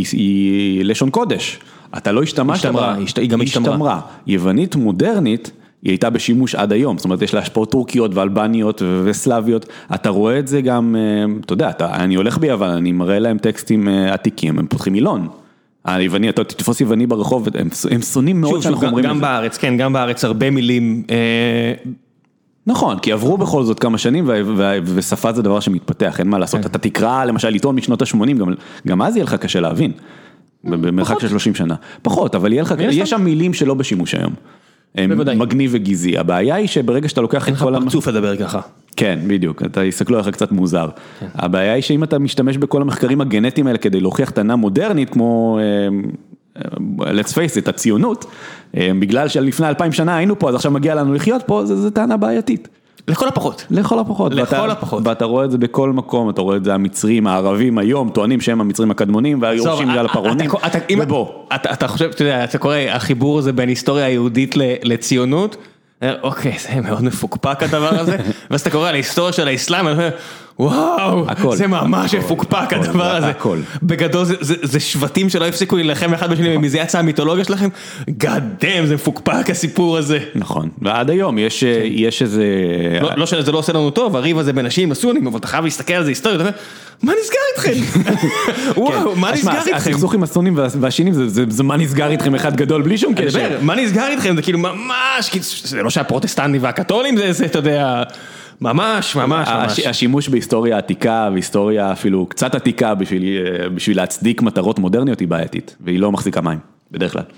היא לשון קודש. אתה לא השתמשת בה, היא גם השתמרה. יוונית מודרנית היא הייתה בשימוש עד היום, זאת אומרת, יש לה השפעות טורקיות ואלבניות וסלאביות, אתה רואה את זה גם, אתה יודע, אתה, אני הולך ביוון, אני מראה להם טקסטים עתיקים, הם פותחים מילון, היווני, אתה תתפוס יווני ברחוב, הם, הם שונאים מאוד שאנחנו אומרים גם בארץ, כן, גם בארץ הרבה מילים. נכון, כי עברו בכל זאת כמה שנים, ושפה זה דבר שמתפתח, אין מה לעשות, אתה תקרא למשל עיתון משנות ה-שמונים, גם אז יהיה לך קשה להבין, במרחק של שלושים שנה, פחות, אבל יש שם מילים שלא בשימוש היום. מגניב וגיזי, הבעיה היא שברגע שאתה לוקח אין לך פרצוף לדבר ככה. כן, בדיוק, אתה יסתכלו עליך קצת מוזר. הבעיה היא שאם אתה משתמש בכל המחקרים הגנטיים האלה כדי להוכיח טענה מודרנית כמו, let's face it, הציונות, בגלל שלפני אלפיים שנה היינו פה, אז עכשיו מגיע לנו לחיות פה, זו טענה בעייתית. לכל הפחות. לכל הפחות. לכל הפחות. ואתה רואה את זה בכל מקום, אתה רואה את זה המצרים, הערבים היום, טוענים שהם המצרים הקדמונים, והיורשים גל הפרעונים, ובוא. אתה חושב, אתה יודע, אתה קורא, החיבור הזה בין היסטוריה היהודית לציונות, אוקיי, זה מאוד מפוקפק הדבר הזה, ואז אתה קורא על ההיסטוריה של האסלאם, ואתה אומר, וואו, זה ממש מפוקפק הדבר הזה. בגדול זה שבטים שלא הפסיקו להילחם אחד בשני, ומזה יצא המיתולוגיה שלכם, גדם, זה מפוקפק הסיפור הזה. נכון, ועד היום יש איזה... לא שזה לא עושה לנו טוב, הריב הזה בין נשים לסונים, אבל אתה חייב להסתכל על זה היסטוריה, אתה אומר, מה נסגר איתכם? וואו, מה נסגר איתכם? הסכסוך עם הסונים והשינים, זה מה נסגר איתכם אחד גדול, בלי שום קשר. מה נסגר איתכם? זה כאילו ממש, זה לא שהפרוטסטנטים והקתולים זה, אתה יודע... ממש, ממש, ממש. השימוש בהיסטוריה עתיקה, והיסטוריה אפילו קצת עתיקה בשביל, בשביל להצדיק מטרות מודרניות היא בעייתית, והיא לא מחזיקה מים, בדרך כלל.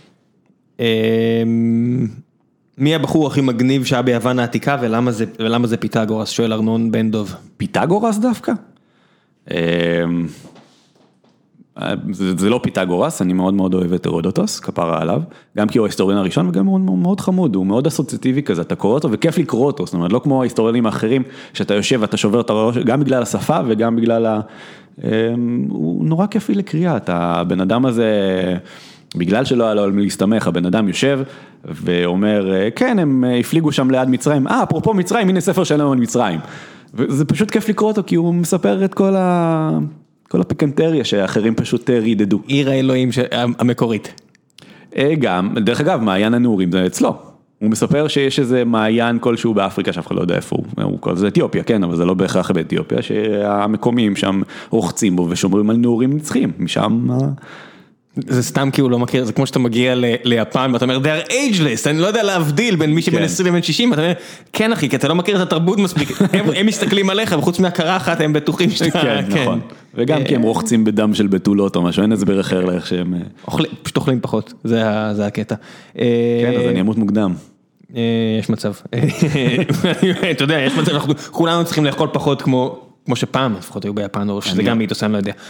מי הבחור הכי מגניב שהיה ביוון העתיקה, ולמה זה, ולמה זה פיתגורס? שואל ארנון בן דוב. פיתגורס דווקא? זה, זה לא פיתגורס, אני מאוד מאוד אוהב את הרודוטוס, כפרה עליו, גם כי הוא ההיסטוריון הראשון, וגם הוא מאוד חמוד, הוא מאוד אסוציאטיבי כזה, אתה קורא אותו, וכיף לקרוא אותו, זאת אומרת, לא כמו ההיסטוריונים האחרים, שאתה יושב ואתה שובר את הראש, גם בגלל השפה, וגם בגלל ה... הוא נורא כיפי לקריאה, הבן אדם הזה, בגלל שלא היה לו על מי להסתמך, הבן אדם יושב, ואומר, כן, הם הפליגו שם ליד מצרים, אה, אפרופו מצרים, הנה ספר שלנו על מצרים, וזה פשוט כיף לקרוא אותו, כי הוא מספר את כל ה... כל הפיקנטריה שאחרים פשוט רידדו. עיר האלוהים המקורית. גם, דרך אגב, מעיין הנעורים זה אצלו. הוא מספר שיש איזה מעיין כלשהו באפריקה, שאף אחד לא יודע איפה הוא. זה אתיופיה, כן, אבל זה לא בהכרח באתיופיה, שהמקומיים שם רוחצים בו ושומרים על נעורים נצחיים. משם... זה סתם כי הוא לא מכיר, זה כמו שאתה מגיע ליפן, ואתה אומר, they are ageless, אני לא יודע להבדיל בין מי שבין עשרים ובין שישים, ואתה אומר, כן אחי, כי אתה לא מכיר את התרבות מספיק, הם מסתכלים עליך, וחוץ מהקרחת, הם בטוחים שאתה... כן, נכון. וגם כי הם רוחצים בדם של בתולות או משהו, אין הסבר אחר לאיך שהם... פשוט אוכלים פחות, זה הקטע. כן, אז אני אמות מוקדם. יש מצב. אתה יודע, יש מצב, כולנו צריכים לאכול פחות כמו שפעם, לפחות היו ביפן, או שזה גם מיתוס, אני לא יודע.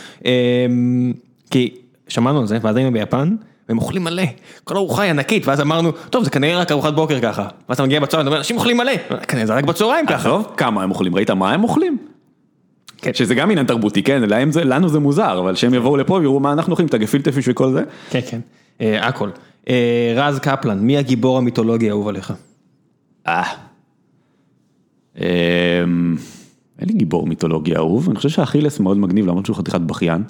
כי... שמענו על זה, ואז היינו ביפן, והם אוכלים מלא, כל ארוחה היא ענקית, ואז אמרנו, טוב, זה כנראה רק ארוחת בוקר ככה, ואז אתה מגיע בצהריים, אתה אומר, אנשים אוכלים מלא, כנראה זה רק בצהריים ככה. טוב, כמה הם אוכלים, ראית מה הם אוכלים? שזה גם עניין תרבותי, כן, לנו זה מוזר, אבל שהם יבואו לפה ויראו מה אנחנו אוכלים, את הגפילטע פיש וכל זה. כן, כן, הכל. רז קפלן, מי הגיבור המיתולוגי האהוב עליך? אה, אין לי גיבור מיתולוגי אהוב, אני חושב שהאכילס מאוד מגניב, למרות שהוא חתיכת בכיין.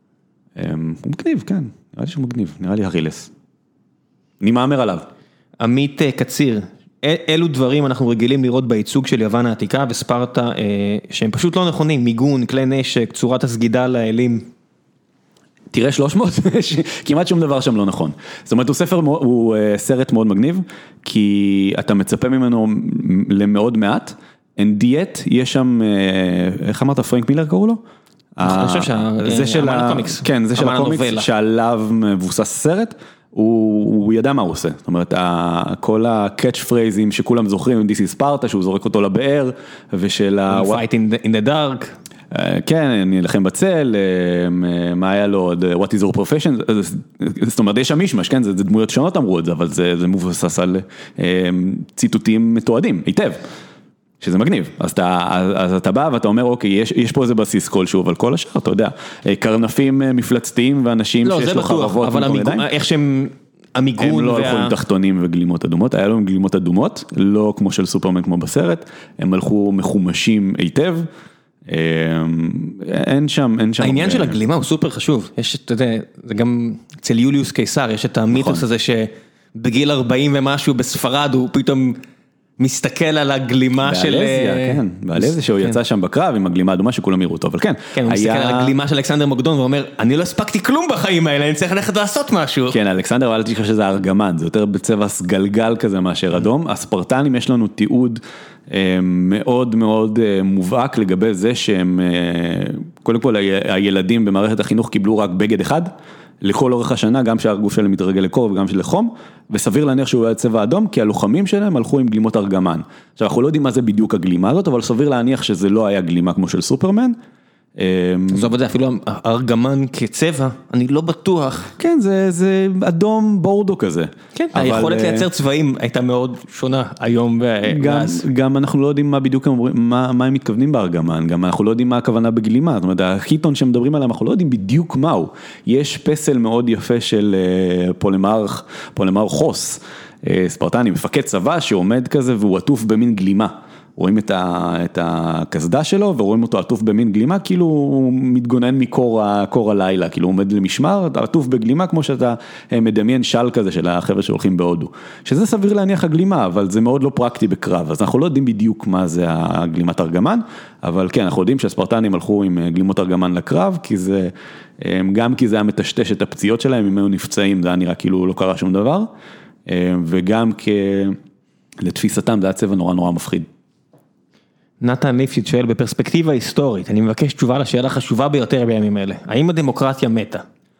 הוא מגניב, כן, נראה לי שהוא מגניב, נראה לי אכילס. אני מאמר עליו. עמית קציר, אילו דברים אנחנו רגילים לראות בייצוג של יוון העתיקה וספרטה, שהם פשוט לא נכונים, מיגון, כלי נשק, צורת הסגידה לאלים. תראה שלוש מאות, כמעט שום דבר שם לא נכון. זאת אומרת, הוא ספר, הוא סרט מאוד מגניב, כי אתה מצפה ממנו למאוד מעט, אין דיאט, יש שם, איך אמרת, פרנק מילר קראו לו? אני חושב שהאמן הקומיקס. כן, זה של הקומיקס שעליו מבוסס סרט, הוא ידע מה הוא עושה. זאת אומרת, כל הקאץ' פרייזים שכולם זוכרים, This is Sparta, שהוא זורק אותו לבאר, ושל ה... Fight in the dark. כן, אני אלחם בצל, מה היה לו, What is your profession, זאת אומרת, יש שם מישמש, כן, זה דמויות שונות אמרו את זה, אבל זה מבוסס על ציטוטים מתועדים, היטב. שזה מגניב, אז אתה, אז אתה בא ואתה אומר, אוקיי, יש, יש פה איזה בסיס כלשהו, אבל כל השאר, אתה יודע, קרנפים מפלצתיים ואנשים לא, שיש לו חרבות. אבל המיגון, איך שהם, המיגון הם לא וה... הלכו עם תחתונים וגלימות אדומות, היה להם גלימות אדומות, לא כמו של סופרמן כמו בסרט, הם הלכו מחומשים היטב, אין שם, אין שם. העניין של הגלימה הוא סופר חשוב, יש, אתה יודע, זה גם אצל יוליוס קיסר, יש את המיתוס הזה שבגיל ארבעים ומשהו בספרד הוא פתאום מסתכל על הגלימה של... באלזיה, כן, באלזיה שהוא יצא שם בקרב עם הגלימה האדומה שכולם יראו אותו, אבל כן. כן, הוא מסתכל על הגלימה של אלכסנדר מוקדון ואומר, אני לא הספקתי כלום בחיים האלה, אני צריך ללכת לעשות משהו. כן, אלכסנדר, אבל אני חושב שזה ארגמן, זה יותר בצבע סגלגל כזה מאשר אדום. הספרטנים יש לנו תיעוד מאוד מאוד מובהק לגבי זה שהם, קודם כל הילדים במערכת החינוך קיבלו רק בגד אחד, לכל אורך השנה, גם שהגוף שלהם מתרגל לקור וגם של לחום, וסביר להניח שהוא היה צבע אדום, כי הלוחמים שלהם הלכו עם גלימות ארגמן. עכשיו, אנחנו לא יודעים מה זה בדיוק הגלימה הזאת, אבל סביר להניח שזה לא היה גלימה כמו של סופרמן. עזוב את זה, אפילו ארגמן כצבע, אני לא בטוח. כן, זה אדום בורדו כזה. כן, היכולת לייצר צבעים הייתה מאוד שונה היום ואז. גם אנחנו לא יודעים מה בדיוק הם אומרים, מה הם מתכוונים בארגמן, גם אנחנו לא יודעים מה הכוונה בגלימה, זאת אומרת, החיתון שמדברים עליהם, אנחנו לא יודעים בדיוק מהו. יש פסל מאוד יפה של פולמרח, פולמר חוס, ספרטני, מפקד צבא שעומד כזה והוא עטוף במין גלימה. רואים את את הכסדה שלו ורואים אותו עטוף במין גלימה, כאילו הוא מתגונן מקור הלילה, כאילו הוא עומד למשמר, עטוף בגלימה כמו שאתה מדמיין של כזה של החבר'ה שהולכים בהודו, שזה סביר להניח הגלימה, אבל זה מאוד לא פרקטי בקרב, אז אנחנו לא יודעים בדיוק מה זה הגלימת ארגמן, אבל כן, אנחנו יודעים שהספרטנים הלכו עם גלימות ארגמן לקרב, כי זה, גם כי זה היה מטשטש את הפציעות שלהם, אם היו נפצעים, זה היה נראה כאילו לא קרה שום דבר, וגם לתפיסתם זה היה צבע נורא נורא מפחיד. נתן ליפשיץ שואל, בפרספקטיבה היסטורית, אני מבקש תשובה לשאלה החשובה ביותר בימים אלה. האם הדמוקרטיה מתה?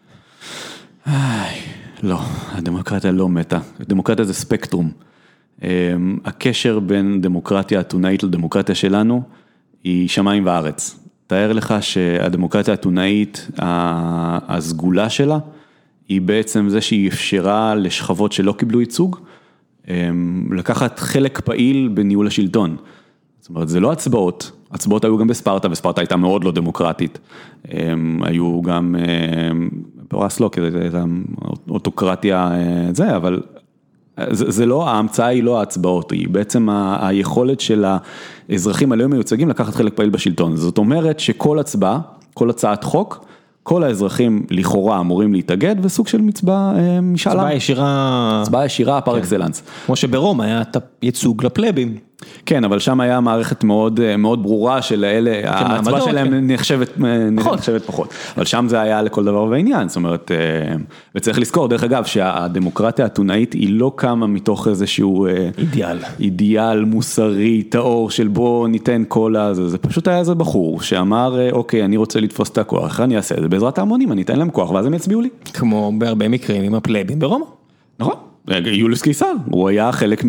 לא, הדמוקרטיה לא מתה. הדמוקרטיה זה ספקטרום. הקשר בין דמוקרטיה אתונאית לדמוקרטיה שלנו, היא שמיים וארץ. תאר לך שהדמוקרטיה האתונאית, הסגולה שלה, היא בעצם זה שהיא אפשרה לשכבות שלא קיבלו ייצוג, לקחת חלק פעיל בניהול השלטון. זאת אומרת, זה לא הצבעות, הצבעות היו גם בספרטה, וספרטה הייתה מאוד לא דמוקרטית, היו גם, פרס לא, כי זה אוטוקרטיה, זה, אבל זה, זה לא, ההמצאה היא לא ההצבעות, היא בעצם ה, היכולת של האזרחים הלא מיוצגים לקחת חלק פעיל בשלטון, זאת אומרת שכל הצבעה, כל הצעת חוק, כל האזרחים לכאורה אמורים להתאגד, וסוג של מצבע משאלה. הצבעה ישירה. הצבעה ישירה, פר אקסלנס. כמו שברום היה ייצוג לפלבים. כן, אבל שם היה מערכת מאוד, מאוד ברורה של האלה, ההצבעה שלהם נחשבת, נחשבת פחות. אבל שם זה היה לכל דבר ועניין, זאת אומרת, וצריך לזכור, דרך אגב, שהדמוקרטיה האתונאית היא לא קמה מתוך איזשהו אידיאל, אידיאל מוסרי, טהור של בוא ניתן כל הזה, זה פשוט היה איזה בחור שאמר, אוקיי, אני רוצה לתפוס את הכוח, אני אעשה את זה בעזרת ההמונים, אני אתן להם כוח, ואז הם יצביעו לי. כמו בהרבה מקרים עם הפלבים ברומא. נכון. יוליוס קיסר, הוא היה חלק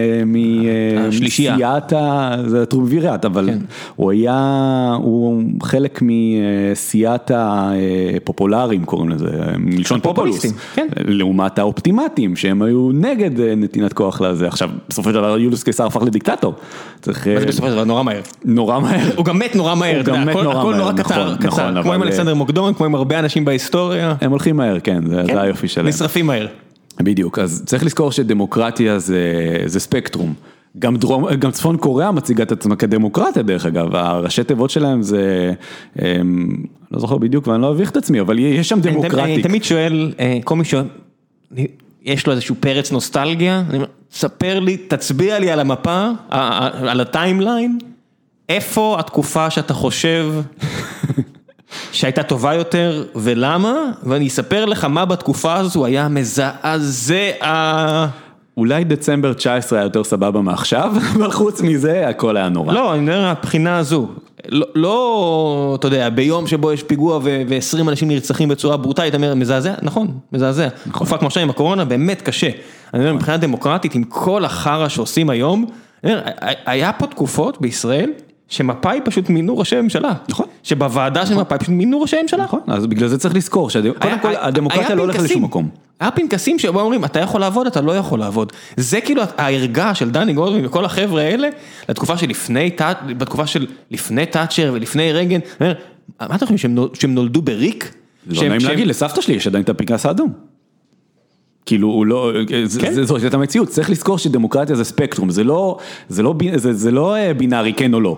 מסיעת, זה טרומוויריאט, אבל הוא היה, הוא חלק מסיעת הפופולרים, קוראים לזה, מלשון פופולוס, לעומת האופטימטים, שהם היו נגד נתינת כוח לזה. עכשיו, בסופו של דבר, יוליוס קיסר הפך לדיקטטור. בסופו של דבר, נורא מהר. נורא מהר. הוא גם מת נורא מהר, הכל נורא קצר, כמו עם אלכסנדר מוקדון, כמו עם הרבה אנשים בהיסטוריה. הם הולכים מהר, כן, זה היופי שלהם. נשרפים מהר. בדיוק, אז צריך לזכור שדמוקרטיה זה, זה ספקטרום. גם, דרום, גם צפון קוריאה מציגה את עצמה כדמוקרטיה דרך אגב, הראשי תיבות שלהם זה, לא זוכר בדיוק ואני לא אביך את עצמי, אבל יש שם דמוקרטיק. אני תמיד שואל, כל מי שואל, יש לו איזשהו פרץ נוסטלגיה, אני אומר, ספר לי, תצביע לי על המפה, על הטיימליין, איפה התקופה שאתה חושב שהייתה טובה יותר, ולמה? ואני אספר לך מה בתקופה הזו היה מזעזע. אולי דצמבר תשע עשרה היה יותר סבבה מעכשיו, אבל חוץ מזה הכל היה נורא. לא, אני מדבר מהבחינה הזו. לא, לא, אתה יודע, ביום שבו יש פיגוע ו-עשרים אנשים נרצחים בצורה ברוטלית, אתה אומר, מזעזע? נכון, מזעזע. תקופה כמו עכשיו עם הקורונה, באמת קשה. אני אומר, מבחינה דמוקרטית, עם כל החרא שעושים היום, היה פה תקופות בישראל, שמפאי פשוט מינו ראשי ממשלה. נכון. שבוועדה של מפאי פשוט מינו ראשי ממשלה. נכון. אז בגלל זה צריך לזכור, קודם כל הדמוקרטיה לא הולכת לשום מקום. היה פנקסים שבו אומרים, אתה יכול לעבוד, אתה לא יכול לעבוד. זה כאילו ההרגה של דני גולדווין וכל החבר'ה האלה, לתקופה של לפני, בתקופה של לפני תאצ'ר ולפני רייגן, מה אתה חושב, שהם נולדו בריק? לא נעים להגיד, לסבתא שלי יש עדיין את הפנקס האדום. כאילו הוא לא, זאת המציאות, צריך לזכור שדמוקרטיה זה ספקטרום, זה לא בינארי כן או לא.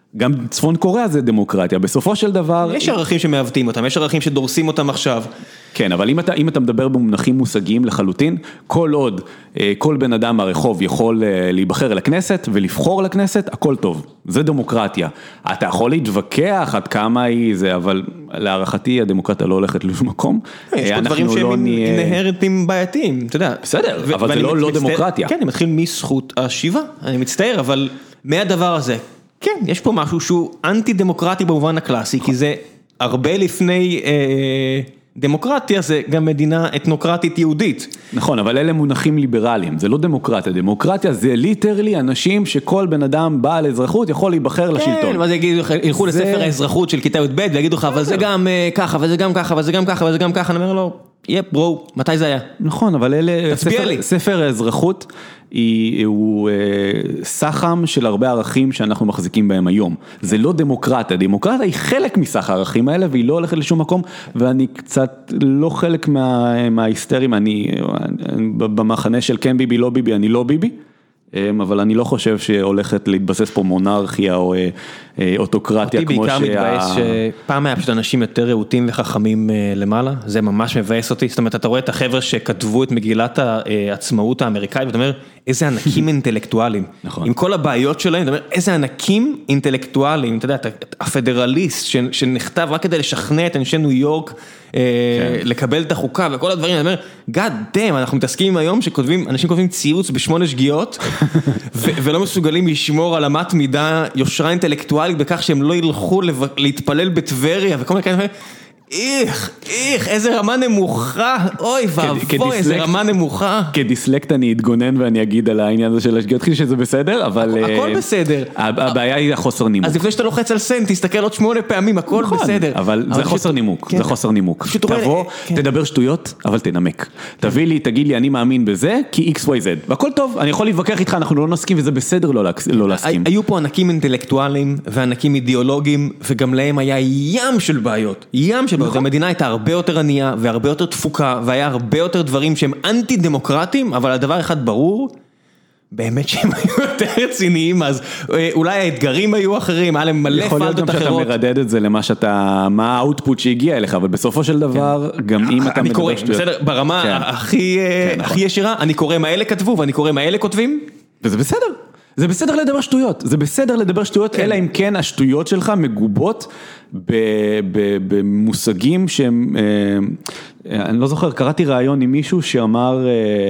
גם צפון קוריאה זה דמוקרטיה, בסופו של דבר... יש ערכים שמעוותים אותם, יש ערכים שדורסים אותם עכשיו. כן, אבל אם אתה, אם אתה מדבר במונחים מושגיים לחלוטין, כל עוד, כל בן אדם הרחוב יכול להיבחר לכנסת ולבחור לכנסת, הכל טוב. זה דמוקרטיה. אתה יכול להתווכח עד כמה היא זה, אבל להערכתי הדמוקרטיה לא הולכת לשום מקום. יש פה דברים שהם אינהרנטים בעייתיים, אתה יודע. בסדר, אבל זה לא דמוקרטיה. כן, אני מתחיל מזכות השיבה, אני מצטער, אבל מהדבר הזה, כן, יש פה משהו שהוא אנטי דמוקרטי במובן הקלאסי, כי זה הרבה לפני אה, דמוקרטיה, זה גם מדינה אתנוקרטית יהודית. נכון, אבל אלה מונחים ליברליים, זה לא דמוקרטיה, דמוקרטיה זה ליטרלי אנשים שכל בן אדם בעל אזרחות יכול להיבחר לשלטון. כן, ואז יגידו, ילכו לספר האזרחות של כיתה י"ב ויגידו לך, אבל זה גם ככה, וזה גם ככה, וזה גם ככה, וזה גם ככה, אני אומר לו, יפ ברו, מתי זה היה? נכון, אבל אלה, ספר, ספר האזרחות היא, הוא אה, סחם של הרבה ערכים שאנחנו מחזיקים בהם היום. זה לא דמוקרטיה, דמוקרטיה היא חלק מסך הערכים האלה, והיא לא הולכת לשום מקום, ואני קצת לא חלק מה, מההיסטרים, אני, במחנה של כן ביבי, לא ביבי, אני לא ביבי, אבל אני לא חושב שהולכת להתבסס פה מונרכיה או אוטוקרטיה כמו שה... אותי בעיקר מתבאס שפעם היה פשוט אנשים יותר רהוטים וחכמים למעלה, זה ממש מבאס אותי, זאת אומרת, אתה רואה את החבר'ה שכתבו את מגילת העצמאות האמריקאית, ואתה אומר, איזה ענקים אינטלקטואליים, עם כל הבעיות שלהם, אתה אומר, איזה ענקים אינטלקטואליים, אתה יודע, הפדרליסט שנכתב רק כדי לשכנע את אנשי ניו יורק, לקבל את החוקה וכל הדברים, אני אומר, God damn, אנחנו מתעסקים היום שכותבים, אנשים כותבים ציוץ בשמונה שגיאות, ולא מסוגלים לשמור על אמת מידה יושרה אינטלקטואלית, בכך שהם לא ילכו להתפלל בטבריה, וכל מיני כאלה, איך, איך, איזה רמה נמוכה, אוי ואבוי, איזה רמה נמוכה. כדיסלקט אני אתגונן ואני אגיד על העניין הזה של השגיאות, שזה בסדר, אבל... הכל בסדר. הבעיה היא החוסר נימוק. אז לפני שאתה לוחץ על סנט, תסתכל עוד שמונה פעמים, הכל בסדר. אבל זה חוסר נימוק, זה חוסר נימוק. תבוא, תדבר שטויות, אבל תנמק. תביא לי, תגיד לי, אני מאמין בזה, כי X, Y, Z. והכל טוב, אני יכול להתווכח איתך, אנחנו לא נסכים, וזה בסדר לא להסכים. היו פה ענקים אינטלקטואליים וענקים אידיאולוגיים, וגם להם היה ים של בעיות, ים של בעיות. המדינה הייתה הרבה יותר ענייה והרבה יותר תפוקה, והיה הרבה יותר דברים שהם אנטי דמוקרטיים, אבל הדבר אחד ברור, באמת שהם היו יותר רציניים, אז אולי האתגרים היו אחרים, היה להם מלא פלטות אחרות. יכול להיות גם שאתה מרדד את זה למה שאתה, מה האוטפוט שהגיע אליך, אבל בסופו של דבר, גם אם אתה מדבר שטויות. בסדר, ברמה הכי ישירה, אני קורא מה אלה כתבו, ואני קורא מה אלה כותבים. וזה בסדר. זה בסדר לדבר שטויות, זה בסדר לדבר שטויות, אלא אם כן השטויות שלך מגובות במושגים שהם, אני לא זוכר, קראתי רעיון עם מישהו שאמר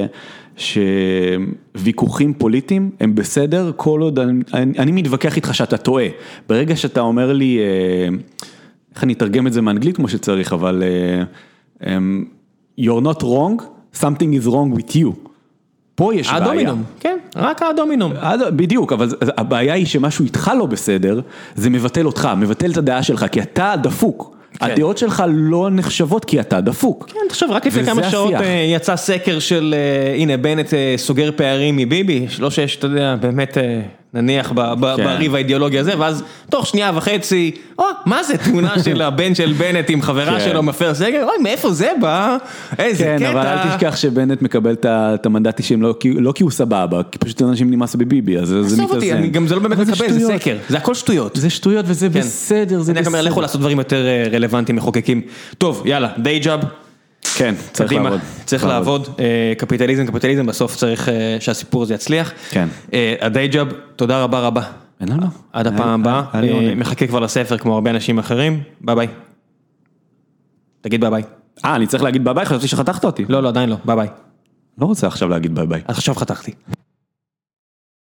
שוויכוחים פוליטיים הם בסדר, כל עוד אני מתווכח איתך שאתה טועה, ברגע שאתה אומר לי, איך אני אתרגם את זה מאנגלית כמו שצריך, אבל you're not wrong, something is wrong with you. פה יש בעיה. הדומינום, כן, רק הדומינום. בדיוק, אבל הבעיה היא שמשהו איתך לא בסדר, זה מבטל אותך, מבטל את הדעה שלך, כי אתה דפוק. הדעות שלך לא נחשבות כי אתה דפוק. כן, תחשב, רק לפני כמה שעות יצא סקר של, הנה, בנט סוגר פערים מביבי, לא שיש, אתה יודע, באמת נניח בריב האידיאולוגי הזה, ואז תוך שנייה וחצי, או, מה זה תמונה של הבן של בנט עם חברה שלו מפר סגר? אוי, מאיפה זה בא? איזה קטע. כן, אבל אל תשכח שבנט מקבל את המנדטים שהם לא כי הוא סבבה, כי פשוט אנשים נמאס בביבי, אז זה מתאזן. גם זה לא באמת מקבל, זה סקר, זה הכל שטויות. זה שטויות וזה בסדר, זה בסדר. אני אומר, לכו לעשות דברים יותר רלוונטיים, מחוקקים. טוב, יאללה, די ג'אב. כן, צריך לעבוד. צריך לעבוד, קפיטליזם, קפיטליזם, בסוף צריך שהסיפור הזה יצליח. כן. הדי ג'אב, תודה רבה רבה. אין לנו. עד הפעם הבאה, מחכה כבר לספר כמו הרבה אנשים אחרים, ביי ביי. תגיד ביי ביי. אה, אני צריך להגיד ביי ביי, חשבתי שחתכת אותי. לא, לא, עדיין לא, ביי ביי. לא רוצה עכשיו להגיד ביי ביי. אז עכשיו חתכתי.